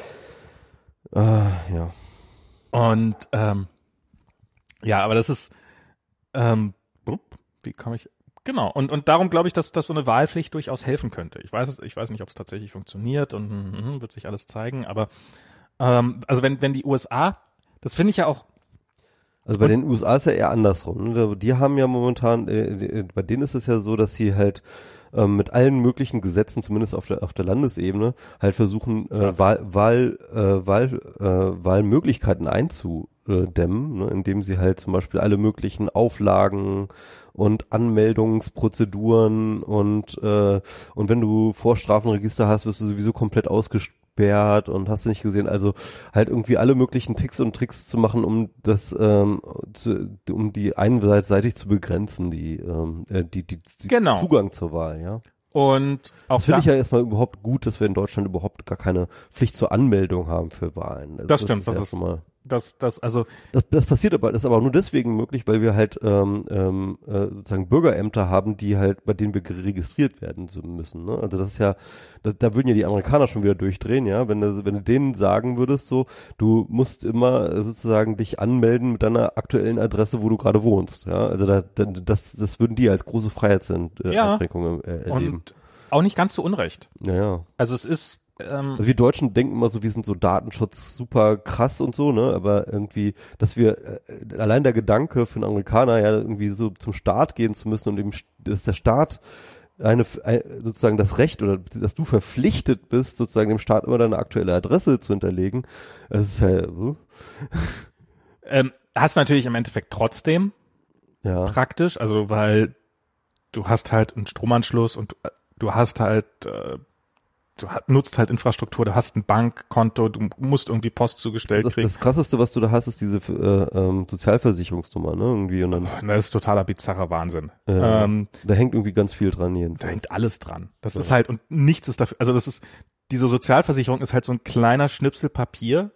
Ah, ja.
und ähm, ja, aber das ist ähm, blub, wie komme ich genau und und darum glaube ich, dass dass so eine Wahlpflicht durchaus helfen könnte. Ich weiß es, ich weiß nicht, ob es tatsächlich funktioniert und mm, wird sich alles zeigen, aber ähm, also wenn wenn die U S A, das finde ich ja auch.
Also bei den U S A ist ja eher andersrum. Ne? Die haben ja momentan, äh, bei denen ist es ja so, dass sie halt ähm, mit allen möglichen Gesetzen, zumindest auf der auf der Landesebene, halt versuchen, äh, Wahl, Wahl, äh, Wahl, äh, Wahlmöglichkeiten einzudämmen, ne? Indem sie halt zum Beispiel alle möglichen Auflagen und Anmeldungsprozeduren und äh, und wenn du Vorstrafenregister hast, wirst du sowieso komplett ausgesperrt und hast du nicht gesehen, also halt irgendwie alle möglichen Ticks und Tricks zu machen, um das, ähm, zu, um die einseitig zu begrenzen, die, ähm, die, die, die
Genau.
Zugang zur Wahl, ja.
Und auch
Das finde
da,
ich ja erstmal überhaupt gut, dass wir in Deutschland überhaupt gar keine Pflicht zur Anmeldung haben für Wahlen. Also
das stimmt, das
ja
ist,
schon mal,
das, das, also,
das, das passiert aber, das ist aber nur deswegen möglich, weil wir halt ähm, ähm, äh, sozusagen Bürgerämter haben, die halt, bei denen wir registriert werden zu müssen. Ne? Also das ist ja, das, da würden ja die Amerikaner schon wieder durchdrehen, ja, wenn du, wenn du denen sagen würdest, so, du musst immer äh, sozusagen dich anmelden mit deiner aktuellen Adresse, wo du gerade wohnst. Ja, also da, da, das, das würden die als große Freiheitseinschränkung äh, äh, erleben.
und auch nicht ganz zu Unrecht.
Ja, ja.
Also es ist, ähm,
Also wir Deutschen denken immer so, wir sind so Datenschutz super krass und so, ne? Aber irgendwie, dass wir äh, allein der Gedanke für einen Amerikaner ja irgendwie so zum Staat gehen zu müssen und eben, dass der Staat eine, ein, sozusagen das Recht oder dass du verpflichtet bist, sozusagen dem Staat immer deine aktuelle Adresse zu hinterlegen, das ist ja so.
ähm, hast natürlich im Endeffekt trotzdem
Ja.
praktisch, also weil du hast halt einen Stromanschluss und du, du hast halt äh, du hat, nutzt halt Infrastruktur, du hast ein Bankkonto, du musst irgendwie Post zugestellt
Das,
kriegen.
das krasseste, was du da hast, ist diese äh, ähm, Sozialversicherungsnummer, ne? Irgendwie und dann
Das ist totaler bizarrer Wahnsinn.
äh,
Ähm,
da hängt irgendwie ganz viel dran
da
jedenfalls.
hängt alles dran. Das
Ja.
ist halt, und nichts ist dafür, also das ist, diese Sozialversicherung ist halt so ein kleiner Schnipsel Papier,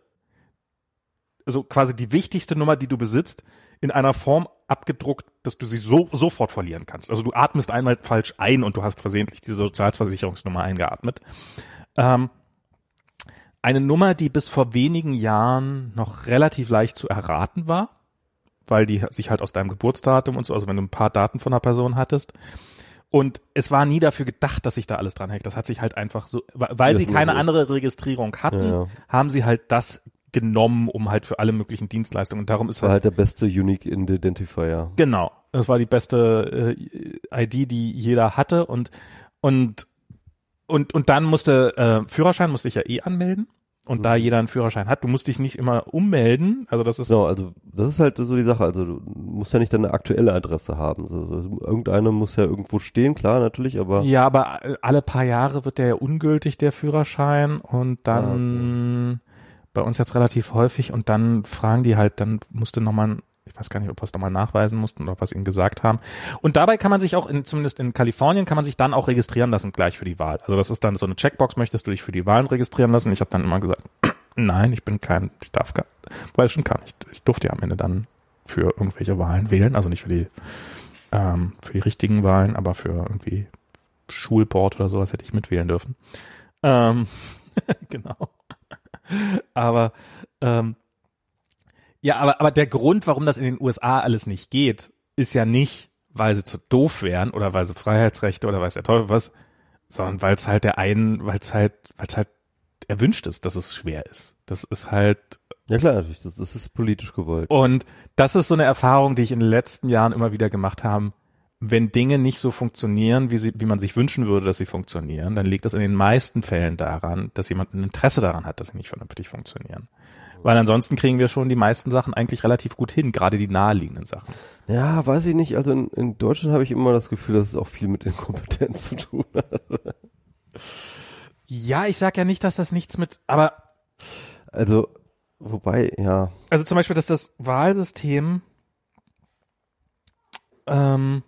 also quasi die wichtigste Nummer, die du besitzt, in einer Form abgedruckt, dass du sie so sofort verlieren kannst. Also du atmest einmal falsch ein und du hast versehentlich diese Sozialversicherungsnummer eingeatmet. Ähm, eine Nummer, die bis vor wenigen Jahren noch relativ leicht zu erraten war, weil die sich halt aus deinem Geburtsdatum und so, also wenn du ein paar Daten von einer Person hattest. Und es war nie dafür gedacht, dass sich da alles dran hängt. Das hat sich halt einfach so, weil
Das
sie
muss
keine
ich.
andere Registrierung hatten,
Ja, ja.
haben sie halt das genommen, um halt für alle möglichen Dienstleistungen. Und darum ist
Das war
halt,
halt der beste Unique Identifier.
genau, das war die beste äh, I D, die jeder hatte. Und und und und dann musste äh, Führerschein musste ich ja eh anmelden. Und
Mhm.
da jeder einen Führerschein hat, du musst dich nicht immer ummelden. Also das ist
Genau, also das ist halt so die Sache. Also du musst ja nicht deine aktuelle Adresse haben. Also, also irgendeine muss ja irgendwo stehen, klar, natürlich, aber
ja, aber alle paar Jahre wird der ja ungültig, der Führerschein. Und dann bei uns jetzt relativ häufig. Und dann fragen die halt, dann musste nochmal, ich weiß gar nicht, ob wir es nochmal nachweisen mussten oder was ihnen gesagt haben. Und dabei kann man sich auch, in, zumindest in Kalifornien, kann man sich dann auch registrieren lassen gleich für die Wahl. Also das ist dann so eine Checkbox, möchtest du dich für die Wahlen registrieren lassen? Ich habe dann immer gesagt, nein, ich bin kein, ich darf gar, weil schon kann ich, ich durfte ja am Ende dann für irgendwelche Wahlen wählen, also nicht für die, ähm, für die richtigen Wahlen, aber für irgendwie Schulboard oder sowas hätte ich mitwählen dürfen. Ähm, genau. Aber ähm, ja, aber, aber der Grund, warum das in den U S A alles nicht geht, ist ja nicht, weil sie zu doof wären oder weil sie Freiheitsrechte oder weiß der Teufel was, sondern weil es halt der einen, weil es halt, weil es halt erwünscht ist, dass es schwer ist. Das ist halt,
ja klar, natürlich, das, das ist politisch gewollt.
und das ist so eine Erfahrung, die ich in den letzten Jahren immer wieder gemacht habe. Wenn Dinge nicht so funktionieren, wie sie, wie man sich wünschen würde, dass sie funktionieren, dann liegt das in den meisten Fällen daran, dass jemand ein Interesse daran hat, dass sie nicht vernünftig funktionieren. Weil ansonsten kriegen wir schon die meisten Sachen eigentlich relativ gut hin, gerade die naheliegenden Sachen.
Ja, weiß ich nicht. Also in, in Deutschland habe ich immer das Gefühl, dass es auch viel mit Inkompetenz zu tun hat.
Ja, ich sag ja nicht, dass das nichts mit, aber
Also, wobei, ja.
Also zum Beispiel, dass das Wahlsystem ähm,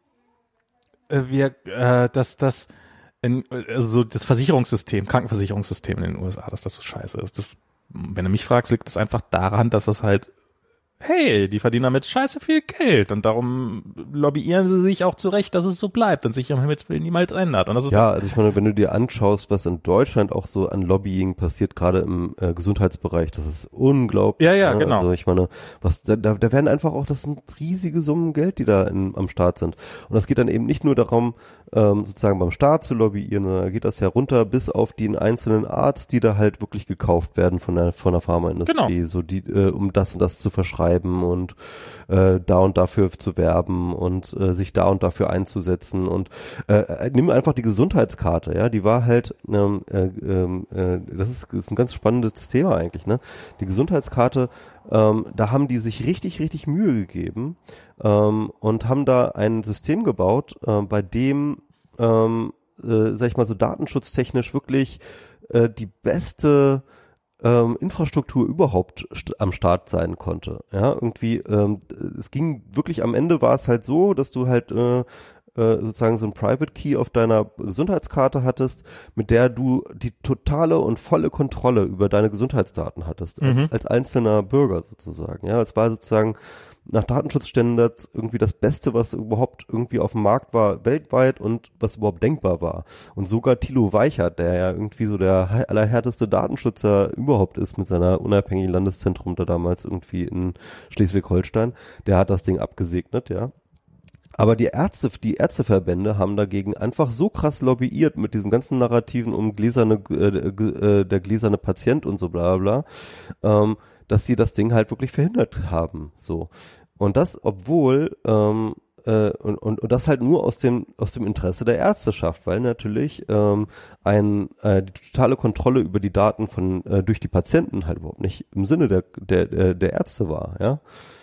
äh, wir, äh, dass das in, also das Versicherungssystem, Krankenversicherungssystem in den U S A, dass das so scheiße ist. Das, wenn du mich fragst, liegt das einfach daran, dass das halt hey, die verdienen damit scheiße viel Geld und darum lobbyieren sie sich auch zurecht, dass es so bleibt und sich um Himmels Willen niemals ändert. Und das ist
ja, also ich meine, wenn du dir anschaust, was in Deutschland auch so an Lobbying passiert, gerade im äh, Gesundheitsbereich, das ist unglaublich.
Ja, ja,
ne?
genau.
Also ich meine, was da, da da werden einfach auch, das sind riesige Summen Geld, die da in, am Start sind. Und das geht dann eben nicht nur darum, ähm, sozusagen beim Staat zu lobbyieren, sondern da geht das ja runter bis auf den einzelnen Arzt, die da halt wirklich gekauft werden von der von der Pharmaindustrie,
Genau.
so die, äh, um das und das zu verschreiben und äh, da und dafür zu werben und äh, sich da und dafür einzusetzen und äh, nimm einfach die Gesundheitskarte, ja, die war halt, ähm, äh, äh, das ist, das ist ein ganz spannendes Thema eigentlich, ne? Die Gesundheitskarte, ähm, da haben die sich richtig, richtig Mühe gegeben ähm, und haben da ein System gebaut, äh, bei dem, ähm, äh, sag ich mal so datenschutztechnisch wirklich äh, die beste Ähm, Infrastruktur überhaupt st- am Start sein konnte. Ja, irgendwie, ähm, es ging wirklich am Ende war es halt so, dass du halt äh, äh, sozusagen so ein Private Key auf deiner Gesundheitskarte hattest, mit der du die totale und volle Kontrolle über deine Gesundheitsdaten hattest, als,
Mhm.
als einzelner Bürger sozusagen. Ja, es war sozusagen nach Datenschutzstandards irgendwie das Beste, was überhaupt irgendwie auf dem Markt war, weltweit und was überhaupt denkbar war. Und sogar Thilo Weichert, der ja irgendwie so der allerhärteste Datenschützer überhaupt ist mit seiner unabhängigen Landeszentrum da damals irgendwie in Schleswig-Holstein, der hat das Ding abgesegnet, ja. Aber die Ärzte, die Ärzteverbände haben dagegen einfach so krass lobbyiert mit diesen ganzen Narrativen um gläserne, äh, äh, der gläserne Patient und so bla bla, ähm, dass sie das Ding halt wirklich verhindert haben, so. Und das, obwohl, ähm, äh, und, und, und das halt nur aus dem, aus dem Interesse der Ärzteschaft, weil natürlich ähm, ein, äh, die totale Kontrolle über die Daten von, äh, durch die Patienten halt überhaupt nicht im Sinne der, der, der, der Ärzte war, ja.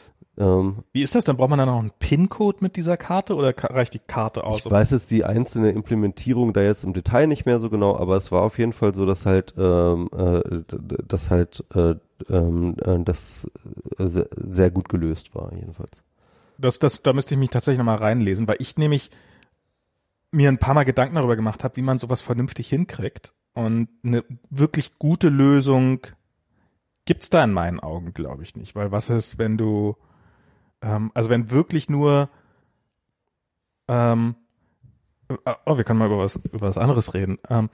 Ähm,
Wie ist das? Dann braucht man dann noch einen PIN-Code mit dieser Karte oder ka- reicht die Karte aus?
Ich weiß jetzt die einzelne Implementierung da jetzt im Detail nicht mehr so genau, aber es war auf jeden Fall so, dass halt, ähm, äh, dass halt, äh, ähm, äh, das äh, sehr, sehr gut gelöst war jedenfalls.
Das, das, da müsste ich mich tatsächlich nochmal reinlesen, weil ich nämlich mir ein paar Mal Gedanken darüber gemacht habe, wie man sowas vernünftig hinkriegt. Und eine wirklich gute Lösung gibt's da in meinen Augen, glaube ich, nicht. Weil was ist, wenn du, ähm, also wenn wirklich nur, ähm, oh, wir können mal über was, über was anderes reden. Ähm,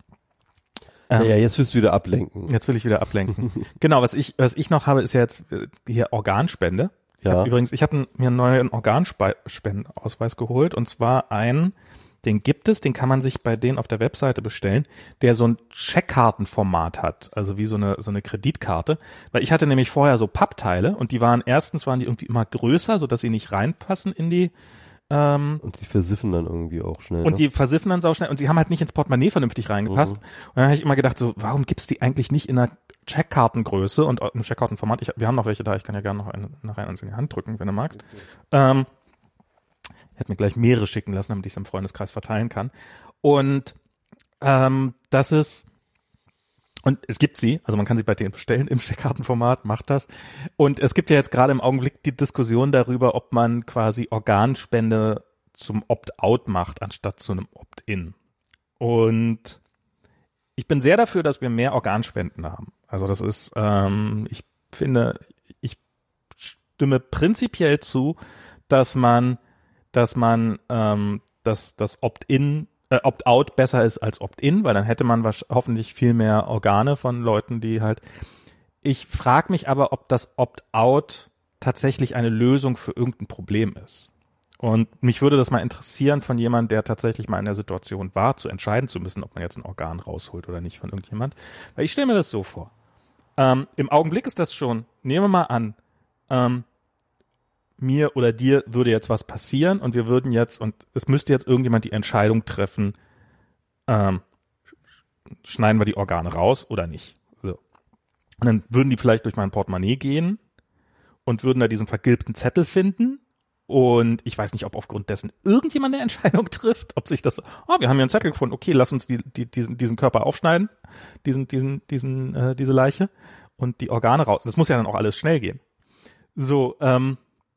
Ja,
ähm,
ja, jetzt willst du wieder ablenken.
Jetzt will ich wieder ablenken. Genau, was ich, was ich noch habe, ist ja jetzt äh, hier Organspende. Ich
Ja.
habe übrigens, ich habe mir einen neuen Organspendenausweis geholt und zwar einen, den gibt es, den kann man sich bei denen auf der Webseite bestellen, der so ein Checkkartenformat hat, also wie so eine so eine Kreditkarte, weil ich hatte nämlich vorher so Pappteile und die waren erstens waren die irgendwie immer größer, so dass sie nicht reinpassen in die ähm,
Und die versiffen dann irgendwie auch schnell.
und
ne?
die versiffen dann sauschnell und sie haben halt nicht ins Portemonnaie vernünftig reingepasst.
Mhm.
Und dann habe ich immer gedacht, so, warum gibt's die eigentlich nicht in einer Checkkartengröße und im Checkkartenformat? Ich, wir haben noch welche da, ich kann ja gerne noch eine nachher eins in die Hand drücken, wenn du magst. Okay. Ähm, ich hätte mir gleich mehrere schicken lassen, damit ich es im Freundeskreis verteilen kann. Und ähm, das ist und es gibt sie, also man kann sie bei denen bestellen im Checkkartenformat, macht das. Und es gibt ja jetzt gerade im Augenblick die Diskussion darüber, ob man quasi Organspende zum Opt-out macht, anstatt zu einem Opt-in. Und ich bin sehr dafür, dass wir mehr Organspenden haben. Also das ist, ähm, ich finde, ich stimme prinzipiell zu, dass man, dass man, ähm, dass das Opt-in äh, Opt-out besser ist als Opt-in, weil dann hätte man hoffentlich viel mehr Organe von Leuten, die halt. Ich frage mich aber, ob das Opt-out tatsächlich eine Lösung für irgendein Problem ist. Und mich würde das mal interessieren von jemandem, der tatsächlich mal in der Situation war, zu entscheiden zu müssen, ob man jetzt ein Organ rausholt oder nicht von irgendjemand. Weil ich stelle mir das so vor. Ähm, im Augenblick ist das schon, nehmen wir mal an, ähm, mir oder dir würde jetzt was passieren und wir würden jetzt, und es müsste jetzt irgendjemand die Entscheidung treffen, ähm, schneiden wir die Organe raus oder nicht. So. Und dann würden die vielleicht durch mein Portemonnaie gehen und würden da diesen vergilbten Zettel finden Und ich weiß nicht, ob aufgrund dessen irgendjemand eine Entscheidung trifft, ob sich das, oh, wir haben hier einen Zettel gefunden, okay, lass uns die, die, diesen, diesen Körper aufschneiden, diesen, diesen, diesen, äh, diese Leiche und die Organe raus. Das muss ja dann auch alles schnell gehen. So, ähm,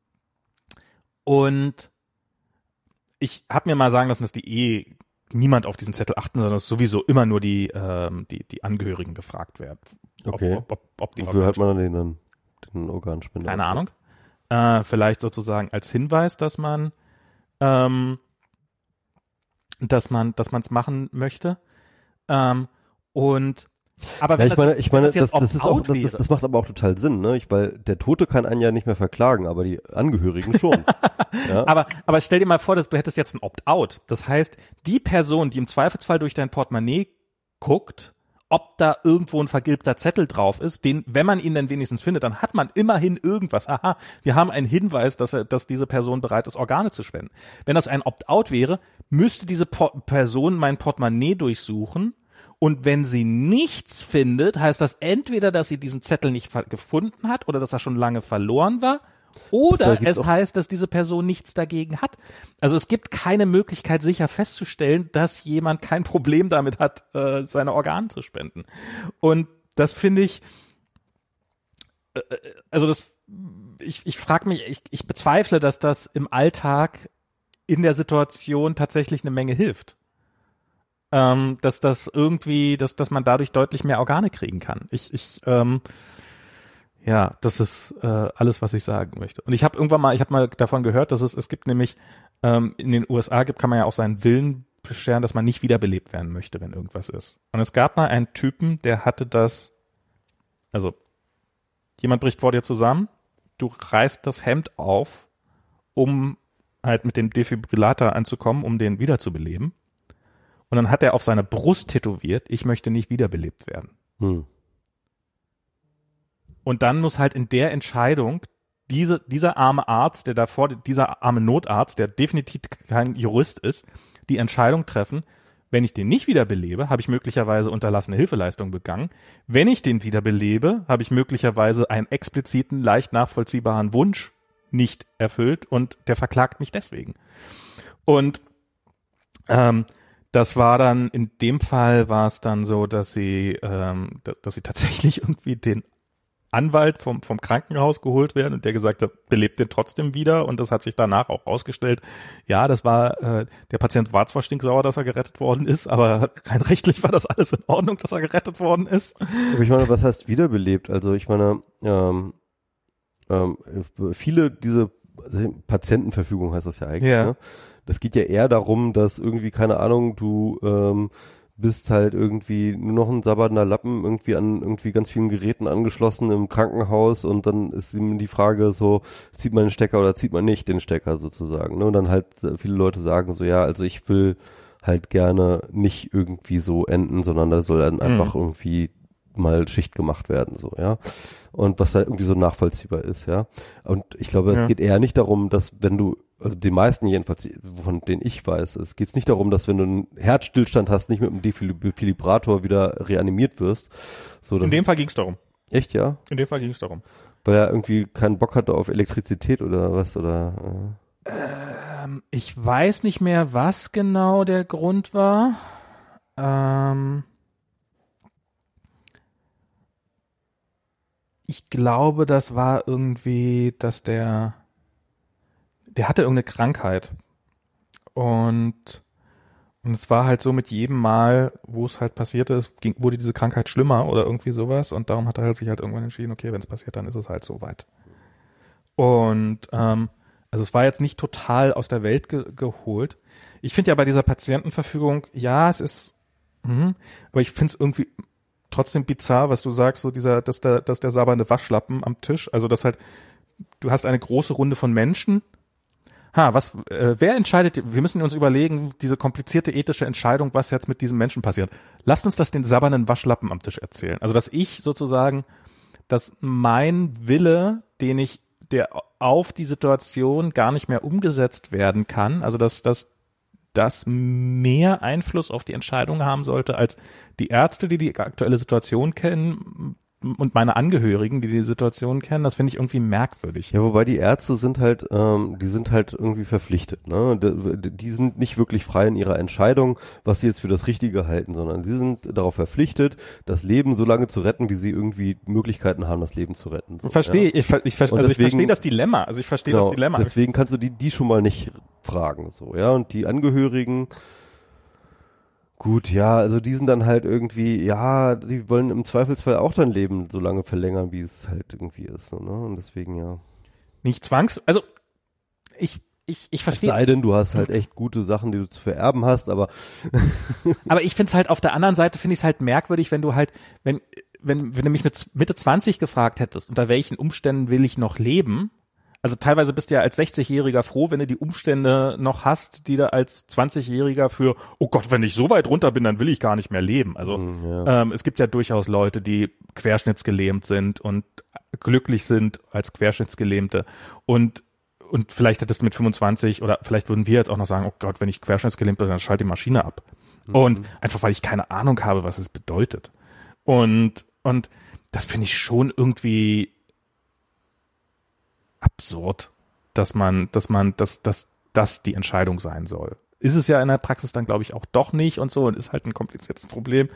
und ich habe mir mal sagen lassen, dass die eh niemand auf diesen Zettel achten, sondern dass sowieso immer nur die, ähm, die, die Angehörigen gefragt werden. Ob,
Okay.
Ob, ob, ob die
Wofür hat man den dann, den Organspender?
Keine Ahnung. Äh, vielleicht sozusagen als Hinweis, dass man, ähm, dass man, dass man es machen möchte. Ähm, und aber wenn
ja, ich meine,
das,
ich meine,
das, jetzt
das, das ist auch,
Opt-out
das,
wäre.
das macht aber auch total Sinn, ne? Ich, weil der Tote kann einen ja nicht mehr verklagen, aber die Angehörigen schon. Ja?
Aber, aber stell dir mal vor, dass du hättest jetzt ein Opt-out. Das heißt, die Person, die im Zweifelsfall durch dein Portemonnaie guckt, ob da irgendwo ein vergilbter Zettel drauf ist, den, wenn man ihn dann wenigstens findet, dann hat man immerhin irgendwas. Aha, wir haben einen Hinweis, dass er, dass diese Person bereit ist, Organe zu spenden. Wenn das ein Opt-out wäre, müsste diese Por- Person mein Portemonnaie durchsuchen. Und wenn sie nichts findet, heißt das entweder, dass sie diesen Zettel nicht ver- gefunden hat oder dass er schon lange verloren war. Oder es heißt, dass diese Person nichts dagegen hat. Also es gibt keine Möglichkeit, sicher festzustellen, dass jemand kein Problem damit hat, äh, seine Organe zu spenden. Und das finde ich, äh, also das, ich, ich frage mich, ich, ich bezweifle, dass das im Alltag in der Situation tatsächlich eine Menge hilft. Ähm, dass das irgendwie, dass, dass man dadurch deutlich mehr Organe kriegen kann. Ich, ich, ähm, ja, das ist äh, alles, was ich sagen möchte. Und ich habe irgendwann mal, ich habe mal davon gehört, dass es, es gibt nämlich ähm, in den U S A gibt, kann man ja auch seinen Willen bescheren, dass man nicht wiederbelebt werden möchte, wenn irgendwas ist. Und es gab mal einen Typen, der hatte das, also jemand bricht vor dir zusammen, du reißt das Hemd auf, um halt mit dem Defibrillator anzukommen, um den wiederzubeleben. Und dann hat er auf seine Brust tätowiert, ich möchte nicht wiederbelebt werden.
Hm.
Und dann muss halt in der Entscheidung diese, dieser arme Arzt, der davor, dieser arme Notarzt, der definitiv kein Jurist ist, die Entscheidung treffen, wenn ich den nicht wiederbelebe, habe ich möglicherweise unterlassene Hilfeleistung begangen. Wenn ich den wiederbelebe, habe ich möglicherweise einen expliziten, leicht nachvollziehbaren Wunsch nicht erfüllt und der verklagt mich deswegen. Und ähm, das war dann, in dem Fall war es dann so, dass sie, ähm, dass sie tatsächlich irgendwie den Anwalt vom, vom Krankenhaus geholt werden und der gesagt hat, belebt den trotzdem wieder, und das hat sich danach auch rausgestellt. Ja, das war, äh, der Patient war zwar stinksauer, dass er gerettet worden ist, aber rein rechtlich war das alles in Ordnung, dass er gerettet worden ist.
Aber ich meine, was heißt wiederbelebt? Also ich meine, ähm, ähm, viele diese also Patientenverfügung heißt das ja eigentlich,
Ja.
ne? Das geht ja eher darum, dass irgendwie, keine Ahnung, du ähm, bist halt irgendwie nur noch ein sabbernder Lappen irgendwie an irgendwie ganz vielen Geräten angeschlossen im Krankenhaus, und dann ist ihm die Frage so, zieht man den Stecker oder zieht man nicht den Stecker sozusagen, ne? Und dann halt viele Leute sagen so, ja, also ich will halt gerne nicht irgendwie so enden, sondern da soll dann einfach
Mhm.
irgendwie mal Schicht gemacht werden, so, ja. Und was halt irgendwie so nachvollziehbar ist, ja. Und ich glaube, es
Ja.
geht eher nicht darum, dass wenn du, also die meisten jedenfalls, von denen ich weiß, es geht nicht darum, dass wenn du einen Herzstillstand hast, nicht mit einem Defibrillator wieder reanimiert wirst. So,
In dem Fall ging es darum.
echt, ja?
In dem Fall ging es darum.
Weil er irgendwie keinen Bock hatte auf Elektrizität oder was, oder? Äh.
Ähm, ich weiß nicht mehr, was genau der Grund war. Ähm, ich glaube, das war irgendwie, dass der, der hatte irgendeine Krankheit. Und, und es war halt so, mit jedem Mal, wo es halt passierte, es ging, wurde diese Krankheit schlimmer oder irgendwie sowas. Und darum hat er halt sich halt irgendwann entschieden, okay, wenn es passiert, dann ist es halt so weit. Und ähm, also es war jetzt nicht total aus der Welt ge- geholt. Ich finde ja bei dieser Patientenverfügung, ja, es ist, mh, aber ich finde es irgendwie trotzdem bizarr, was du sagst, so dieser, dass der, dass der sabbernde Waschlappen am Tisch, also das halt, du hast eine große Runde von Menschen. Ha, was, äh, wer entscheidet, wir müssen uns überlegen, diese komplizierte ethische Entscheidung, was jetzt mit diesem Menschen passiert. Lasst uns das den sabbernden Waschlappen am Tisch erzählen. Also, dass ich sozusagen, dass mein Wille, den ich, der auf die Situation gar nicht mehr umgesetzt werden kann, also dass, dass das mehr Einfluss auf die Entscheidung haben sollte als die Ärzte, die die aktuelle Situation kennen, und meine Angehörigen, die die Situation kennen, das finde ich irgendwie merkwürdig.
Ja, wobei die Ärzte sind halt, ähm, die sind halt irgendwie verpflichtet, ne? Die, die sind nicht wirklich frei in ihrer Entscheidung, was sie jetzt für das Richtige halten, sondern sie sind darauf verpflichtet, das Leben so lange zu retten, wie sie irgendwie Möglichkeiten haben, das Leben zu retten. So,
verstehe,
ja?
ich, ich, also
deswegen,
ich verstehe das Dilemma, also ich verstehe
genau,
das Dilemma.
Deswegen kannst du die, die schon mal nicht fragen, so, ja, und die Angehörigen, gut, ja, also die sind dann halt irgendwie, ja, die wollen im Zweifelsfall auch dein Leben so lange verlängern, wie es halt irgendwie ist, so, ne? Und deswegen, ja.
Nicht zwangs, also ich, ich, ich verstehe.
Es sei denn, du hast halt echt gute Sachen, die du zu vererben hast, aber.
Aber ich finde es halt auf der anderen Seite, finde ich es halt merkwürdig, wenn du halt, wenn, wenn, wenn du mich mit Mitte zwanzig gefragt hättest, unter welchen Umständen will ich noch leben? Also teilweise bist du ja als sechzigjähriger froh, wenn du die Umstände noch hast, die du als zwanzigjähriger für, oh Gott, wenn ich so weit runter bin, dann will ich gar nicht mehr leben. Also ja. ähm, es gibt ja durchaus Leute, die querschnittsgelähmt sind und glücklich sind als Querschnittsgelähmte. Und und vielleicht hättest du mit fünfundzwanzig oder vielleicht würden wir jetzt auch noch sagen, oh Gott, wenn ich querschnittsgelähmt bin, dann schalte die Maschine ab. Mhm. Und einfach, weil ich keine Ahnung habe, was es bedeutet. Und und das finde ich schon irgendwie absurd, dass man, dass man, dass, dass das die Entscheidung sein soll. Ist es ja in der Praxis dann, glaube ich, auch doch nicht und so und ist halt ein kompliziertes Problem.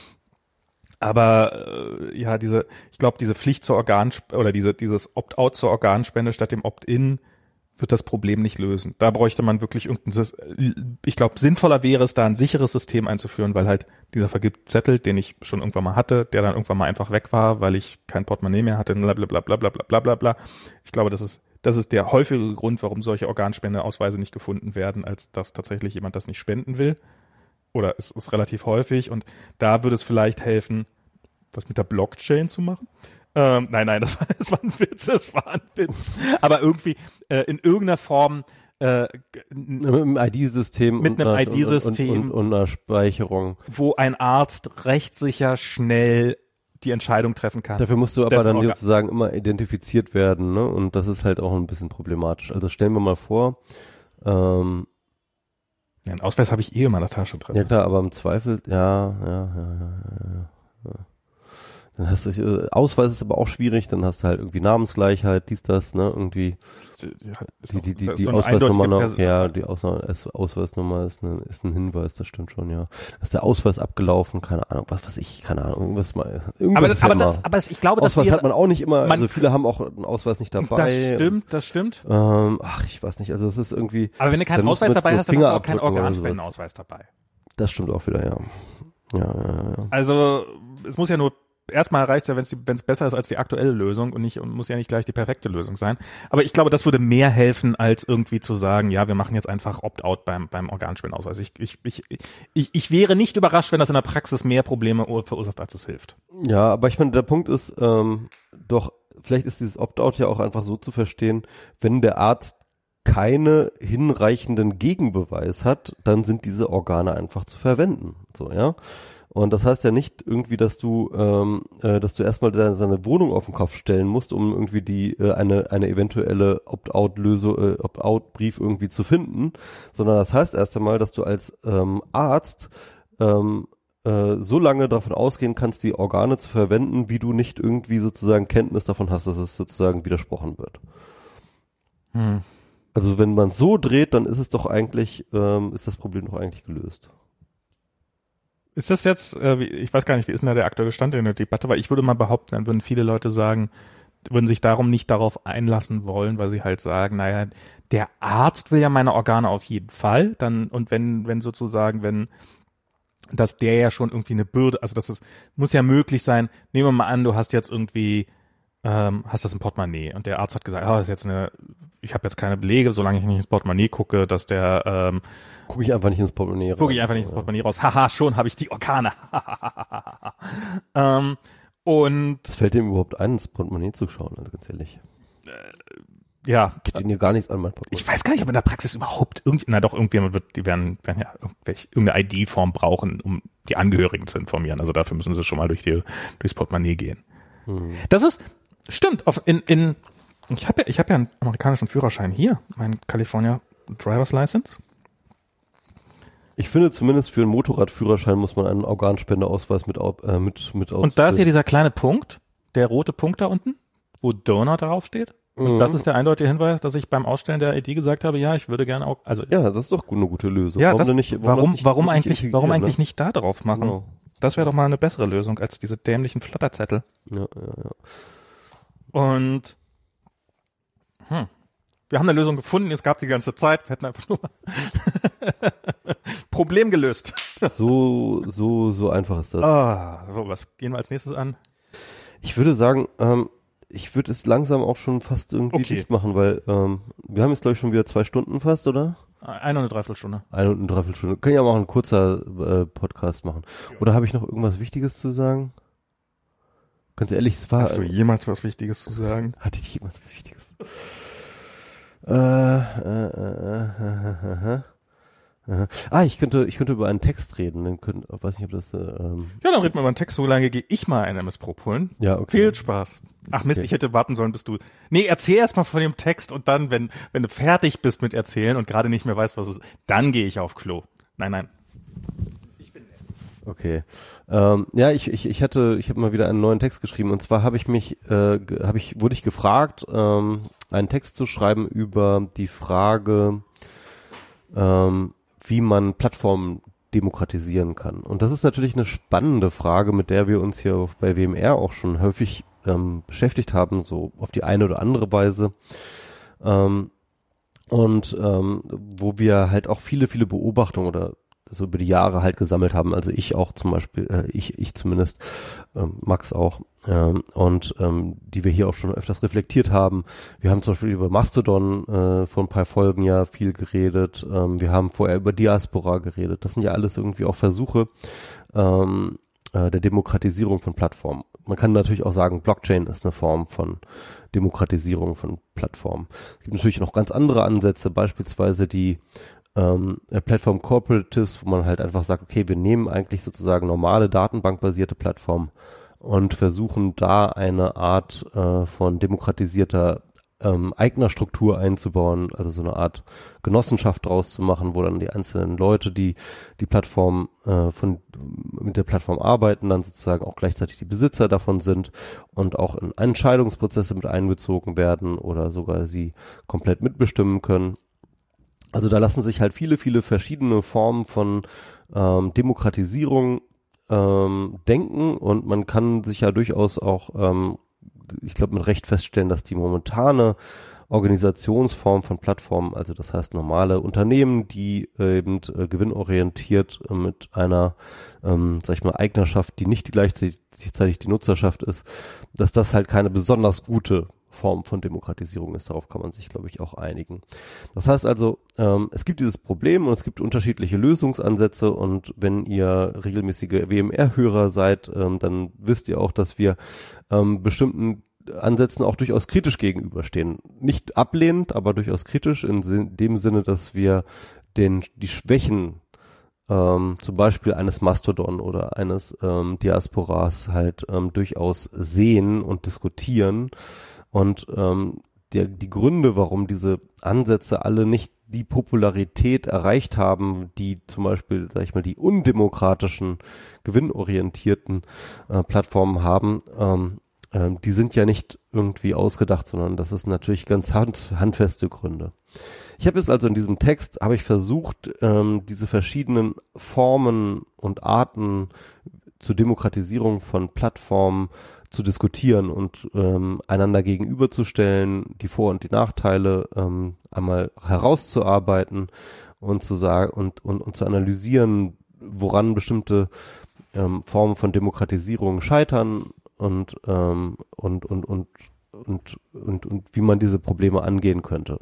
Aber äh, ja, diese, ich glaube, diese Pflicht zur Organspende oder diese, dieses Opt-out zur Organspende statt dem Opt-in wird das Problem nicht lösen. Da bräuchte man wirklich irgendein, ich glaube, sinnvoller wäre es, da ein sicheres System einzuführen, weil halt dieser Vergibtzettel, den ich schon irgendwann mal hatte, der dann irgendwann mal einfach weg war, weil ich kein Portemonnaie mehr hatte, bla bla bla bla bla bla bla bla. Ich glaube, das ist, das ist der häufigere Grund, warum solche Organspendeausweise nicht gefunden werden, als dass tatsächlich jemand das nicht spenden will. Oder es ist relativ häufig und da würde es vielleicht helfen, was mit der Blockchain zu machen. Ähm, nein, nein, das war, das war ein Witz, das war ein Witz. Aber irgendwie äh, in irgendeiner Form äh,
mit einem I D-System
mit einem I D-System
und, und, und einer Speicherung,
wo ein Arzt rechtssicher schnell die Entscheidung treffen kann.
Dafür musst du aber dann Organ. sozusagen immer identifiziert werden, ne? Und das ist halt auch ein bisschen problematisch. Also stellen wir mal vor, ähm,
ja, einen Ausweis habe ich eh in meiner Tasche drin.
Ja klar, aber im Zweifel, ja, ja, ja, ja, ja. ja. Dann hast du, äh, Ausweis ist aber auch schwierig, dann hast du halt irgendwie Namensgleichheit, dies, das, ne, irgendwie,
ja,
die, die, die, die Ausweisnummer noch, ja, die Aus- Ausweisnummer ist, eine, ist ein Hinweis, das stimmt schon, ja. Da ist der Ausweis abgelaufen, keine Ahnung, was weiß ich, keine Ahnung, irgendwas mal, irgendwas
aber das,
aber,
ja das, aber das, ich glaube,
Ausweis
das
hat man auch nicht immer,
man,
also viele haben auch einen Ausweis nicht dabei.
Das stimmt, das stimmt.
Ähm, ach, ich weiß nicht, also es ist irgendwie.
Aber wenn du keinen Ausweis dabei hast, dann hast du auch keinen Organspendenausweis dabei.
Das stimmt auch wieder, ja. Ja, ja, ja.
Also, es muss ja nur erstmal reicht es ja, wenn es besser ist als die aktuelle Lösung und nicht und muss ja nicht gleich die perfekte Lösung sein. Aber ich glaube, das würde mehr helfen, als irgendwie zu sagen, ja, wir machen jetzt einfach Opt-out beim beim Organspendenausweis. Ich, ich, ich, ich, ich wäre nicht überrascht, wenn das in der Praxis mehr Probleme verursacht, als es hilft.
Ja, aber ich meine, der Punkt ist, ähm, doch, vielleicht ist dieses Opt-out ja auch einfach so zu verstehen, wenn der Arzt keine hinreichenden Gegenbeweis hat, dann sind diese Organe einfach zu verwenden. So, ja. Und das heißt ja nicht irgendwie, dass du, ähm, äh, dass du erstmal deine, seine Wohnung auf den Kopf stellen musst, um irgendwie die äh, eine eine eventuelle Opt-out-Lösung, äh, Opt-out-Brief irgendwie zu finden, sondern das heißt erst einmal, dass du als ähm, Arzt ähm, äh, so lange davon ausgehen kannst, die Organe zu verwenden, wie du nicht irgendwie sozusagen Kenntnis davon hast, dass es sozusagen widersprochen wird.
Hm.
Also wenn man es so dreht, dann ist es doch eigentlich, ähm, ist das Problem doch eigentlich gelöst.
Ist das jetzt, äh, ich weiß gar nicht, wie ist denn da der aktuelle Stand in der Debatte, weil ich würde mal behaupten, dann würden viele Leute sagen, würden sich darum nicht darauf einlassen wollen, weil sie halt sagen, naja, der Arzt will ja meine Organe auf jeden Fall, dann, und wenn, wenn sozusagen, wenn, dass der ja schon irgendwie eine Bürde, also das ist, muss ja möglich sein, nehmen wir mal an, du hast jetzt irgendwie, ähm, hast das im Portemonnaie und der Arzt hat gesagt, oh, das ist jetzt eine, ich habe jetzt keine Belege, solange ich nicht ins Portemonnaie gucke, dass der, ähm,
Gucke ich einfach nicht ins Portemonnaie raus.
Gucke ich einfach nicht ins Portemonnaie raus. Haha, schon habe ich die Organe. ähm, und
das fällt dem überhaupt ein, ins Portemonnaie zu schauen, also ganz ehrlich.
Äh, ja.
Geht ihnen ja gar nichts an mein Portemonnaie.
Ich weiß gar nicht, ob in der Praxis überhaupt irgendwie, na doch, irgendjemand wird, die werden, werden ja irgendeine I D-Form brauchen, um die Angehörigen zu informieren. Also dafür müssen sie schon mal durch die, durchs Portemonnaie gehen. Hm. Das ist, stimmt, auf, in, in, ich habe ja, ich habe ja einen amerikanischen Führerschein hier, meinen California Driver's License.
Ich finde, zumindest für einen Motorradführerschein muss man einen Organspendeausweis mit, äh, mit, mit aus.
Und da ist ja dieser kleine Punkt, der rote Punkt da unten, wo Donor drauf steht. Und
Mhm.
das ist der eindeutige Hinweis, dass ich beim Ausstellen der Idee gesagt habe, ja, ich würde gerne auch, also
Ja, das ist doch eine gute Lösung.
ja, das,
denn nicht,
warum,
nicht
warum
nicht
eigentlich, warum
integrieren,
eigentlich
ne?
nicht da drauf machen?
Genau.
Das wäre doch mal eine bessere Lösung als diese dämlichen Flatterzettel.
Ja, ja, ja.
Und hm, wir haben eine Lösung gefunden, es gab die ganze Zeit, wir hätten einfach nur Problem gelöst.
So, so, so einfach ist das.
Ah, so, was gehen wir als nächstes an?
Ich würde sagen, ähm, ich würde es langsam auch schon fast irgendwie
Okay.
dicht machen, weil ähm, wir haben jetzt, glaube ich, schon wieder zwei Stunden fast, oder?
Eine und eine Dreiviertelstunde.
Eine und eine Dreiviertelstunde. Können ja auch ein kurzer äh, Podcast machen. Oder habe ich noch irgendwas Wichtiges zu sagen? Ganz ehrlich, es war...
Hast du jemals was Wichtiges zu sagen?
Hatte ich jemals was Wichtiges? Äh, äh, äh, äh, äh, äh. Ah, ich könnte, ich könnte über einen Text reden. Dann könnte, ich weiß nicht, ob das. Äh, ähm,
Ja, dann reden wir über einen Text. So lange gehe ich mal ein M S Pro holen.
ja, okay.
Viel Spaß. Ach Mist,
Okay.
ich hätte warten sollen, bis du... Nee, erzähl erst mal von dem Text und dann, wenn, wenn du fertig bist mit erzählen und gerade nicht mehr weißt, was es ist, dann gehe ich auf Klo. Nein, nein.
Okay. Ähm, ja, ich, ich, ich hatte, ich habe mal wieder einen neuen Text geschrieben und zwar habe ich mich, äh, ge- habe ich, wurde ich gefragt, ähm, einen Text zu schreiben über die Frage, ähm, wie man Plattformen demokratisieren kann. Und das ist natürlich eine spannende Frage, mit der wir uns hier bei W M R auch schon häufig ähm, beschäftigt haben, so auf die eine oder andere Weise. Ähm, und ähm, wo wir halt auch viele, viele Beobachtungen oder so über die Jahre halt gesammelt haben. Also ich auch zum Beispiel, äh, ich, ich zumindest, ähm, Max auch, ähm, und ähm, die wir hier auch schon öfters reflektiert haben. Wir haben zum Beispiel über Mastodon äh, vor ein paar Folgen ja viel geredet. Ähm, wir haben vorher über Diaspora geredet. Das sind ja alles irgendwie auch Versuche ähm, äh, der Demokratisierung von Plattformen. Man kann natürlich auch sagen, Blockchain ist eine Form von Demokratisierung von Plattformen. Es gibt natürlich noch ganz andere Ansätze, beispielsweise die ähm, Plattform Cooperatives, wo man halt einfach sagt, okay, wir nehmen eigentlich sozusagen normale datenbankbasierte Plattformen und versuchen da eine Art äh, von demokratisierter ähm, Eignerstruktur einzubauen, also so eine Art Genossenschaft draus zu machen, wo dann die einzelnen Leute, die die Plattform äh, von mit der Plattform arbeiten, dann sozusagen auch gleichzeitig die Besitzer davon sind und auch in Entscheidungsprozesse mit einbezogen werden oder sogar sie komplett mitbestimmen können. Also da lassen sich halt viele, viele verschiedene Formen von ähm, Demokratisierung ähm, denken und man kann sich ja durchaus auch, ähm, ich glaube, mit Recht feststellen, dass die momentane Organisationsform von Plattformen, also das heißt normale Unternehmen, die äh, eben äh, gewinnorientiert äh, mit einer, ähm, sag ich mal, Eignerschaft, die nicht gleichzeitig die Nutzerschaft ist, dass das halt keine besonders gute Form von Demokratisierung ist. Darauf kann man sich, glaube ich, auch einigen. Das heißt also, ähm, es gibt dieses Problem und es gibt unterschiedliche Lösungsansätze und wenn ihr regelmäßige W M R-Hörer seid, ähm, dann wisst ihr auch, dass wir ähm, bestimmten Ansätzen auch durchaus kritisch gegenüberstehen. Nicht ablehnend, aber durchaus kritisch in Sin- dem Sinne, dass wir den die Schwächen ähm, zum Beispiel eines Mastodon oder eines ähm, Diasporas halt ähm, durchaus sehen und diskutieren. Und ähm, der, die Gründe, warum diese Ansätze alle nicht die Popularität erreicht haben, die zum Beispiel, sag ich mal, die undemokratischen, gewinnorientierten äh, Plattformen haben, ähm, ähm, die sind ja nicht irgendwie ausgedacht, sondern das ist natürlich ganz hand, handfeste Gründe. Ich habe jetzt also in diesem Text, habe ich versucht, ähm, diese verschiedenen Formen und Arten zur Demokratisierung von Plattformen zu diskutieren und ähm, einander gegenüberzustellen, die Vor- und die Nachteile ähm, einmal herauszuarbeiten und zu sagen und, und, und zu analysieren, woran bestimmte ähm, Formen von Demokratisierung scheitern und, ähm, und, und, und, und, und, und wie man diese Probleme angehen könnte.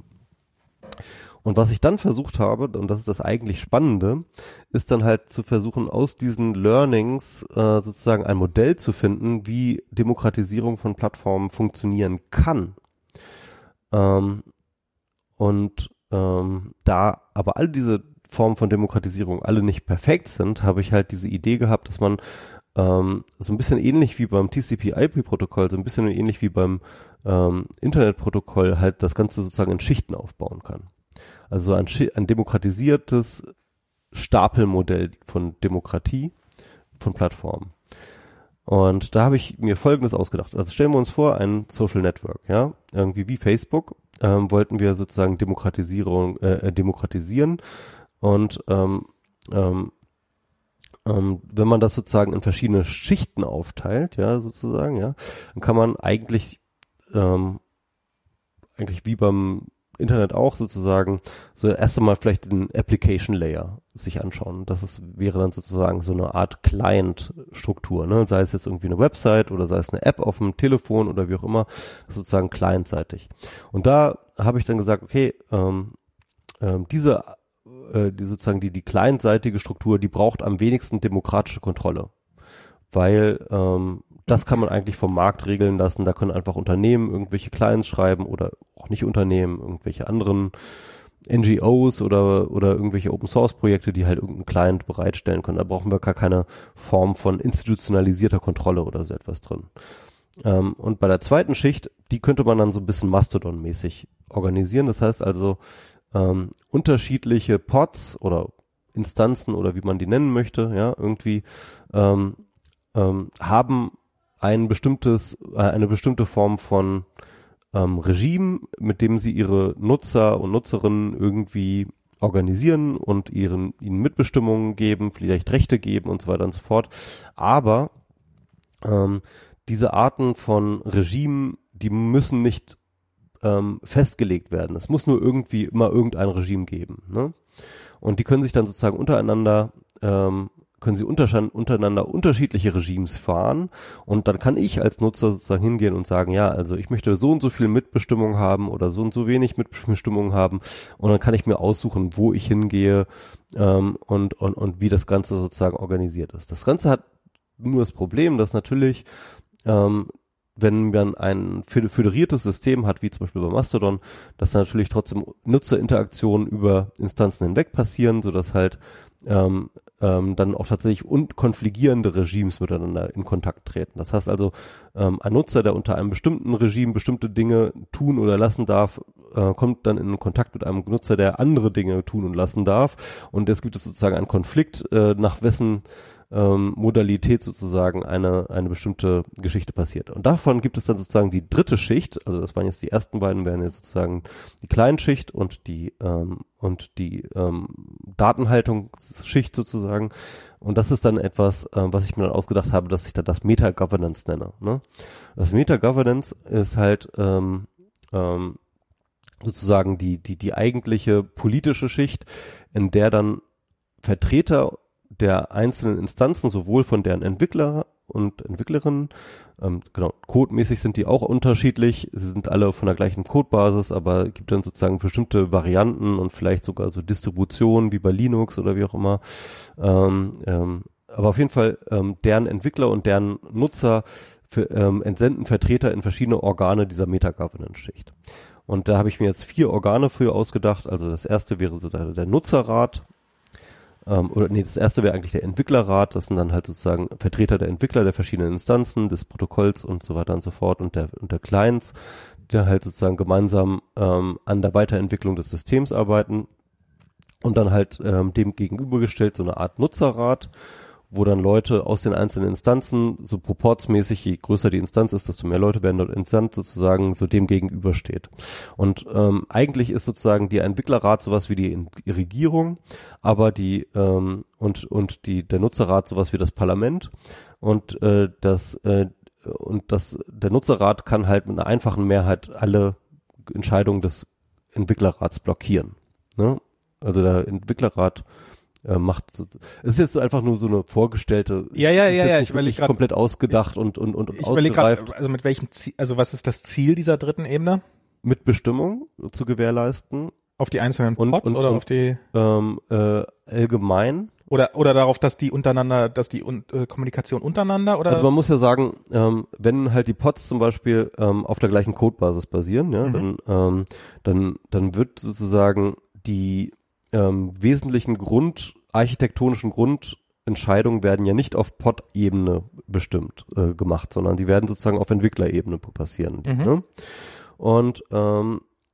Und was ich dann versucht habe, und das ist das eigentlich Spannende, ist dann halt zu versuchen, aus diesen Learnings äh, sozusagen ein Modell zu finden, wie Demokratisierung von Plattformen funktionieren kann. Ähm, und ähm, da aber all diese Formen von Demokratisierung alle nicht perfekt sind, habe ich halt diese Idee gehabt, dass man ähm, so ein bisschen ähnlich wie beim T C P I P-Protokoll, so ein bisschen ähnlich wie beim ähm, Internetprotokoll halt das Ganze sozusagen in Schichten aufbauen kann. Also ein, ein demokratisiertes Stapelmodell von Demokratie, von Plattformen. Und da habe ich mir Folgendes ausgedacht. Also stellen wir uns vor, ein Social Network, ja, irgendwie wie Facebook, ähm, wollten wir sozusagen Demokratisierung, äh, demokratisieren und ähm, ähm, ähm, wenn man das sozusagen in verschiedene Schichten aufteilt, ja, sozusagen, ja, dann kann man eigentlich ähm, eigentlich wie beim Internet auch sozusagen so erst einmal vielleicht den Application Layer sich anschauen. Das ist, wäre dann sozusagen so eine Art Client-Struktur, ne? Sei es jetzt irgendwie eine Website oder sei es eine App auf dem Telefon oder wie auch immer, sozusagen clientseitig. Und da habe ich dann gesagt, okay, ähm, ähm, diese, äh, die sozusagen die, die clientseitige Struktur, die braucht am wenigsten demokratische Kontrolle. Weil ähm, das kann man eigentlich vom Markt regeln lassen. Da können einfach Unternehmen irgendwelche Clients schreiben oder auch nicht Unternehmen, irgendwelche anderen N G Os oder oder irgendwelche Open-Source-Projekte, die halt irgendeinen Client bereitstellen können. Da brauchen wir gar keine Form von institutionalisierter Kontrolle oder so etwas drin. Ähm, und bei der zweiten Schicht, die könnte man dann so ein bisschen Mastodon-mäßig organisieren. Das heißt also ähm, unterschiedliche Pods oder Instanzen oder wie man die nennen möchte, ja, irgendwie ähm, ähm, haben ein bestimmtes, äh, eine bestimmte Form von ähm, Regime, mit dem sie ihre Nutzer und Nutzerinnen irgendwie organisieren und ihren, ihnen Mitbestimmungen geben, vielleicht Rechte geben und so weiter und so fort. Aber ähm, diese Arten von Regimen, die müssen nicht ähm, festgelegt werden. Es muss nur irgendwie immer irgendein Regime geben, ne? Und die können sich dann sozusagen untereinander ähm, können sie untereinander unterschiedliche Regimes fahren und dann kann ich als Nutzer sozusagen hingehen und sagen, ja, also ich möchte so und so viel Mitbestimmung haben oder so und so wenig Mitbestimmung haben und dann kann ich mir aussuchen, wo ich hingehe ähm, und, und, und wie das Ganze sozusagen organisiert ist. Das Ganze hat nur das Problem, dass natürlich ähm, wenn man ein föderiertes System hat, wie zum Beispiel bei Mastodon, dass da natürlich trotzdem Nutzerinteraktionen über Instanzen hinweg passieren, sodass halt ähm, ähm, dann auch tatsächlich un- konfligierende Regimes miteinander in Kontakt treten. Das heißt also, ähm, ein Nutzer, der unter einem bestimmten Regime bestimmte Dinge tun oder lassen darf, äh, kommt dann in Kontakt mit einem Nutzer, der andere Dinge tun und lassen darf. Und es gibt sozusagen einen Konflikt, äh, nach wessen ähm, Modalität sozusagen eine eine bestimmte Geschichte passiert. Und davon gibt es dann sozusagen die dritte Schicht, also das waren jetzt die ersten beiden, wären jetzt sozusagen die Client-Schicht und die ähm, und die ähm, Datenhaltungsschicht sozusagen. Und das ist dann etwas, äh, was ich mir dann ausgedacht habe, dass ich da das Meta-Governance nenne. Ne? Das Meta-Governance ist halt ähm, ähm, sozusagen die die die eigentliche politische Schicht, in der dann Vertreter der einzelnen Instanzen, sowohl von deren Entwickler und Entwicklerinnen, ähm, genau, codemäßig sind die auch unterschiedlich, sie sind alle von der gleichen Codebasis, aber es gibt dann sozusagen bestimmte Varianten und vielleicht sogar so Distributionen wie bei Linux oder wie auch immer, ähm, ähm, aber auf jeden Fall ähm, deren Entwickler und deren Nutzer für, ähm, entsenden Vertreter in verschiedene Organe dieser Meta-Governance-Schicht. Und da habe ich mir jetzt vier Organe für ausgedacht, also das erste wäre so der, der Nutzerrat, Ähm, oder nee, das erste wäre eigentlich der Entwicklerrat, das sind dann halt sozusagen Vertreter der Entwickler der verschiedenen Instanzen, des Protokolls und so weiter und so fort und der, und der Clients, die dann halt sozusagen gemeinsam ähm, an der Weiterentwicklung des Systems arbeiten und dann halt ähm, dem gegenübergestellt so eine Art Nutzerrat, wo dann Leute aus den einzelnen Instanzen, so proportsmäßig, je größer die Instanz ist, desto mehr Leute werden dort entsandt, sozusagen so dem gegenübersteht. Und ähm, eigentlich ist sozusagen der Entwicklerrat sowas wie die, die Regierung, aber die ähm, und und die der Nutzerrat sowas wie das Parlament und äh, das äh, und das der Nutzerrat kann halt mit einer einfachen Mehrheit alle Entscheidungen des Entwicklerrats blockieren. Ne? Also der Entwicklerrat Äh, macht so, es ist jetzt so einfach nur so eine vorgestellte,
ja ja ja ja
ich überlege gerade komplett ausgedacht und und und
ich
ausgereift.
Grad, also mit welchem Ziel, also was ist das Ziel dieser dritten Ebene?
Mitbestimmung zu gewährleisten
auf die einzelnen
und,
Pods
und,
oder
und,
auf die
ähm, äh, allgemein
oder oder darauf, dass die untereinander, dass die un, äh, Kommunikation untereinander oder
also man muss ja sagen, ähm, wenn halt die Pods zum Beispiel ähm, auf der gleichen Codebasis basieren, ja, mhm. dann ähm, dann dann wird sozusagen die Ähm, wesentlichen Grund, architektonischen Grundentscheidungen werden ja nicht auf Pod-Ebene bestimmt äh, gemacht, sondern die werden sozusagen auf Entwicklerebene passieren.
Mhm.
Ne? Und ähm,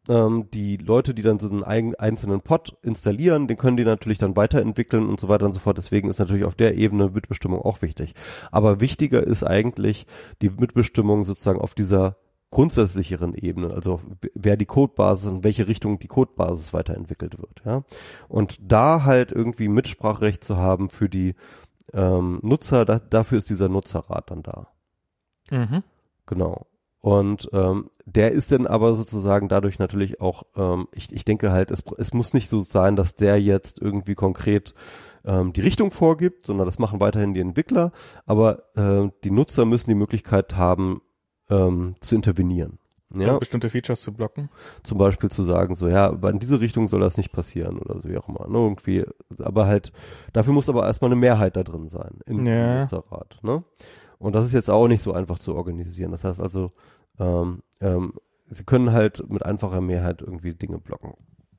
ähm, die Leute, die dann so einen eigen, einzelnen Pod installieren, den können die natürlich dann weiterentwickeln und so weiter und so fort. Deswegen ist natürlich auf der Ebene Mitbestimmung auch wichtig. Aber wichtiger ist eigentlich die Mitbestimmung sozusagen auf dieser grundsätzlicheren Ebene, also wer die Codebasis und welche Richtung die Codebasis weiterentwickelt wird, ja. Und da halt irgendwie Mitspracherecht zu haben für die ähm, Nutzer, da, dafür ist dieser Nutzerrat dann da.
Mhm.
Genau. Und ähm, der ist dann aber sozusagen dadurch natürlich auch, ähm, ich, ich denke halt, es, es muss nicht so sein, dass der jetzt irgendwie konkret ähm, die Richtung vorgibt, sondern das machen weiterhin die Entwickler, aber äh, die Nutzer müssen die Möglichkeit haben, ähm, zu intervenieren. Ja?
Also bestimmte Features zu blocken?
Zum Beispiel zu sagen, so ja, aber in diese Richtung soll das nicht passieren oder so wie auch immer. Ne? Irgendwie, aber halt, dafür muss aber erstmal eine Mehrheit da drin sein im
Ja.
Nutzerrat. Ne? Und das ist jetzt auch nicht so einfach zu organisieren. Das heißt also, ähm, ähm, sie können halt mit einfacher Mehrheit irgendwie Dinge blocken.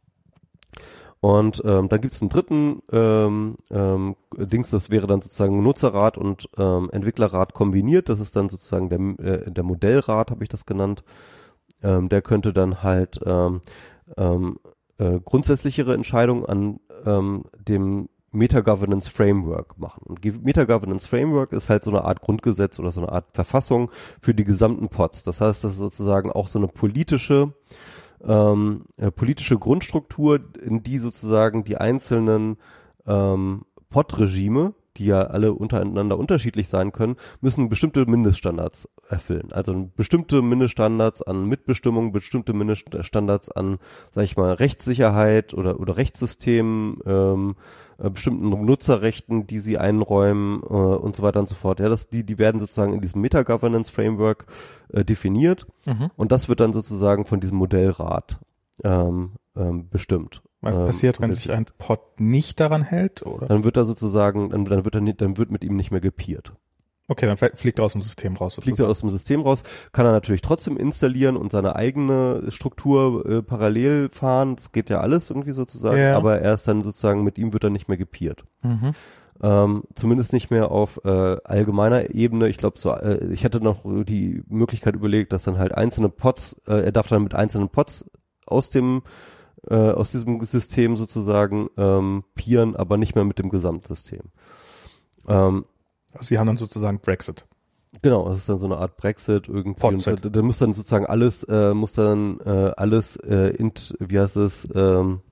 Und ähm, dann gibt es einen dritten ähm, ähm, Dings, das wäre dann sozusagen Nutzerrat und ähm, Entwicklerrat kombiniert. Das ist dann sozusagen der, äh, der Modellrat, habe ich das genannt. Ähm, der könnte dann halt ähm, ähm, äh, grundsätzlichere Entscheidungen an ähm, dem Meta-Governance Framework machen. Und Meta-Governance Framework ist halt so eine Art Grundgesetz oder so eine Art Verfassung für die gesamten Pods. Das heißt, das ist sozusagen auch so eine politische ähm, äh, politische Grundstruktur, in die sozusagen die einzelnen ähm, Pod-Regime, die ja alle untereinander unterschiedlich sein können, müssen bestimmte Mindeststandards erfüllen. Also bestimmte Mindeststandards an Mitbestimmung, bestimmte Mindeststandards an, sag ich mal, Rechtssicherheit oder oder Rechtssystemen, ähm, äh, bestimmten Nutzerrechten, die sie einräumen äh, und so weiter und so fort. Ja, das die die werden sozusagen in diesem Meta-Governance Framework äh, definiert
Mhm.
und das wird dann sozusagen von diesem Modellrat ähm, ähm, bestimmt.
Was
Ähm,
passiert, wenn
und
sich ein Pod nicht daran hält, oder?
Dann wird er sozusagen, dann, dann wird er nicht, dann wird mit ihm nicht mehr gepeert.
Okay, dann fl- fliegt er aus dem System raus.
Fliegt er aus dem System raus, kann er natürlich trotzdem installieren und seine eigene Struktur äh, parallel fahren. Das geht ja alles irgendwie sozusagen,
Ja.
aber er ist dann sozusagen, mit ihm wird er nicht mehr gepeert.
Mhm.
Ähm, zumindest nicht mehr auf äh, allgemeiner Ebene. Ich glaube, so, äh, ich hätte noch die Möglichkeit überlegt, dass dann halt einzelne Pods, äh, er darf dann mit einzelnen Pods aus dem äh, aus diesem System sozusagen ähm, peeren, aber nicht mehr mit dem Gesamtsystem. Ähm,
Also Sie haben dann sozusagen Brexit.
Genau, das ist dann so eine Art Brexit irgendwie.
Brexit.
Und da, da muss dann sozusagen alles, äh, muss dann äh, alles, äh, int, wie heißt es, ähm,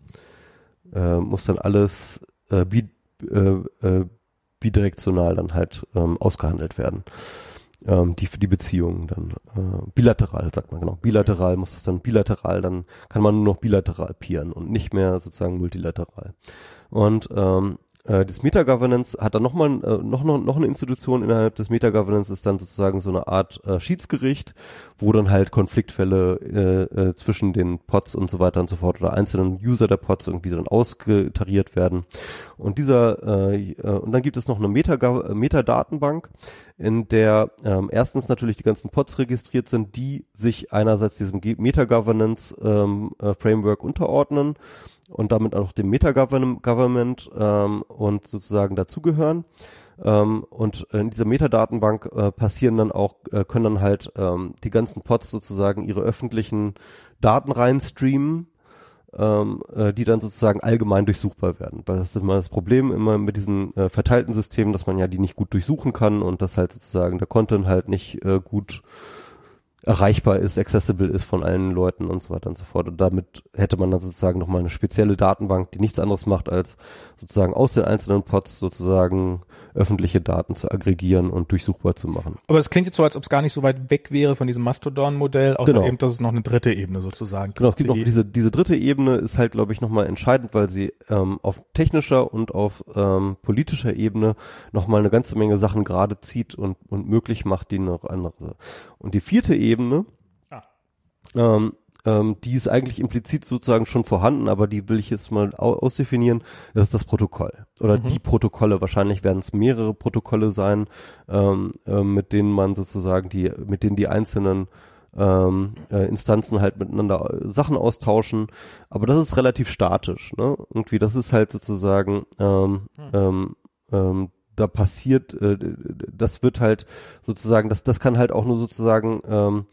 äh, muss dann alles äh, bi, äh, äh, bidirektional dann halt ähm, ausgehandelt werden. Ähm, die die Beziehungen dann äh, bilateral, sagt man genau. Bilateral muss das dann bilateral, dann kann man nur noch bilateral peeren und nicht mehr sozusagen multilateral. Und ähm, Äh, das Meta-Governance hat dann nochmal äh, noch, noch, noch eine Institution innerhalb des Meta-Governance, ist dann sozusagen so eine Art äh, Schiedsgericht, wo dann halt Konfliktfälle äh, äh, zwischen den Pods und so weiter und so fort oder einzelnen User der Pods irgendwie dann ausgetariert werden. Und dieser äh, äh, und dann gibt es noch eine Meta- Metadatenbank, in der ähm, erstens natürlich die ganzen Pods registriert sind, die sich einerseits diesem Meta-Governance ähm, äh, Framework unterordnen und damit auch dem Meta-Government ähm, und sozusagen dazugehören. Ähm, und in dieser Metadatenbank äh, passieren dann auch, äh, können dann halt ähm, die ganzen Pods sozusagen ihre öffentlichen Daten reinstreamen, ähm, äh, die dann sozusagen allgemein durchsuchbar werden. Weil das ist immer das Problem immer mit diesen äh, verteilten Systemen, dass man ja die nicht gut durchsuchen kann und dass halt sozusagen der Content halt nicht äh, gut erreichbar ist, accessible ist von allen Leuten und so weiter und so fort. Und damit hätte man dann sozusagen nochmal eine spezielle Datenbank, die nichts anderes macht, als sozusagen aus den einzelnen Pods sozusagen öffentliche Daten zu aggregieren und durchsuchbar zu machen.
Aber es klingt jetzt so, als ob es gar nicht so weit weg wäre von diesem Mastodon-Modell, außer
Genau.
eben, dass es noch eine dritte Ebene sozusagen gibt.
Genau, es gibt noch
Die-
diese, diese dritte Ebene ist halt, glaube ich, nochmal entscheidend, weil sie ähm, auf technischer und auf ähm, politischer Ebene nochmal eine ganze Menge Sachen gerade zieht und, und möglich macht, die noch andere. Und die vierte Ebene,
Ah.
ähm, ähm, die ist eigentlich implizit sozusagen schon vorhanden, aber die will ich jetzt mal au- ausdefinieren, das ist das Protokoll. Oder
Mhm.
die Protokolle, wahrscheinlich werden es mehrere Protokolle sein, ähm, äh, mit denen man sozusagen die, mit denen die einzelnen ähm, äh, Instanzen halt miteinander äh, Sachen austauschen, aber das ist relativ statisch, ne? Irgendwie, das ist halt sozusagen ähm,
Hm.
ähm, ähm, da passiert, äh, das wird halt sozusagen, das das kann halt auch nur sozusagen ähm,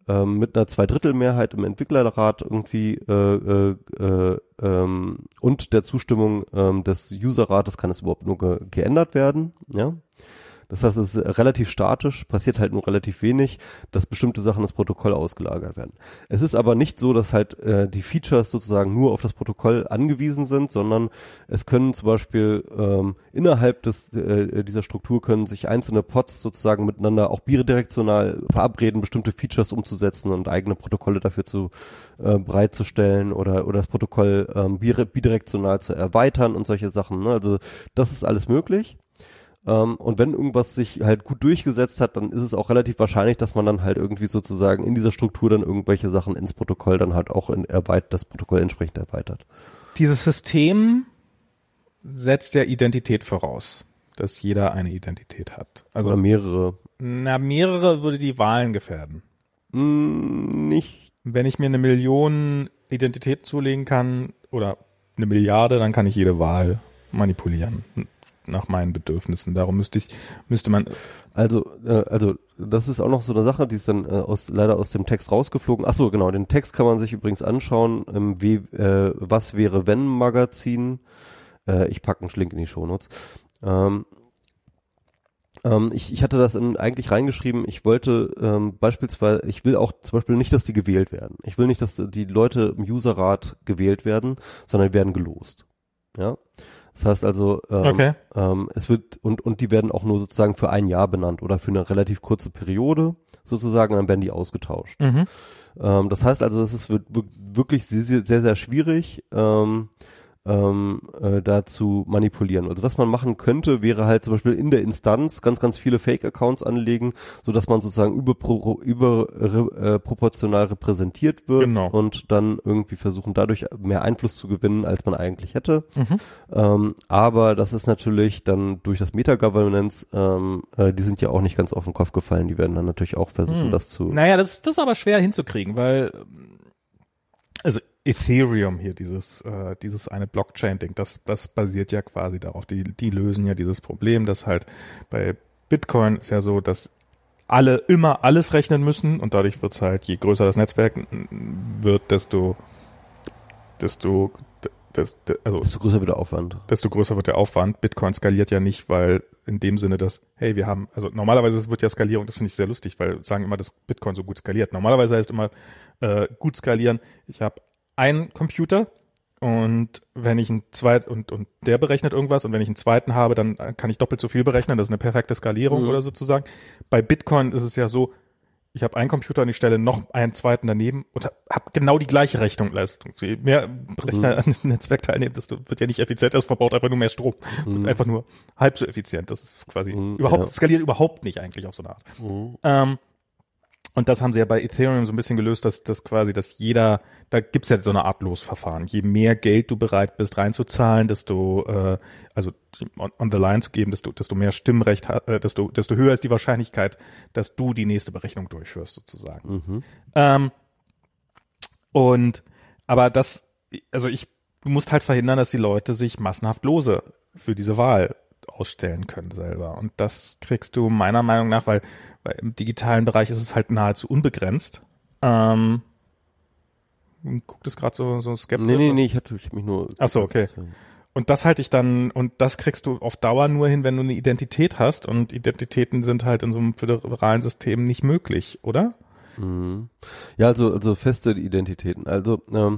ähm, mit einer Zweidrittelmehrheit im Entwicklerrat irgendwie äh, äh, äh, ähm, und der Zustimmung ähm, des Userrates kann es überhaupt nur ge- geändert werden, ja. Das heißt, es ist relativ statisch, passiert halt nur relativ wenig, dass bestimmte Sachen ins Protokoll ausgelagert werden. Es ist aber nicht so, dass halt äh, die Features sozusagen nur auf das Protokoll angewiesen sind, sondern es können zum Beispiel ähm, innerhalb des äh, dieser Struktur können sich einzelne Pods sozusagen miteinander auch bidirektional verabreden, bestimmte Features umzusetzen und eigene Protokolle dafür zu äh, bereitzustellen oder oder das Protokoll ähm, bidirektional zu erweitern und solche Sachen. Ne? Also das ist alles möglich. Um, und wenn irgendwas sich halt gut durchgesetzt hat, dann ist es auch relativ wahrscheinlich, dass man dann halt irgendwie sozusagen in dieser Struktur dann irgendwelche Sachen ins Protokoll dann halt auch in erweitert, das Protokoll entsprechend erweitert.
Dieses System setzt ja Identität voraus, dass jeder eine Identität hat. Also
oder mehrere.
Na, mehrere würde die Wahlen gefährden.
Mm, nicht.
Wenn ich mir eine Million Identitäten zulegen kann oder eine Milliarde, dann kann ich jede Wahl manipulieren. Nach meinen Bedürfnissen. Darum müsste ich, müsste man.
Also, äh, also das ist auch noch so eine Sache, die ist dann äh, aus, leider aus dem Text rausgeflogen. Ach so, genau. Den Text kann man sich übrigens anschauen im w, äh, Was wäre wenn Magazin. Äh, ich packe einen Link in die Shownotes. Ähm, ähm, ich, ich hatte das in, eigentlich reingeschrieben. Ich wollte ähm, beispielsweise, ich will auch zum Beispiel nicht, dass die gewählt werden. Ich will nicht, dass die Leute im Userrat gewählt werden, sondern die werden gelost. Ja. Das heißt also, ähm,
okay.
ähm, es wird, und, und die werden auch nur sozusagen für ein Jahr benannt oder für eine relativ kurze Periode sozusagen, und dann werden die ausgetauscht.
Mhm.
Ähm, das heißt also, es ist wird, wird wirklich sehr, sehr, sehr schwierig, ähm, ähm, äh, da zu manipulieren. Also was man machen könnte, wäre halt zum Beispiel in der Instanz ganz, ganz viele Fake-Accounts anlegen, so dass man sozusagen überpro, über, äh, proportional repräsentiert wird
Genau.
und dann irgendwie versuchen, dadurch mehr Einfluss zu gewinnen, als man eigentlich hätte.
Mhm.
Ähm, aber das ist natürlich dann durch das Meta-Governance, ähm, äh, die sind ja auch nicht ganz auf den Kopf gefallen, die werden dann natürlich auch versuchen,
Mhm.
das zu...
Naja, das, das ist aber schwer hinzukriegen, weil also Ethereum hier, dieses äh, dieses eine Blockchain-Ding, das das basiert ja quasi darauf. Die die lösen ja dieses Problem, dass halt bei Bitcoin ist ja so, dass alle immer alles rechnen müssen und dadurch wird's halt, je größer das Netzwerk wird, desto desto das, also
desto größer wird der Aufwand.
Desto größer wird der Aufwand. Bitcoin skaliert ja nicht, weil in dem Sinne, dass, hey, wir haben, also normalerweise wird ja Skalierung, das finde ich sehr lustig, weil sagen immer, dass Bitcoin so gut skaliert. Normalerweise heißt immer äh, gut skalieren, ich habe einen Computer und wenn ich einen zweiten, und, und der berechnet irgendwas und wenn ich einen zweiten habe, dann kann ich doppelt so viel berechnen, das ist eine perfekte Skalierung mhm. oder sozusagen. Bei Bitcoin ist es ja so, ich habe einen Computer und ich stelle noch einen zweiten daneben und habe genau die gleiche Rechnungsleistung. Je mehr Rechner an dem Netzwerk teilnehmen, desto wird ja nicht effizienter, es verbraucht einfach nur mehr Strom. Mhm. Und einfach nur halb so effizient. Das ist quasi mhm, überhaupt, ja. skaliert überhaupt nicht eigentlich auf so eine Art. Mhm. Ähm, und das haben sie ja bei Ethereum so ein bisschen gelöst, dass das quasi, dass jeder, da gibt's ja so eine Art Losverfahren. Je mehr Geld du bereit bist reinzuzahlen, desto, äh, also on, on the line zu geben, desto, desto mehr Stimmrecht, äh, desto, desto höher ist die Wahrscheinlichkeit, dass du die nächste Berechnung durchführst, sozusagen. Mhm. Ähm, und, aber das, also ich, du musst halt verhindern, dass die Leute sich massenhaft Lose für diese Wahl ausstellen können selber. Und das kriegst du meiner Meinung nach, weil, weil im digitalen Bereich ist es halt nahezu unbegrenzt. Ähm, guckt es gerade so, so skeptisch?
Nee, nee, nee, ich hatte ich hab mich nur...
Ach so, okay. Und das halte ich dann, und das kriegst du auf Dauer nur hin, wenn du eine Identität hast. Und Identitäten sind halt in so einem föderalen System nicht möglich, oder?
Mhm. Ja, also, also feste Identitäten. Also, ähm,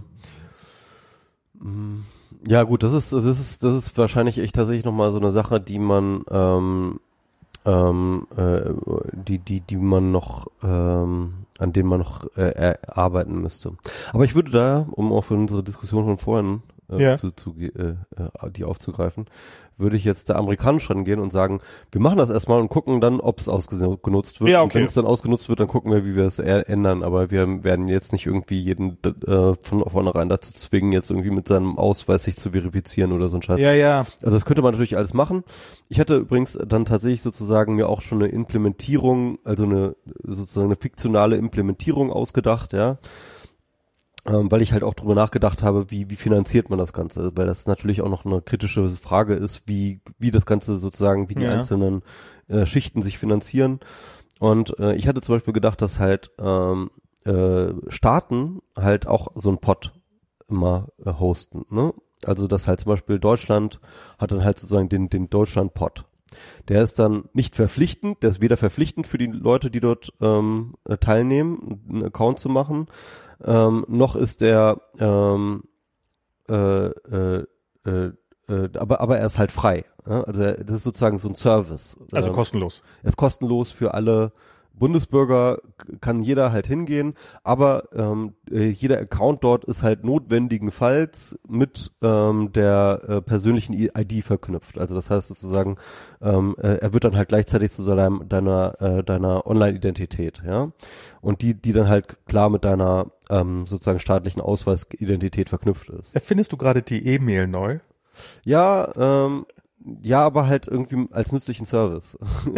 ja gut, das ist, das ist, das ist wahrscheinlich echt tatsächlich nochmal so eine Sache, die man, ähm, ähm, äh, die, die, die man noch, ähm, an denen man noch äh, arbeiten müsste. Aber ich würde da, um auf unsere Diskussion von vorhin äh,
ja.
zu, zu äh, die aufzugreifen, würde ich jetzt da amerikanisch rangehen und sagen, wir machen das erstmal und gucken dann, ob es ausgenutzt wird.
Ja, okay.
Und wenn es dann ausgenutzt wird, dann gucken wir, wie wir es ändern. Aber wir werden jetzt nicht irgendwie jeden äh, von vornherein dazu zwingen, jetzt irgendwie mit seinem Ausweis sich zu verifizieren oder so ein Scheiß.
Ja, ja.
Also das könnte man natürlich alles machen. Ich hatte übrigens dann tatsächlich sozusagen mir auch schon eine Implementierung, also eine sozusagen eine fiktionale Implementierung ausgedacht, ja. Ähm, weil ich halt auch drüber nachgedacht habe, wie wie finanziert man das Ganze, weil das natürlich auch noch eine kritische Frage ist, wie wie das Ganze sozusagen, wie die ja. einzelnen äh, Schichten sich finanzieren. Und äh, ich hatte zum Beispiel gedacht, dass halt ähm, äh, Staaten halt auch so ein Pod immer äh, hosten, ne? Also dass halt zum Beispiel Deutschland hat dann halt sozusagen den, den Deutschland-Pod. Der ist dann nicht verpflichtend, der ist weder verpflichtend für die Leute, die dort ähm, teilnehmen, einen Account zu machen, ähm, noch ist der ähm, äh, äh, äh, äh, aber, aber er ist halt frei. Ja? Also er, das ist sozusagen so ein Service.
Also
ähm,
kostenlos.
Er ist kostenlos für alle Bundesbürger, kann jeder halt hingehen, aber ähm, äh, jeder Account dort ist halt notwendigenfalls mit ähm, der äh, persönlichen I D verknüpft. Also das heißt sozusagen, ähm, äh, er wird dann halt gleichzeitig zu seinem, deiner äh, deiner Online-Identität, ja, und die die dann halt klar mit deiner ähm, sozusagen staatlichen Ausweisidentität verknüpft ist.
Erfindest du gerade die E-Mail neu?
Ja, ähm, ja, aber halt irgendwie als nützlichen Service.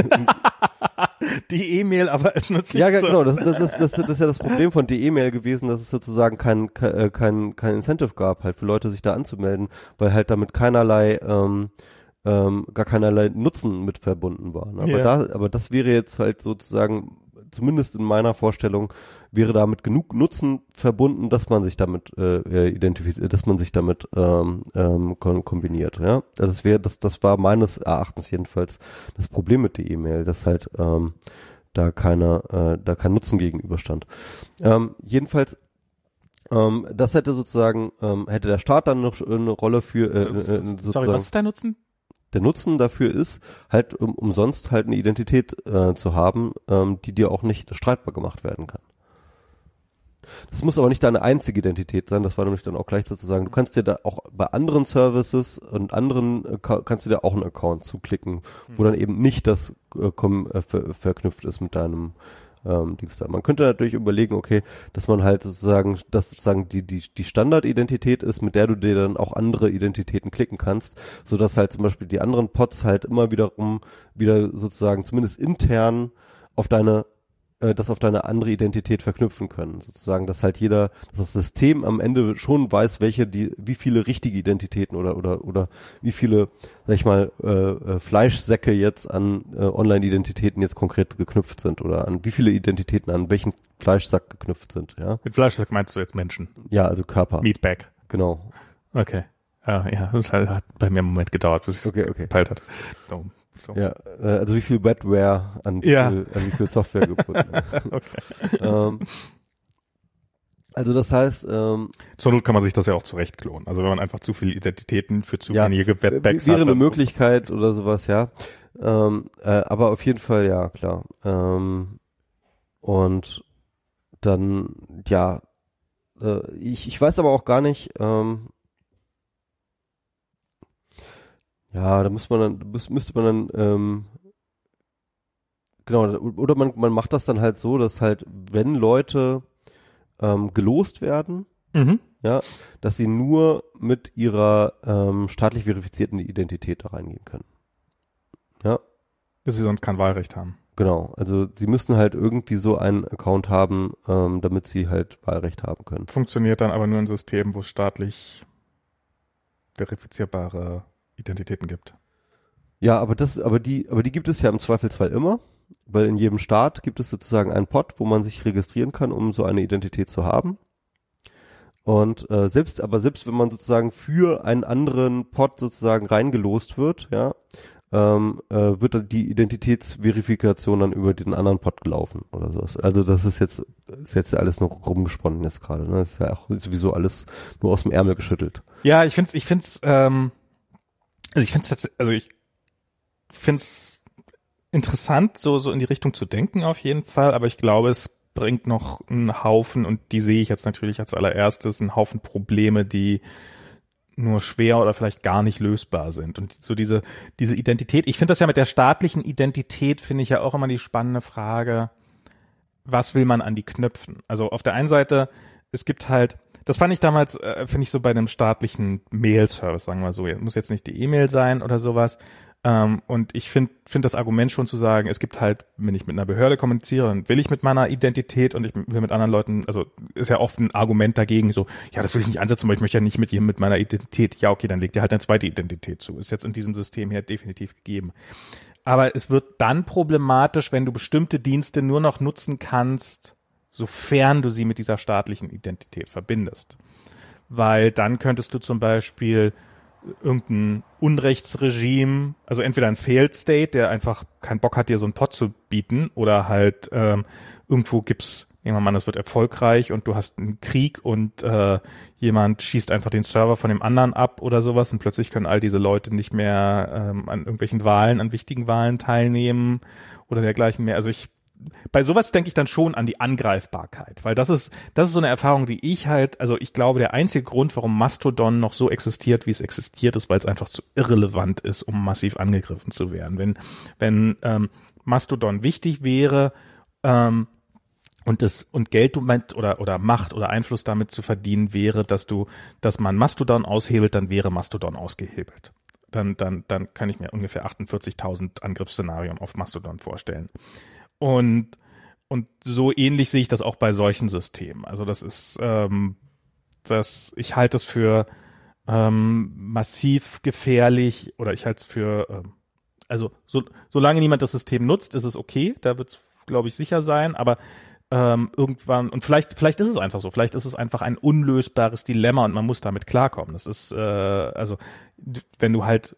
Die E-Mail aber als nützlichen
Ja, genau,
Service.
das, das, das, das ist ja das Problem von die E-Mail gewesen, dass es sozusagen kein, kein, kein, kein Incentive gab, halt für Leute sich da anzumelden, weil halt damit keinerlei, ähm, ähm, gar keinerlei Nutzen mit verbunden war. Ne? Aber,
Yeah.
da, aber das wäre jetzt halt sozusagen, zumindest in meiner Vorstellung, wäre damit genug Nutzen verbunden, dass man sich damit äh, identifiziert, dass man sich damit ähm, ähm, kombiniert. Ja, also es wäre, das, das war meines Erachtens jedenfalls das Problem mit der E-Mail, dass halt ähm, da keine, äh, da kein Nutzen gegenüberstand. Ähm, jedenfalls, ähm, das hätte sozusagen, ähm, hätte der Staat dann noch eine Rolle für. Äh, äh,
Sorry,
sozusagen,
was ist der Nutzen?
Der Nutzen dafür ist, halt um, umsonst halt eine Identität äh, zu haben, ähm, die dir auch nicht streitbar gemacht werden kann. Das muss aber nicht deine einzige Identität sein, das war nämlich dann auch gleich sozusagen, du kannst dir da auch bei anderen Services und anderen, äh, kannst du dir auch einen Account zuklicken, wo dann eben nicht das äh, kom, äh, ver, verknüpft ist mit deinem ähm, Dings da. Man könnte natürlich überlegen, okay, dass man halt sozusagen, dass sozusagen die, die, die Standardidentität ist, mit der du dir dann auch andere Identitäten klicken kannst, sodass halt zum Beispiel die anderen Pods halt immer wiederum wieder sozusagen zumindest intern auf deine das auf deine andere Identität verknüpfen können. Sozusagen, dass halt jeder, dass das System am Ende schon weiß, welche die, wie viele richtige Identitäten oder oder oder wie viele, sag ich mal, äh, Fleischsäcke jetzt an äh, Online-Identitäten jetzt konkret geknüpft sind oder an wie viele Identitäten an welchen Fleischsack geknüpft sind. Ja.
Mit Fleischsack meinst du jetzt Menschen?
Ja, also Körper.
Meatbag.
Genau.
Okay. Uh, ja, das hat bei mir einen Moment gedauert, bis es
okay, okay.
gepeilt hat. So. So.
Ja, äh, also wie viel Wetware an,
ja.
viel, an wie viel Software gebunden.
Okay.
ähm, also das heißt, ähm,
zur Not kann man sich das ja auch zurecht klonen. Also wenn man einfach zu viele Identitäten für zu
ja,
wenige Wetbacks
wäre
hat.
eine Möglichkeit oder sowas, ja. Ähm, äh, aber auf jeden Fall, ja, klar. Ähm, und dann, ja, äh, ich, ich weiß aber auch gar nicht, ähm, ja, da muss man dann, müß, müsste man dann, ähm, genau, oder man, man macht das dann halt so, dass halt, wenn Leute ähm, gelost werden,
mhm.
ja, dass sie nur mit ihrer ähm, staatlich verifizierten Identität da reingehen können. Ja.
Dass sie sonst kein Wahlrecht haben.
Genau, also sie müssen halt irgendwie so einen Account haben, ähm, damit sie halt Wahlrecht haben können.
Funktioniert dann aber nur ein System, wo es staatlich verifizierbare Identitäten gibt.
Ja, aber das, aber die, aber die gibt es ja im Zweifelsfall immer, weil in jedem Staat gibt es sozusagen einen Pod, wo man sich registrieren kann, um so eine Identität zu haben. Und äh, selbst, aber selbst wenn man sozusagen für einen anderen Pod sozusagen reingelost wird, ja, ähm, äh, wird dann die Identitätsverifikation dann über den anderen Pod gelaufen oder sowas. Also das ist jetzt, ist jetzt alles nur rumgesponnen jetzt gerade. Ne? Das ist ja auch sowieso alles nur aus dem Ärmel geschüttelt.
Ja, ich find's, ich find's, ähm, also ich find's jetzt, also ich find's interessant, so so in die Richtung zu denken auf jeden Fall, aber ich glaube, es bringt noch einen Haufen, und die sehe ich jetzt natürlich als allererstes, einen Haufen Probleme, die nur schwer oder vielleicht gar nicht lösbar sind. Und so diese diese Identität, ich finde das ja mit der staatlichen Identität, finde ich ja auch immer die spannende Frage, was will man an die knüpfen? Also auf der einen Seite, es gibt halt, das fand ich damals, äh, finde ich so bei einem staatlichen Mail-Service, sagen wir so, muss jetzt nicht die E-Mail sein oder sowas. Ähm, und ich finde finde das Argument schon zu sagen, es gibt halt, wenn ich mit einer Behörde kommuniziere, dann will ich mit meiner Identität und ich will mit anderen Leuten, also ist ja oft ein Argument dagegen, so, ja, das will ich nicht ansetzen, weil ich möchte ja nicht mit jedem mit meiner Identität. Ja, okay, dann legt ihr halt eine zweite Identität zu. Ist jetzt in diesem System hier definitiv gegeben. Aber es wird dann problematisch, wenn du bestimmte Dienste nur noch nutzen kannst, sofern du sie mit dieser staatlichen Identität verbindest. Weil dann könntest du zum Beispiel irgendein Unrechtsregime, also entweder ein Failed State, der einfach keinen Bock hat, dir so einen Pot zu bieten, oder halt ähm, irgendwo gibt's, nehmen wir mal an, das wird erfolgreich und du hast einen Krieg und äh, jemand schießt einfach den Server von dem anderen ab oder sowas und plötzlich können all diese Leute nicht mehr ähm, an irgendwelchen Wahlen, an wichtigen Wahlen teilnehmen oder dergleichen mehr. Also ich bei sowas denke ich dann schon an die Angreifbarkeit, weil das ist das ist so eine Erfahrung, die ich halt, also ich glaube, der einzige Grund, warum Mastodon noch so existiert, wie es existiert, ist, weil es einfach zu irrelevant ist, um massiv angegriffen zu werden. Wenn wenn ähm, Mastodon wichtig wäre ähm, und das und Geld oder oder Macht oder Einfluss damit zu verdienen wäre, dass du, dass man Mastodon aushebelt, dann wäre Mastodon ausgehebelt. Dann dann dann kann ich mir ungefähr achtundvierzigtausend Angriffsszenarien auf Mastodon vorstellen. Und und so ähnlich sehe ich das auch bei solchen Systemen. Also das ist, ähm, das ich halte es für ähm, massiv gefährlich oder ich halte es für, ähm, also so, solange niemand das System nutzt, ist es okay. Da wird es, glaube ich, sicher sein. Aber ähm, irgendwann und vielleicht vielleicht ist es einfach so. Vielleicht ist es einfach ein unlösbares Dilemma und man muss damit klarkommen. Das ist äh, also wenn du halt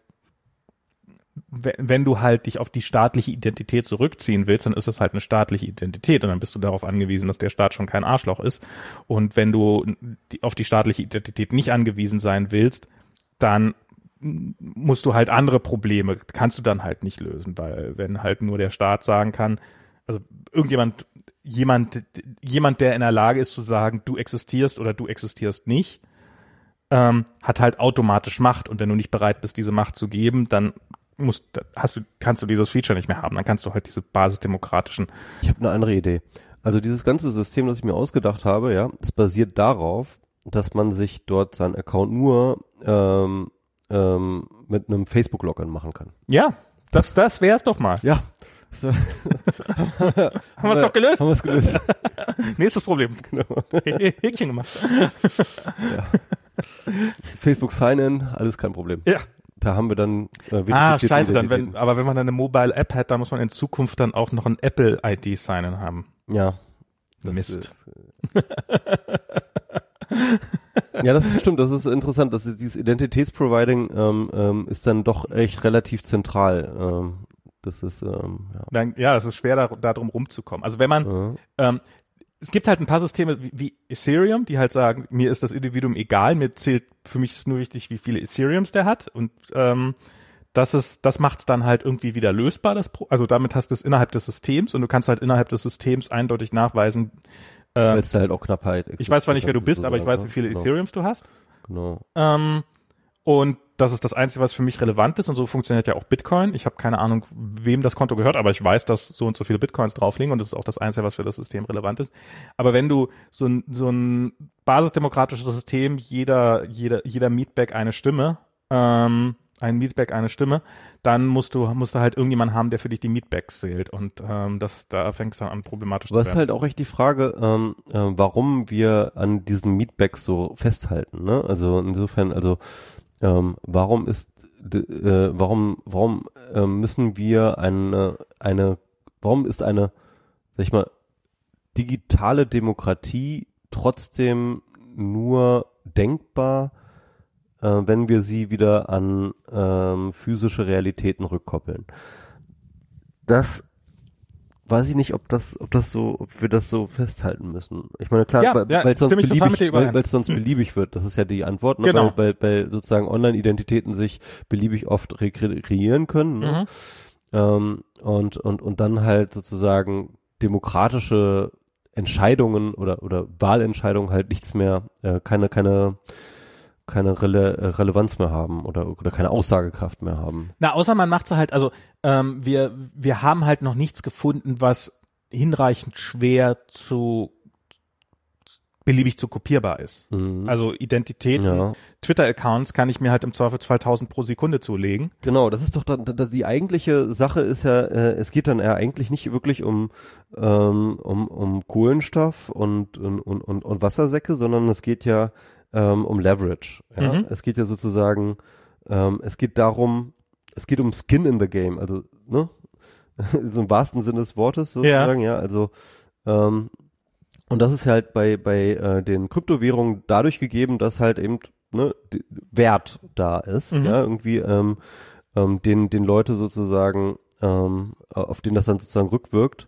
wenn du halt dich auf die staatliche Identität zurückziehen willst, dann ist das halt eine staatliche Identität und dann bist du darauf angewiesen, dass der Staat schon kein Arschloch ist. Und wenn du auf die staatliche Identität nicht angewiesen sein willst, dann musst du halt andere Probleme, kannst du dann halt nicht lösen, weil wenn halt nur der Staat sagen kann, also irgendjemand, jemand, jemand, der in der Lage ist zu sagen, du existierst oder du existierst nicht, ähm, hat halt automatisch Macht und wenn du nicht bereit bist, diese Macht zu geben, dann musst, hast du, kannst du dieses Feature nicht mehr haben. Dann kannst du halt diese basisdemokratischen.
Ich habe eine andere Idee. Also dieses ganze System, das ich mir ausgedacht habe, ja, das basiert darauf, dass man sich dort seinen Account nur ähm, ähm, mit einem Facebook-Login machen kann.
Ja, das, das wär's doch mal.
Ja. So.
haben wir es doch gelöst.
Haben wir es gelöst.
Nächstes Problem. Genau. Häkchen gemacht.
Ja. Facebook Sign-In, alles kein Problem.
Ja.
Da haben wir dann
äh, Ah, scheiße, dann wenn, aber wenn man dann eine Mobile App hat, dann muss man in Zukunft dann auch noch ein Apple I D Sign-In haben.
Ja.
Mist. Ist,
ja, das ist stimmt, das ist interessant, dass dieses Identitätsproviding ähm, ähm, ist dann doch echt relativ zentral. Ähm, das ist ähm, ja.
Dann, ja, es ist schwer, da, da drum rumzukommen. Also wenn man ja. ähm, es gibt halt ein paar Systeme wie, wie Ethereum, die halt sagen, mir ist das Individuum egal, mir zählt, für mich ist nur wichtig, wie viele Ethereums der hat und ähm, das ist, das macht's dann halt irgendwie wieder lösbar, das Pro- also damit hast du es innerhalb des Systems und du kannst halt innerhalb des Systems eindeutig nachweisen, äh,
weil es da halt auch Knappheit existiert.
Ich weiß zwar nicht, wer du bist, aber ich weiß, wie viele
genau.
Ethereums du hast.
Genau.
Ähm, und das ist das Einzige, was für mich relevant ist und so funktioniert ja auch Bitcoin. Ich habe keine Ahnung, wem das Konto gehört, aber ich weiß, dass so und so viele Bitcoins drauf liegen und das ist auch das Einzige, was für das System relevant ist. Aber wenn du so ein, so ein basisdemokratisches System, jeder, jeder, jeder Meatbag eine Stimme, ähm, ein Meatbag eine Stimme, dann musst du, musst du halt irgendjemanden haben, der für dich die Meatbags zählt und ähm, das, da fängt es dann an problematisch
Was
zu werden.
Was halt auch echt die Frage, ähm, äh, warum wir an diesen Meatbags so festhalten, ne? Also insofern, also Ähm, warum ist, äh, warum, warum äh, müssen wir eine, eine, warum ist eine, sag ich mal, digitale Demokratie trotzdem nur denkbar, äh, wenn wir sie wieder an ähm, physische Realitäten rückkoppeln? Das weiß ich nicht, ob das, ob das so, ob wir das so festhalten müssen. Ich meine, klar,
ja,
weil
ja,
es sonst beliebig, weil es sonst
hm.
beliebig wird. Das ist ja die Antwort, ne?
Genau.
Weil, weil, weil sozusagen Online-Identitäten sich beliebig oft re- kreieren können. Ne? Mhm. Ähm, und, und, und dann halt sozusagen demokratische Entscheidungen oder, oder Wahlentscheidungen halt nichts mehr, äh, keine, keine, keine Rele- Relevanz mehr haben oder, oder keine Aussagekraft mehr haben.
Na, außer man macht es halt, also ähm, wir wir haben halt noch nichts gefunden, was hinreichend schwer zu beliebig zu kopierbar ist. Mhm. Also Identitäten, ja. Twitter-Accounts kann ich mir halt im Zweifelsfall tausend pro Sekunde zulegen.
Genau, das ist doch dann, die eigentliche Sache ist ja, äh, es geht dann ja eigentlich nicht wirklich um ähm, um um Kohlenstoff und und und und, und Wassersäcke, sondern es geht ja ähm, um Leverage. Ja? Mhm. Es geht ja sozusagen, ähm, es geht darum, es geht um Skin in the Game, also ne, so im wahrsten Sinne des Wortes sozusagen, ja, ja also ähm, Und das ist halt bei bei äh, den Kryptowährungen dadurch gegeben, dass halt eben ne, Wert da ist,
Mhm.
ja, irgendwie ähm, ähm, den den Leute sozusagen ähm, auf den das dann sozusagen rückwirkt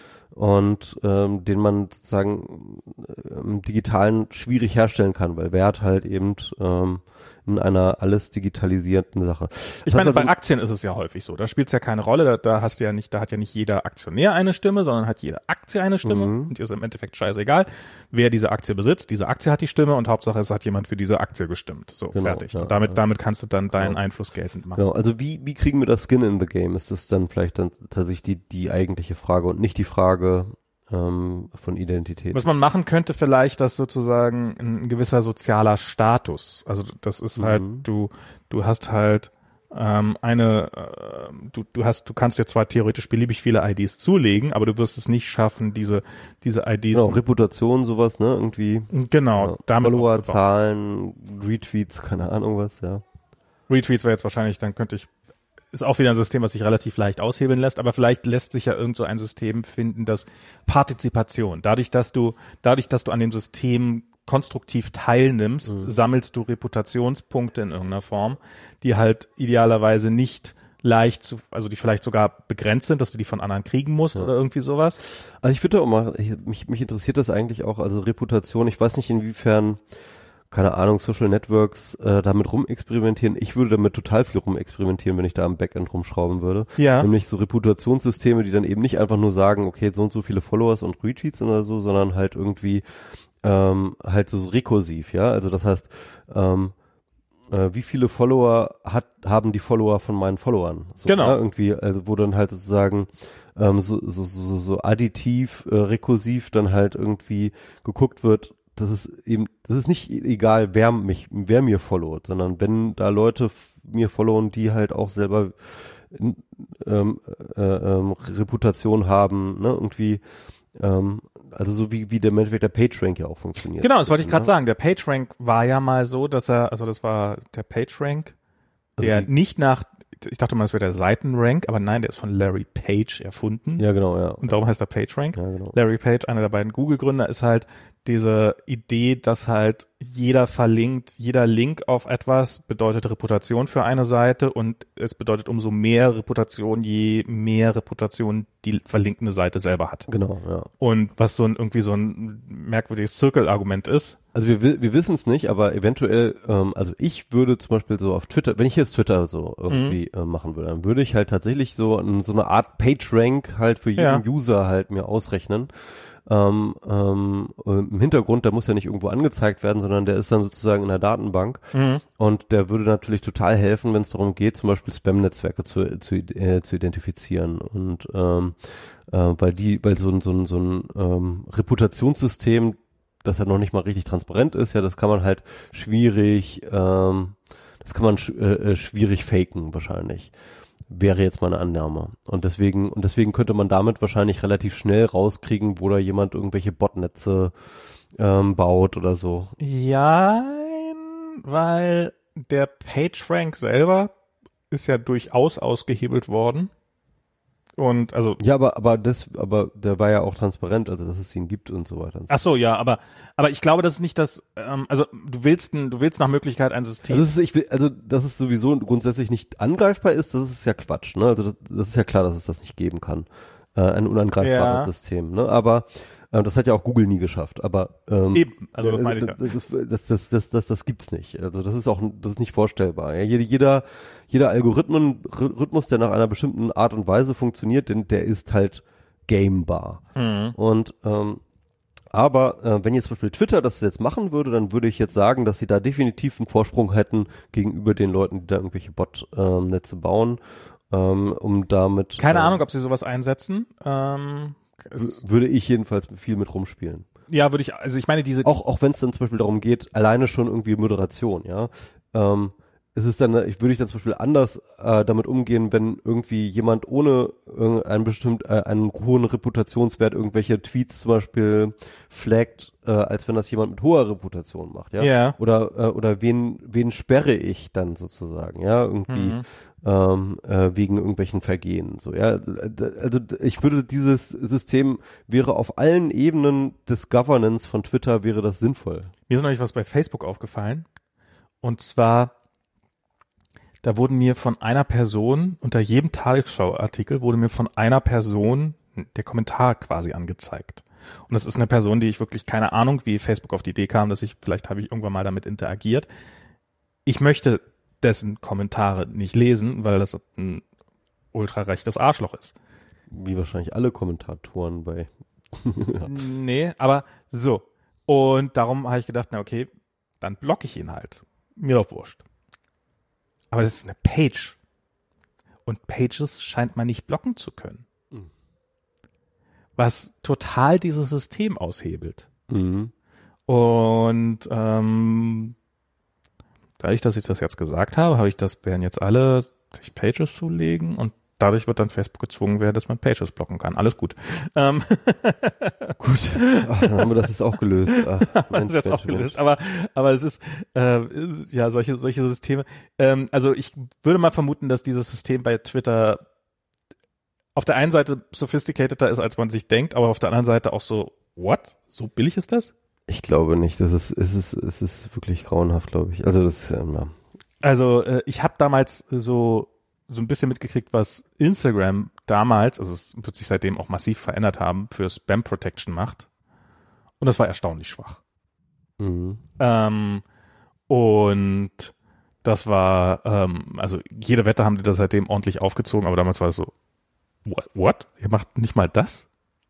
und ähm, den man sozusagen im Digitalen schwierig herstellen kann, weil Wert halt eben ähm, in einer alles digitalisierten Sache.
Ich
Das
meine,
heißt
bei
also,
Aktien ist es ja häufig so. Da spielt es ja keine Rolle. Da, da hast du ja nicht, da hat ja nicht jeder Aktionär eine Stimme, sondern hat jede Aktie eine Stimme.
Mhm.
Und dir ist im Endeffekt scheißegal, wer diese Aktie besitzt. Diese Aktie hat die Stimme und Hauptsache es hat jemand für diese Aktie gestimmt. So,
Genau,
fertig.
ja,
und damit,
ja.
damit kannst du dann deinen
Genau.
Einfluss geltend machen.
Genau, also wie wie kriegen wir das Skin in the Game? Ist das dann vielleicht dann tatsächlich die die eigentliche Frage und nicht die Frage ähm, von Identität?
Was man machen könnte vielleicht, dass sozusagen ein gewisser sozialer Status, also das ist halt,
Mhm.
du, du hast halt ähm, eine, äh, du, du hast, du kannst dir zwar theoretisch beliebig viele I Ds zulegen, aber du wirst es nicht schaffen, diese, diese I Ds.
Genau, Reputation, sowas, ne? Irgendwie
Genau,
ja,
damit aufzubauen.
Followerzahlen, Retweets, keine Ahnung was, ja.
Retweets wäre jetzt wahrscheinlich, dann könnte ich, ist auch wieder ein System, was sich relativ leicht aushebeln lässt, aber vielleicht lässt sich ja irgend so ein System finden, das Partizipation, dadurch, dass du, dadurch, dass du an dem System konstruktiv teilnimmst,
Mhm.
sammelst du Reputationspunkte in irgendeiner Form, die halt idealerweise nicht leicht zu, also die vielleicht sogar begrenzt sind, dass du die von anderen kriegen musst
Ja.
oder irgendwie sowas.
Also ich würde auch mal, ich, mich, mich interessiert das eigentlich auch, also Reputation, ich weiß nicht inwiefern, keine Ahnung, Social Networks äh, damit rumexperimentieren. Ich würde damit total viel rumexperimentieren, wenn ich da am Backend rumschrauben würde.
Ja.
Nämlich so Reputationssysteme, die dann eben nicht einfach nur sagen, okay, so und so viele Followers und Retweets oder so, sondern halt irgendwie ähm, halt so, so rekursiv, ja. Also das heißt, ähm, äh, wie viele Follower hat, haben die Follower von meinen Followern? So,
Genau.
Ja, irgendwie, also wo dann halt sozusagen ähm, so, so, so, so additiv, äh, rekursiv dann halt irgendwie geguckt wird, das ist eben, das ist nicht egal, wer mich, wer mir followt, sondern wenn da Leute f- mir followen, die halt auch selber in, ähm, äh, ähm, Reputation haben, ne, irgendwie, ähm, also so wie, wie der im Endeffekt der PageRank ja auch funktioniert.
Genau, das wollte ich gerade
ne?
sagen. Der PageRank war ja mal so, dass er, also das war der PageRank, der
Also die-
nicht nach, ich dachte mal, das wäre der Seitenrank, aber nein, der ist von Larry Page erfunden.
Ja, genau, ja.
Und darum heißt er PageRank.
Ja, genau.
Larry Page, einer der beiden Google-Gründer, ist halt diese Idee, dass halt jeder verlinkt, jeder Link auf etwas bedeutet Reputation für eine Seite und es bedeutet umso mehr Reputation, je mehr Reputation die verlinkende Seite selber hat.
Genau, ja.
Und was so ein irgendwie so ein merkwürdiges Zirkelargument ist.
Also wir, wi- wir wissen es nicht, aber eventuell, ähm, also ich würde zum Beispiel so auf Twitter, wenn ich jetzt Twitter so irgendwie äh, machen würde, dann würde ich halt tatsächlich so, ein, so eine Art PageRank halt für jeden
Ja.
User halt mir ausrechnen. Ähm, ähm, im Hintergrund, der muss ja nicht irgendwo angezeigt werden, sondern der ist dann sozusagen in der Datenbank
Mhm.
und der würde natürlich total helfen, wenn es darum geht, zum Beispiel Spam-Netzwerke zu, zu, äh, zu identifizieren und ähm, äh, weil die, weil so ein so ein so ein ähm, Reputationssystem, das ja noch nicht mal richtig transparent ist, ja, das kann man halt schwierig, ähm, das kann man sch äh, schwierig faken wahrscheinlich. Wäre jetzt meine Annahme. Und deswegen, und deswegen könnte man damit wahrscheinlich relativ schnell rauskriegen, wo da jemand irgendwelche Botnetze ähm, baut oder so.
Ja, weil der PageRank selber ist ja durchaus ausgehebelt worden. Und also
Ja, aber aber das, aber der war ja auch transparent, also dass es ihn gibt und so weiter. Und so.
ach so, ja, aber aber ich glaube, das ist nicht das. Ähm, also du willst ein, du willst nach Möglichkeit ein System.
Also, es ist, ich will, also dass es sowieso grundsätzlich nicht angreifbar ist, das ist ja Quatsch. Ne? Also das, das ist ja klar, dass es das nicht geben kann. Äh, ein unangreifbares
Ja.
System. Ne? Aber äh, das hat ja auch Google nie geschafft. Aber ähm,
Eben, also das meine ich ja.
Das, ist- das, das, das, das, das gibt's nicht. Also das ist auch, das ist nicht vorstellbar. Ja, jeder, jeder, jeder Algorithmen, Rhythmus, der nach einer bestimmten Art und Weise funktioniert, denn der ist halt gamebar.
Mhm.
Und ähm, aber äh, wenn jetzt zum Beispiel Twitter das jetzt machen würde, dann würde ich jetzt sagen, dass sie da definitiv einen Vorsprung hätten gegenüber den Leuten, die da irgendwelche Bot-Netze bauen, ähm, um damit
Keine
ähm,
Ahnung, ob sie sowas einsetzen. Ähm, es ist,
würde ich jedenfalls viel mit rumspielen.
ja, würde ich. Also ich meine diese.
Auch auch wenn es dann zum Beispiel darum geht, alleine schon irgendwie Moderation, ja. Ähm, ist es dann, ich würde ich dann zum Beispiel anders äh, damit umgehen, wenn irgendwie jemand ohne äh, einen bestimmt äh, einen hohen Reputationswert irgendwelche Tweets zum Beispiel flaggt, äh, als wenn das jemand mit hoher Reputation macht, ja.
Ja.
Oder äh, oder wen wen sperre ich dann sozusagen, ja, irgendwie
Mhm.
ähm, äh, wegen irgendwelchen Vergehen, so, ja. Also ich würde dieses System wäre auf allen Ebenen des Governance von Twitter wäre das sinnvoll.
Mir ist neulich was bei Facebook aufgefallen. Und zwar, da wurden mir von einer Person, unter jedem Tagesschau-Artikel wurde mir von einer Person der Kommentar quasi angezeigt. Und das ist eine Person, die ich wirklich keine Ahnung, wie Facebook auf die Idee kam, dass ich, vielleicht habe ich irgendwann mal damit interagiert. Ich möchte dessen Kommentare nicht lesen, weil das ein ultra rechtes Arschloch ist.
Wie wahrscheinlich alle Kommentatoren bei.
Ja. Nee, aber so. Und darum habe ich gedacht, na okay, dann blocke ich ihn halt. Mir doch wurscht. Aber das ist eine Page. Und Pages scheint man nicht blocken zu können.
Mhm.
Was total dieses System aushebelt.
Mhm.
Und ähm, dadurch, dass ich das jetzt gesagt habe, habe ich das, werden jetzt alle sich Pages zulegen und dadurch wird dann Facebook gezwungen werden, dass man Pages blocken kann. Alles gut. Ähm.
Gut. Ach, dann haben wir das jetzt auch gelöst. Ach,
das ist jetzt auch gelöst. Aber, aber es ist, äh, ja, solche, solche Systeme. Ähm, also ich würde mal vermuten, dass dieses System bei Twitter auf der einen Seite sophisticateder ist, als man sich denkt, aber auf der anderen Seite auch so, what? So billig ist das?
Ich glaube nicht. Das ist, es ist, es ist wirklich grauenhaft, glaube ich. Also das ist ja immer.
Also äh, ich habe damals so so ein bisschen mitgekriegt, was Instagram damals, also es wird sich seitdem auch massiv verändert haben, für Spam Protection macht. Und das war erstaunlich schwach.
Mhm.
Ähm, und das war, ähm, also jede Wette haben die da seitdem ordentlich aufgezogen, aber damals war es so, what? what? Ihr macht nicht mal das?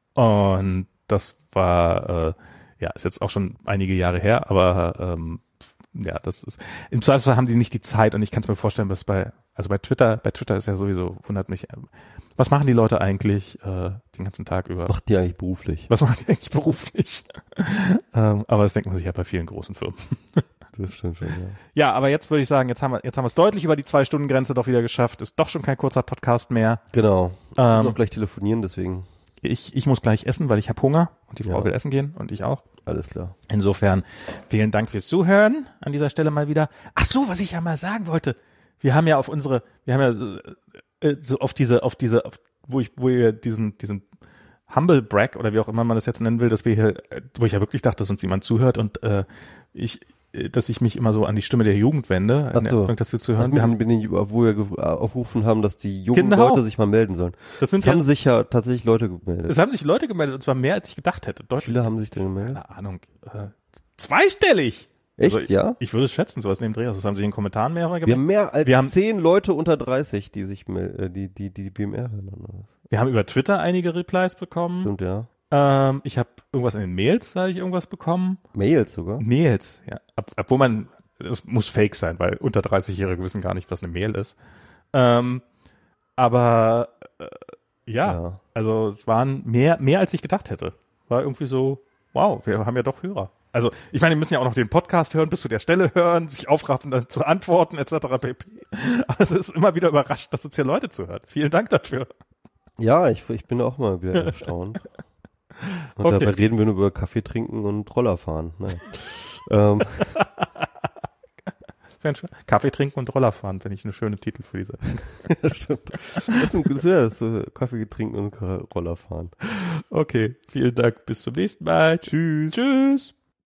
Und das war, äh, ja, ist jetzt auch schon einige Jahre her, aber ähm, ja, das ist, im Zweifelsfall haben die nicht die Zeit und ich kann es mir vorstellen, was bei, also bei Twitter, bei Twitter ist ja sowieso, wundert mich, was machen die Leute eigentlich äh, den ganzen Tag über?
Macht die eigentlich beruflich?
Was machen die eigentlich beruflich? ähm, aber das denkt man sich ja bei vielen großen Firmen.
Das stimmt schon, ja.
Ja, aber jetzt würde ich sagen, jetzt haben wir, jetzt haben wir es deutlich über die Zwei-Stunden-Grenze doch wieder geschafft. Ist doch schon kein kurzer Podcast mehr.
Genau. Ich
Ähm,
muss auch gleich telefonieren, deswegen.
Ich, ich muss gleich essen, weil ich habe Hunger und die Frau
Ja.
will essen gehen und ich auch.
Alles klar.
Insofern vielen Dank fürs Zuhören an dieser Stelle mal wieder. Ach so, was ich ja mal sagen wollte. Wir haben ja auf unsere, wir haben ja äh, so auf diese, auf diese, auf, wo ich, wo wir diesen, diesen Humble Brag oder wie auch immer man das jetzt nennen will, dass wir hier, äh, wo ich ja wirklich dachte, dass uns jemand zuhört und äh, ich, äh, dass ich mich immer so an die Stimme der Jugend wende,
Ach so.
das zu hören.
Wir
Wir haben,
haben, bin ich, wo wir ge- aufgerufen haben, dass die jungen
Genau.
Leute sich mal melden sollen.
das sind
Es
ja,
haben sich ja tatsächlich Leute gemeldet.
es haben sich Leute gemeldet und zwar mehr als ich gedacht hätte.
Wie
Deutlich.
viele haben sich denn gemeldet?
Keine Ahnung. Äh, zweistellig.
Echt,
Also ich,
ja?
Ich würde es schätzen, sowas neben Dreh aus. Das haben sich in den Kommentaren mehrere
Wir
gemeldet.
haben mehr als
Wir haben-
zehn Leute unter dreißig, die sich mel- äh, die, die, die, die B M R hören. oder was?
Wir haben über Twitter einige Replies bekommen.
Stimmt, ja.
Ähm, ich habe irgendwas in den Mails, da habe ich irgendwas bekommen.
Mails sogar.
Mails, ja. Ob, obwohl man, es muss fake sein, weil unter dreißig-Jährige wissen gar nicht, was eine Mail ist. Ähm, aber äh, ja,
Ja.
also es waren mehr, mehr als ich gedacht hätte. War irgendwie so, wow, wir haben ja doch Hörer. Also ich meine, die müssen ja auch noch den Podcast hören, bis zu der Stelle hören, sich aufraffen, dann zu antworten, et cetera pp. Aber es ist immer wieder überrascht, dass uns hier Leute zuhören. Vielen Dank dafür.
Ja, ich, ich bin auch mal wieder erstaunt. Und
Okay.
dabei reden wir nur über Kaffee trinken und Roller fahren. Naja. ähm,
Kaffee trinken und Roller fahren, finde ich eine schöne Titel für diese.
ja, stimmt. Das ist ein das ist ja, so Kaffee trinken und Roller fahren.
Okay, vielen Dank. Bis zum nächsten Mal. Tschüss. Tschüss.